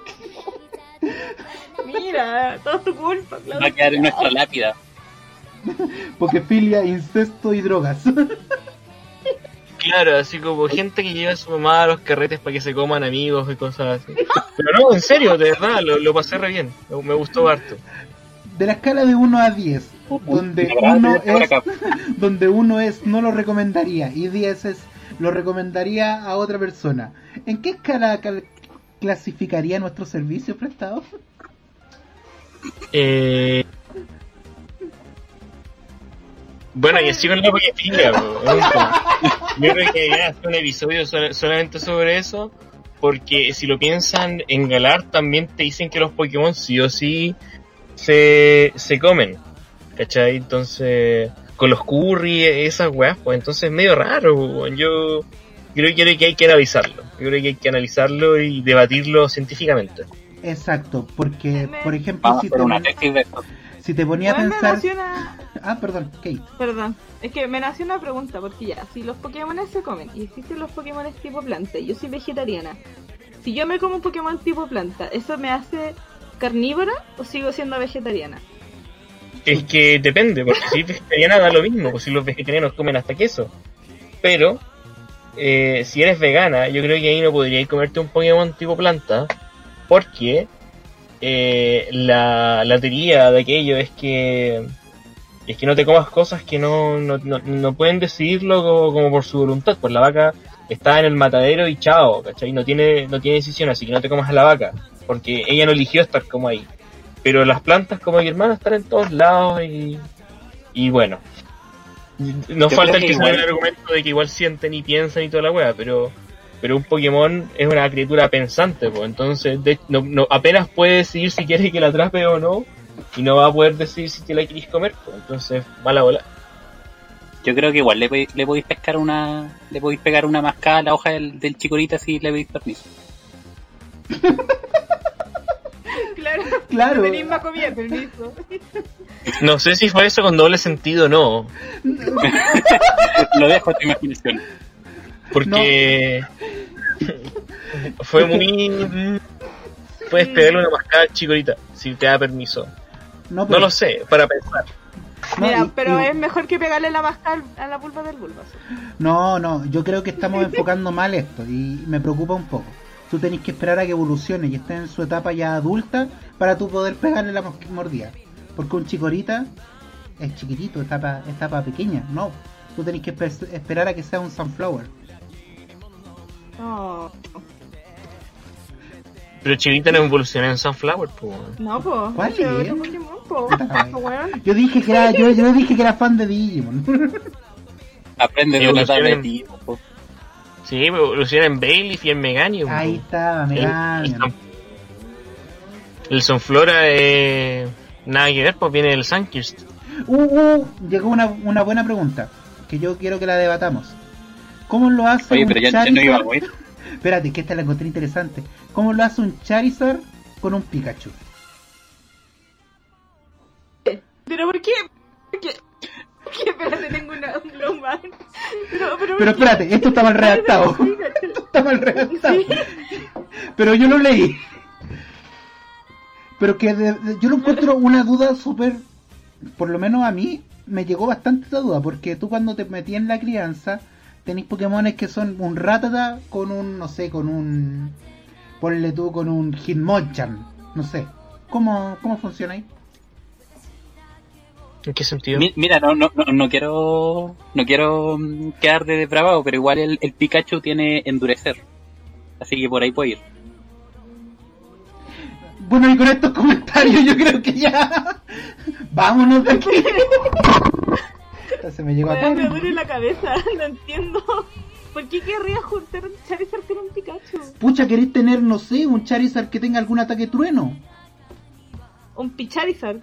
[SPEAKER 1] Mira, todo es tu culpa,
[SPEAKER 2] Va
[SPEAKER 1] Claudio.
[SPEAKER 2] a quedar en nuestra lápida.
[SPEAKER 3] Pokefilia, incesto y drogas.
[SPEAKER 4] Claro, así como gente que lleva a su mamá a los carretes para que se coman amigos y cosas así. Pero no, en serio, de verdad, lo, lo pasé re bien, me, me gustó harto.
[SPEAKER 3] De la escala de uno a diez, donde
[SPEAKER 2] Me agrada
[SPEAKER 3] uno
[SPEAKER 2] tenerte por
[SPEAKER 3] es
[SPEAKER 2] acá.
[SPEAKER 3] donde uno es no lo recomendaría y diez es lo recomendaría a otra persona. ¿En qué escala cal- clasificaría nuestro servicio prestado?
[SPEAKER 4] Eh... Bueno, y así con la pokefilia, po, ¿no? Yo creo que deberían hacer un episodio sol- solamente sobre eso, porque si lo piensan, en Galar también te dicen que los Pokémon sí o sí se, se comen, ¿cachai? Entonces, con los curry, esas weas, pues entonces es medio raro, weón. Yo creo, creo que hay que analizarlo, yo creo que hay que analizarlo y debatirlo científicamente.
[SPEAKER 3] Exacto, porque por ejemplo
[SPEAKER 2] Vamos a
[SPEAKER 3] si
[SPEAKER 2] hacer
[SPEAKER 3] te,
[SPEAKER 2] una tesis de esto.
[SPEAKER 3] si te ponía a
[SPEAKER 1] Igual me
[SPEAKER 3] pensar...
[SPEAKER 1] nació una...
[SPEAKER 3] Ah, perdón, Kate.
[SPEAKER 1] Perdón, es que me nació una pregunta, porque ya, si los Pokémon se comen y existen los Pokémon tipo planta, y yo soy vegetariana, si yo me como un Pokémon tipo planta, ¿eso me hace carnívora o sigo siendo vegetariana?
[SPEAKER 4] Es que depende, porque si es vegetariana da lo mismo, pues si los vegetarianos comen hasta queso. Pero, eh, si eres vegana, yo creo que ahí no podrías comerte un Pokémon tipo planta, porque eh, la, la teoría de aquello es que es que no te comas cosas que no, no, no, no pueden decidirlo como, como por su voluntad. Pues la vaca está en el matadero y chao, ¿cachai? No tiene, no tiene decisión, así que no te comas a la vaca, porque ella no eligió estar como ahí. Pero las plantas, como mi hermano, están en todos lados y, y bueno. No
[SPEAKER 2] Yo
[SPEAKER 4] falta
[SPEAKER 2] creo
[SPEAKER 4] el
[SPEAKER 2] que
[SPEAKER 4] que sale
[SPEAKER 2] igual-
[SPEAKER 4] el argumento de que igual sienten y piensan y toda la wea, pero pero un Pokémon es una criatura pensante, pues entonces de- no, no, apenas puede decidir si quiere que la atrape o no, y no va a poder decidir si te la quieres comer, pues entonces mala bola.
[SPEAKER 2] Yo creo que igual le, podéis- le podéis pescar una, le podéis pegar una mascada a la hoja del, del chicorita si le pedís permiso.
[SPEAKER 1] Claro,
[SPEAKER 3] Claro.
[SPEAKER 1] venís más comida, permiso.
[SPEAKER 4] No sé si fue eso con doble sentido o no,
[SPEAKER 2] Lo dejo a tu imaginación.
[SPEAKER 4] porque fue muy... Puedes pegarle una mascada al chicorita si te da permiso.
[SPEAKER 3] No,
[SPEAKER 4] No
[SPEAKER 3] pero-
[SPEAKER 4] lo sé, para pensar.
[SPEAKER 3] no,
[SPEAKER 1] Mira,
[SPEAKER 3] y-
[SPEAKER 1] pero
[SPEAKER 3] y-
[SPEAKER 1] es mejor que pegarle la masca a la pulpa del Bulbasaur.
[SPEAKER 3] No, no, yo creo que estamos enfocando mal esto y me preocupa un poco. Tú tenés que esperar a que evolucione y esté en su etapa ya adulta para tú poder pegarle la mos- mordida. Porque un chicorita es chiquitito, etapa, etapa pequeña, no. Tú tenés que espe- esperar a que sea un sunflower.
[SPEAKER 1] No,
[SPEAKER 4] Pero chiquita no evoluciona en Sunflower, pues.
[SPEAKER 1] no, po.
[SPEAKER 3] ¿Cuál
[SPEAKER 1] Ese
[SPEAKER 3] es?
[SPEAKER 1] otro Pokémon, po.
[SPEAKER 3] Puta la wea.
[SPEAKER 1] Weón.
[SPEAKER 3] Yo dije que era, yo, yo dije que era fan de Digimon.
[SPEAKER 2] Aprende de la
[SPEAKER 4] Evolucionen.
[SPEAKER 2] tabla de ti. po.
[SPEAKER 4] Sí, evoluciona en Bailiff y en Meganium.
[SPEAKER 3] Ahí
[SPEAKER 4] po.
[SPEAKER 3] está,
[SPEAKER 4] El, el,
[SPEAKER 3] Meganium.
[SPEAKER 4] Sun- el Sunflora, eh, nada que ver, pues viene del Sunkist.
[SPEAKER 3] Uh, uh, llegó una, una buena pregunta que yo quiero que la debatamos. ¿Cómo lo hace
[SPEAKER 2] Oye,
[SPEAKER 3] un
[SPEAKER 2] pero ya, ya no
[SPEAKER 3] Charizard?
[SPEAKER 2] iba a morir.
[SPEAKER 3] Espérate, que esta la encontré interesante. ¿Cómo lo hace un Charizard con un Pikachu?
[SPEAKER 1] ¿Pero por qué? ¿Por qué? Pero, pero,
[SPEAKER 3] Pero espérate, esto está mal redactado. Esto está mal redactado.
[SPEAKER 1] Sí.
[SPEAKER 3] Pero yo lo leí. Pero que de- de- yo lo encuentro una duda súper... Por lo menos a mí me llegó bastante esa duda. Porque tú cuando te metías en la crianza, tenéis Pokémones que son un Rattata con un, no sé, con un... Ponle tú con un Hitmonchan. No sé. ¿Cómo, cómo funciona ahí?
[SPEAKER 4] ¿En qué sentido?
[SPEAKER 2] Mi- Mira, no, no, no, no quiero no quiero mm, quedar de depravado, pero igual el, el Pikachu tiene endurecer. Así que por ahí puede ir.
[SPEAKER 3] Bueno, y con estos comentarios yo creo que ya... Vámonos de aquí. Se me llegó a
[SPEAKER 1] Weón, me
[SPEAKER 3] caer.
[SPEAKER 1] duele la cabeza, no entiendo. ¿Por qué querría juntar un Charizard con un Pikachu?
[SPEAKER 3] Pucha, ¿queréis tener, no sé, un Charizard que tenga algún ataque trueno?
[SPEAKER 1] Un Picharizard.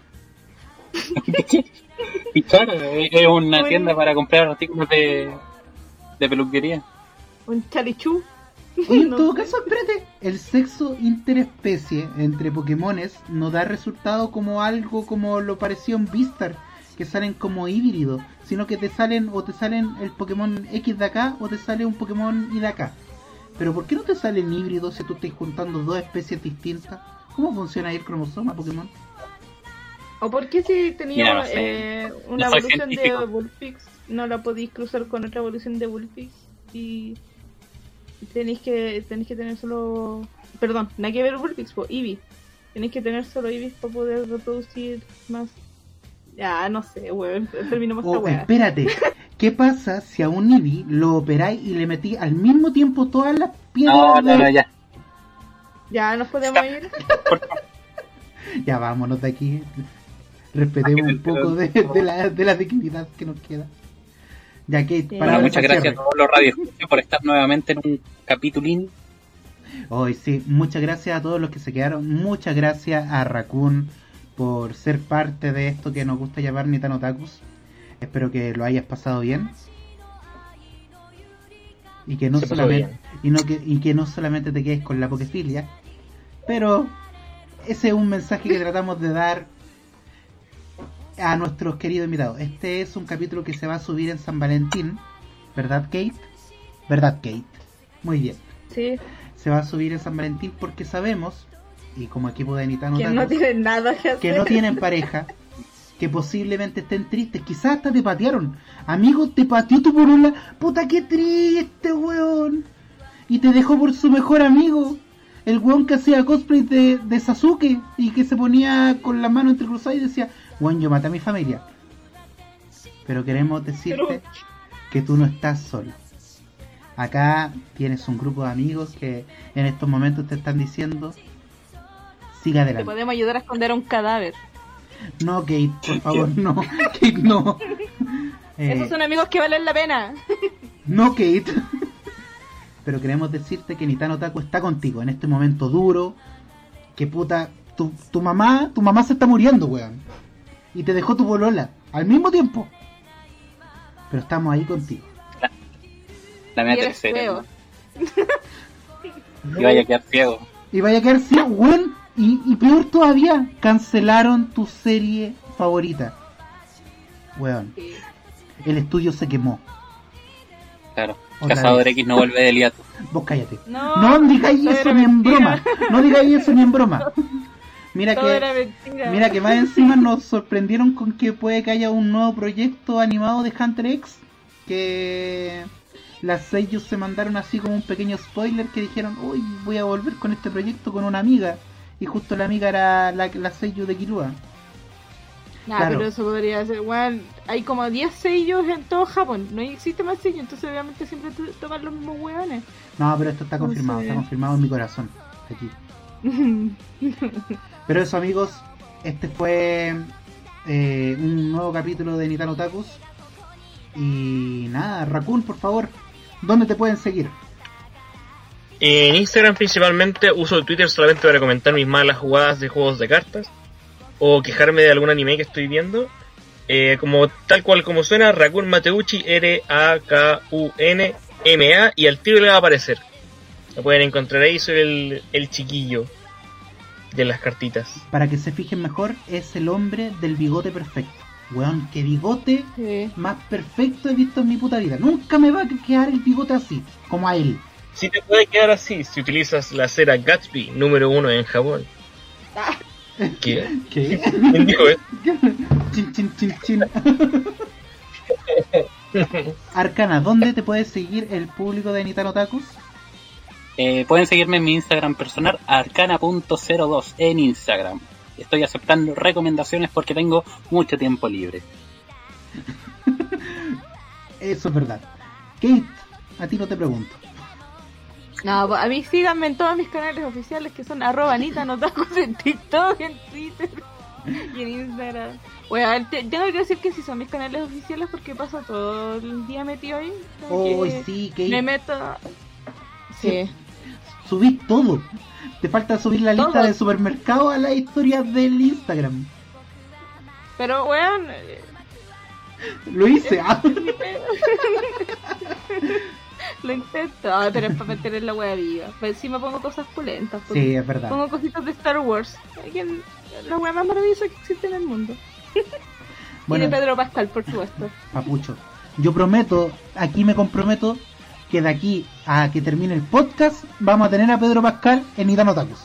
[SPEAKER 2] Pichar es es una
[SPEAKER 1] Bueno.
[SPEAKER 2] tienda para comprar artículos de, de peluquería.
[SPEAKER 1] Un Charichú.
[SPEAKER 3] Oye, en
[SPEAKER 1] No
[SPEAKER 3] todo
[SPEAKER 1] sé.
[SPEAKER 3] caso, espérate, el sexo interespecie entre Pokémones no da resultado como algo como lo pareció en Vistar, que salen como híbridos, sino que te salen o te salen el Pokémon X de acá o te sale un Pokémon Y de acá. Pero ¿por qué no te salen híbridos si tú estás juntando dos especies distintas? ¿Cómo funciona ahí el cromosoma Pokémon?
[SPEAKER 1] ¿O por qué si tenía
[SPEAKER 2] Mira, no sé.
[SPEAKER 1] eh, una
[SPEAKER 2] No soy
[SPEAKER 1] evolución de
[SPEAKER 2] científico.
[SPEAKER 1] Bullpix no la podéis cruzar con otra evolución de Bullpix? Y tenéis que tenéis que tener solo... Perdón, nada que ver Bullpix, po, Eevee. Tenéis que tener solo Eevee para poder reproducir más... Ya, no sé, weón, terminamos esta
[SPEAKER 3] O
[SPEAKER 1] weá.
[SPEAKER 3] espérate, ¿qué pasa si a un Eevee lo operáis y le metí al mismo tiempo todas las piedras
[SPEAKER 2] No,
[SPEAKER 3] de...
[SPEAKER 2] no, no, ya.
[SPEAKER 1] Ya nos podemos ir.
[SPEAKER 3] Ya vámonos de aquí. Respetemos un poco de, de, la, de la dignidad que nos queda. Ya que
[SPEAKER 1] Sí.
[SPEAKER 2] Bueno, muchas gracias a todos los radioescuchas por estar nuevamente en un capitulín.
[SPEAKER 3] Hoy sí, muchas gracias a todos los que se quedaron. Muchas gracias a Raccoon por ser parte de esto que nos gusta llamar Nitanotakus. Espero que lo hayas pasado bien. Y que no
[SPEAKER 4] Se pasó
[SPEAKER 3] solamente
[SPEAKER 4] bien.
[SPEAKER 3] y no que, y que no solamente te quedes con la pokefilia, pero ese es un mensaje que tratamos de dar a nuestros queridos invitados. Este es un capítulo que se va a subir en San Valentín, ¿verdad, Kate? ¿Verdad, Kate? Muy bien.
[SPEAKER 1] Sí,
[SPEAKER 3] Se va a subir en San Valentín porque sabemos, y como equipo de Nitano
[SPEAKER 1] que
[SPEAKER 3] Takus,
[SPEAKER 1] no tienen nada que hacer.
[SPEAKER 3] que no tienen pareja, que posiblemente estén tristes, quizás hasta te patearon. Amigo, te pateó tu polola, puta que triste, weón. Y te dejó por su mejor amigo, el weón que hacía cosplay de, de Sasuke y que se ponía con las manos entrecruzadas y decía, weón, yo maté a mi familia. Pero queremos decirte
[SPEAKER 1] Pero-
[SPEAKER 3] que tú no estás solo. Acá tienes un grupo de amigos que en estos momentos te están diciendo, siga
[SPEAKER 1] Te
[SPEAKER 3] adelante.
[SPEAKER 1] podemos ayudar a esconder a un cadáver.
[SPEAKER 3] No, Kate, por favor, no. Kate, no. Eh,
[SPEAKER 1] Esos son amigos que valen la pena.
[SPEAKER 3] No, Kate. Pero queremos decirte que Nitano Taku está contigo en este momento duro. Que puta, tu, tu mamá, tu mamá se está muriendo, weón. Y te dejó tu polola al mismo tiempo. Pero estamos ahí contigo.
[SPEAKER 2] La
[SPEAKER 1] Y
[SPEAKER 2] mía
[SPEAKER 1] eres
[SPEAKER 2] tercera.
[SPEAKER 1] feo.
[SPEAKER 2] ¿no? Y vaya a quedar ciego.
[SPEAKER 3] Y vaya a quedar ciego, weón. Y, y peor todavía, cancelaron tu serie favorita. Weón,
[SPEAKER 1] Sí.
[SPEAKER 3] el estudio se quemó.
[SPEAKER 2] Claro.
[SPEAKER 3] Otra
[SPEAKER 2] Cazador
[SPEAKER 3] vez.
[SPEAKER 2] X no vuelve del hiato.
[SPEAKER 3] Vos cállate.
[SPEAKER 1] No,
[SPEAKER 3] No digáis
[SPEAKER 1] todo
[SPEAKER 3] eso
[SPEAKER 1] era
[SPEAKER 3] ni en
[SPEAKER 1] mentira.
[SPEAKER 3] broma. No digáis eso ni en broma. Mira
[SPEAKER 1] Todo era
[SPEAKER 3] que,
[SPEAKER 1] mentira.
[SPEAKER 3] mira que más encima nos sorprendieron con que puede que haya un nuevo proyecto animado de Hunter X. Que las seiyuu se mandaron así como un pequeño spoiler que dijeron, uy, voy a volver con este proyecto con una amiga. Y justo la amiga era la, la seiyuu de Killua.
[SPEAKER 1] Nah,
[SPEAKER 3] Claro.
[SPEAKER 1] pero eso podría ser, bueno, hay como diez sellos en todo Japón, no existe más sellos, entonces obviamente siempre to- toman los mismos hueones.
[SPEAKER 3] No, pero esto está
[SPEAKER 1] No
[SPEAKER 3] confirmado,
[SPEAKER 1] sé.
[SPEAKER 3] está confirmado en mi corazón. Aquí. Pero eso, amigos, este fue eh, un nuevo capítulo de Nitano Takus. Y nada, Raccoon, por favor, ¿dónde te pueden seguir?
[SPEAKER 4] En Instagram principalmente uso Twitter solamente para comentar mis malas jugadas de juegos de cartas o quejarme de algún anime que estoy viendo. Eh, como tal cual como suena, Raccoon Mateuchi, R A K U N M A, y al tiro le va a aparecer. Lo pueden encontrar ahí, soy el, el chiquillo de las cartitas.
[SPEAKER 3] Para que se fijen mejor, es el hombre del bigote perfecto. Weón, qué bigote
[SPEAKER 1] Sí.
[SPEAKER 3] más perfecto he visto en mi puta vida. Nunca me va a quedar el bigote así, como a él.
[SPEAKER 4] Si te puede quedar así si utilizas la cera Gatsby número uno en Japón.
[SPEAKER 1] Ah,
[SPEAKER 4] ¿Qué?
[SPEAKER 3] ¿Qué?
[SPEAKER 4] ¿Quién dijo eso?
[SPEAKER 3] Chin, chin, chin, chin. Arcana, ¿dónde te puede seguir el público de Nitano Otakus?
[SPEAKER 2] Eh, pueden seguirme en mi Instagram personal, arcana punto cero dos en Instagram. Estoy aceptando recomendaciones porque tengo mucho tiempo libre.
[SPEAKER 3] Eso es verdad. Kate, a ti no te pregunto.
[SPEAKER 1] no, a mí síganme en todos mis canales oficiales que son arroba nitanotakus en TikTok, en Twitter y en Instagram. Bueno, te- tengo que decir que sí son mis canales oficiales porque paso todo el día metido ahí. como
[SPEAKER 3] Oh,
[SPEAKER 1] que
[SPEAKER 3] sí, Kate.
[SPEAKER 1] Me meto... Sí.
[SPEAKER 3] Subís todo. Te falta subir la lista
[SPEAKER 1] Todo.
[SPEAKER 3] de supermercado a las historias del Instagram.
[SPEAKER 1] Pero, weón... eh,
[SPEAKER 3] Lo hice. ah.
[SPEAKER 1] Lo intento, ah, pero es para meter en la wea viva. Pues sí me pongo cosas pulentas. porque
[SPEAKER 3] Sí, es verdad.
[SPEAKER 1] Pongo cositas de Star Wars. Que es la wea más maravillosa que existe en el mundo. Y
[SPEAKER 3] Bueno,
[SPEAKER 1] de Pedro Pascal, por supuesto.
[SPEAKER 3] papucho, yo prometo, aquí me comprometo, que de aquí a que termine el podcast vamos a tener a Pedro Pascal en Nitano Otakus.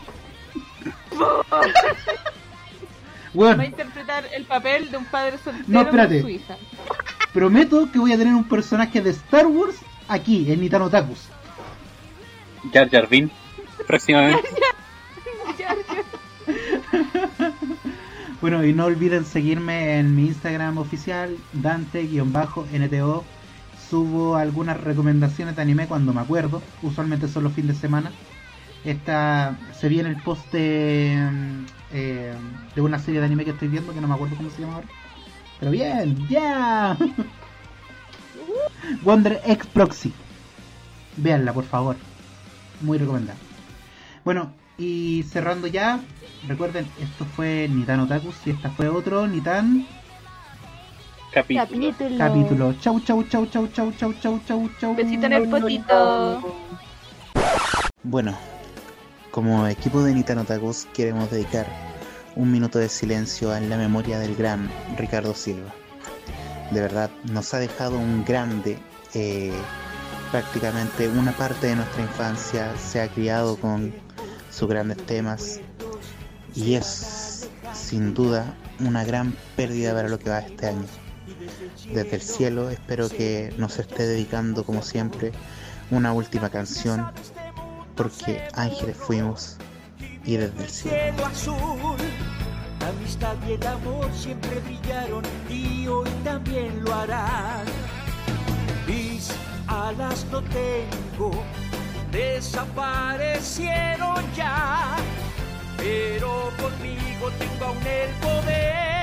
[SPEAKER 1] Va
[SPEAKER 3] Bueno,
[SPEAKER 1] a interpretar el papel de un padre soltero
[SPEAKER 3] No, espérate.
[SPEAKER 1] con su hija.
[SPEAKER 3] prometo que voy a tener un personaje de Star Wars aquí en Nitano Otakus.
[SPEAKER 2] Jar Jar Binks, próximamente.
[SPEAKER 1] Ya, ya.
[SPEAKER 3] Bueno, y no olviden seguirme en mi Instagram oficial, Dante-N T O. Subo algunas recomendaciones de anime cuando me acuerdo, usualmente son los fines de semana. Esta se viene el post de, eh, de una serie de anime que estoy viendo, que no me acuerdo cómo se llama ahora. Pero bien, ya. Wonder X Proxy. Véanla, por favor. Muy recomendable. Bueno, y cerrando ya, recuerden, esto fue Nitano Otakus y esta fue otro Nitan
[SPEAKER 2] Capítulo.
[SPEAKER 1] Capítulo.
[SPEAKER 3] capítulo. Chau, chau, chau, chau, chau, chau, chau, chau, chau.
[SPEAKER 1] Besito en el potito.
[SPEAKER 6] Bueno, como equipo de Nitano Otakus queremos dedicar un minuto de silencio en la memoria del gran Ricardo Silva. De verdad, nos ha dejado un grande, eh, prácticamente una parte de nuestra infancia se ha criado con sus grandes temas y es sin duda una gran pérdida para lo que va este año. Desde el cielo espero que nos esté dedicando como siempre una última canción, porque ángeles fuimos y desde el cielo.
[SPEAKER 8] Cielo azul, amistad y el amor siempre brillaron y hoy también lo harán. Mis alas no tengo, desaparecieron ya, pero conmigo tengo aún el poder.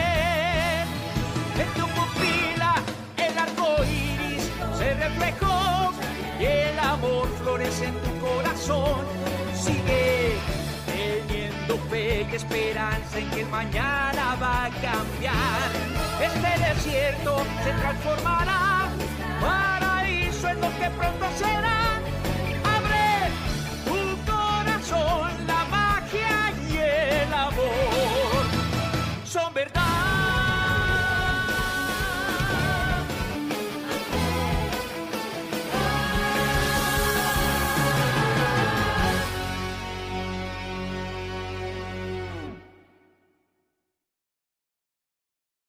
[SPEAKER 8] En tu pupila el arco iris se reflejó y el amor florece en tu corazón. Sigue teniendo fe y esperanza en que el mañana va a cambiar. Este desierto se transforma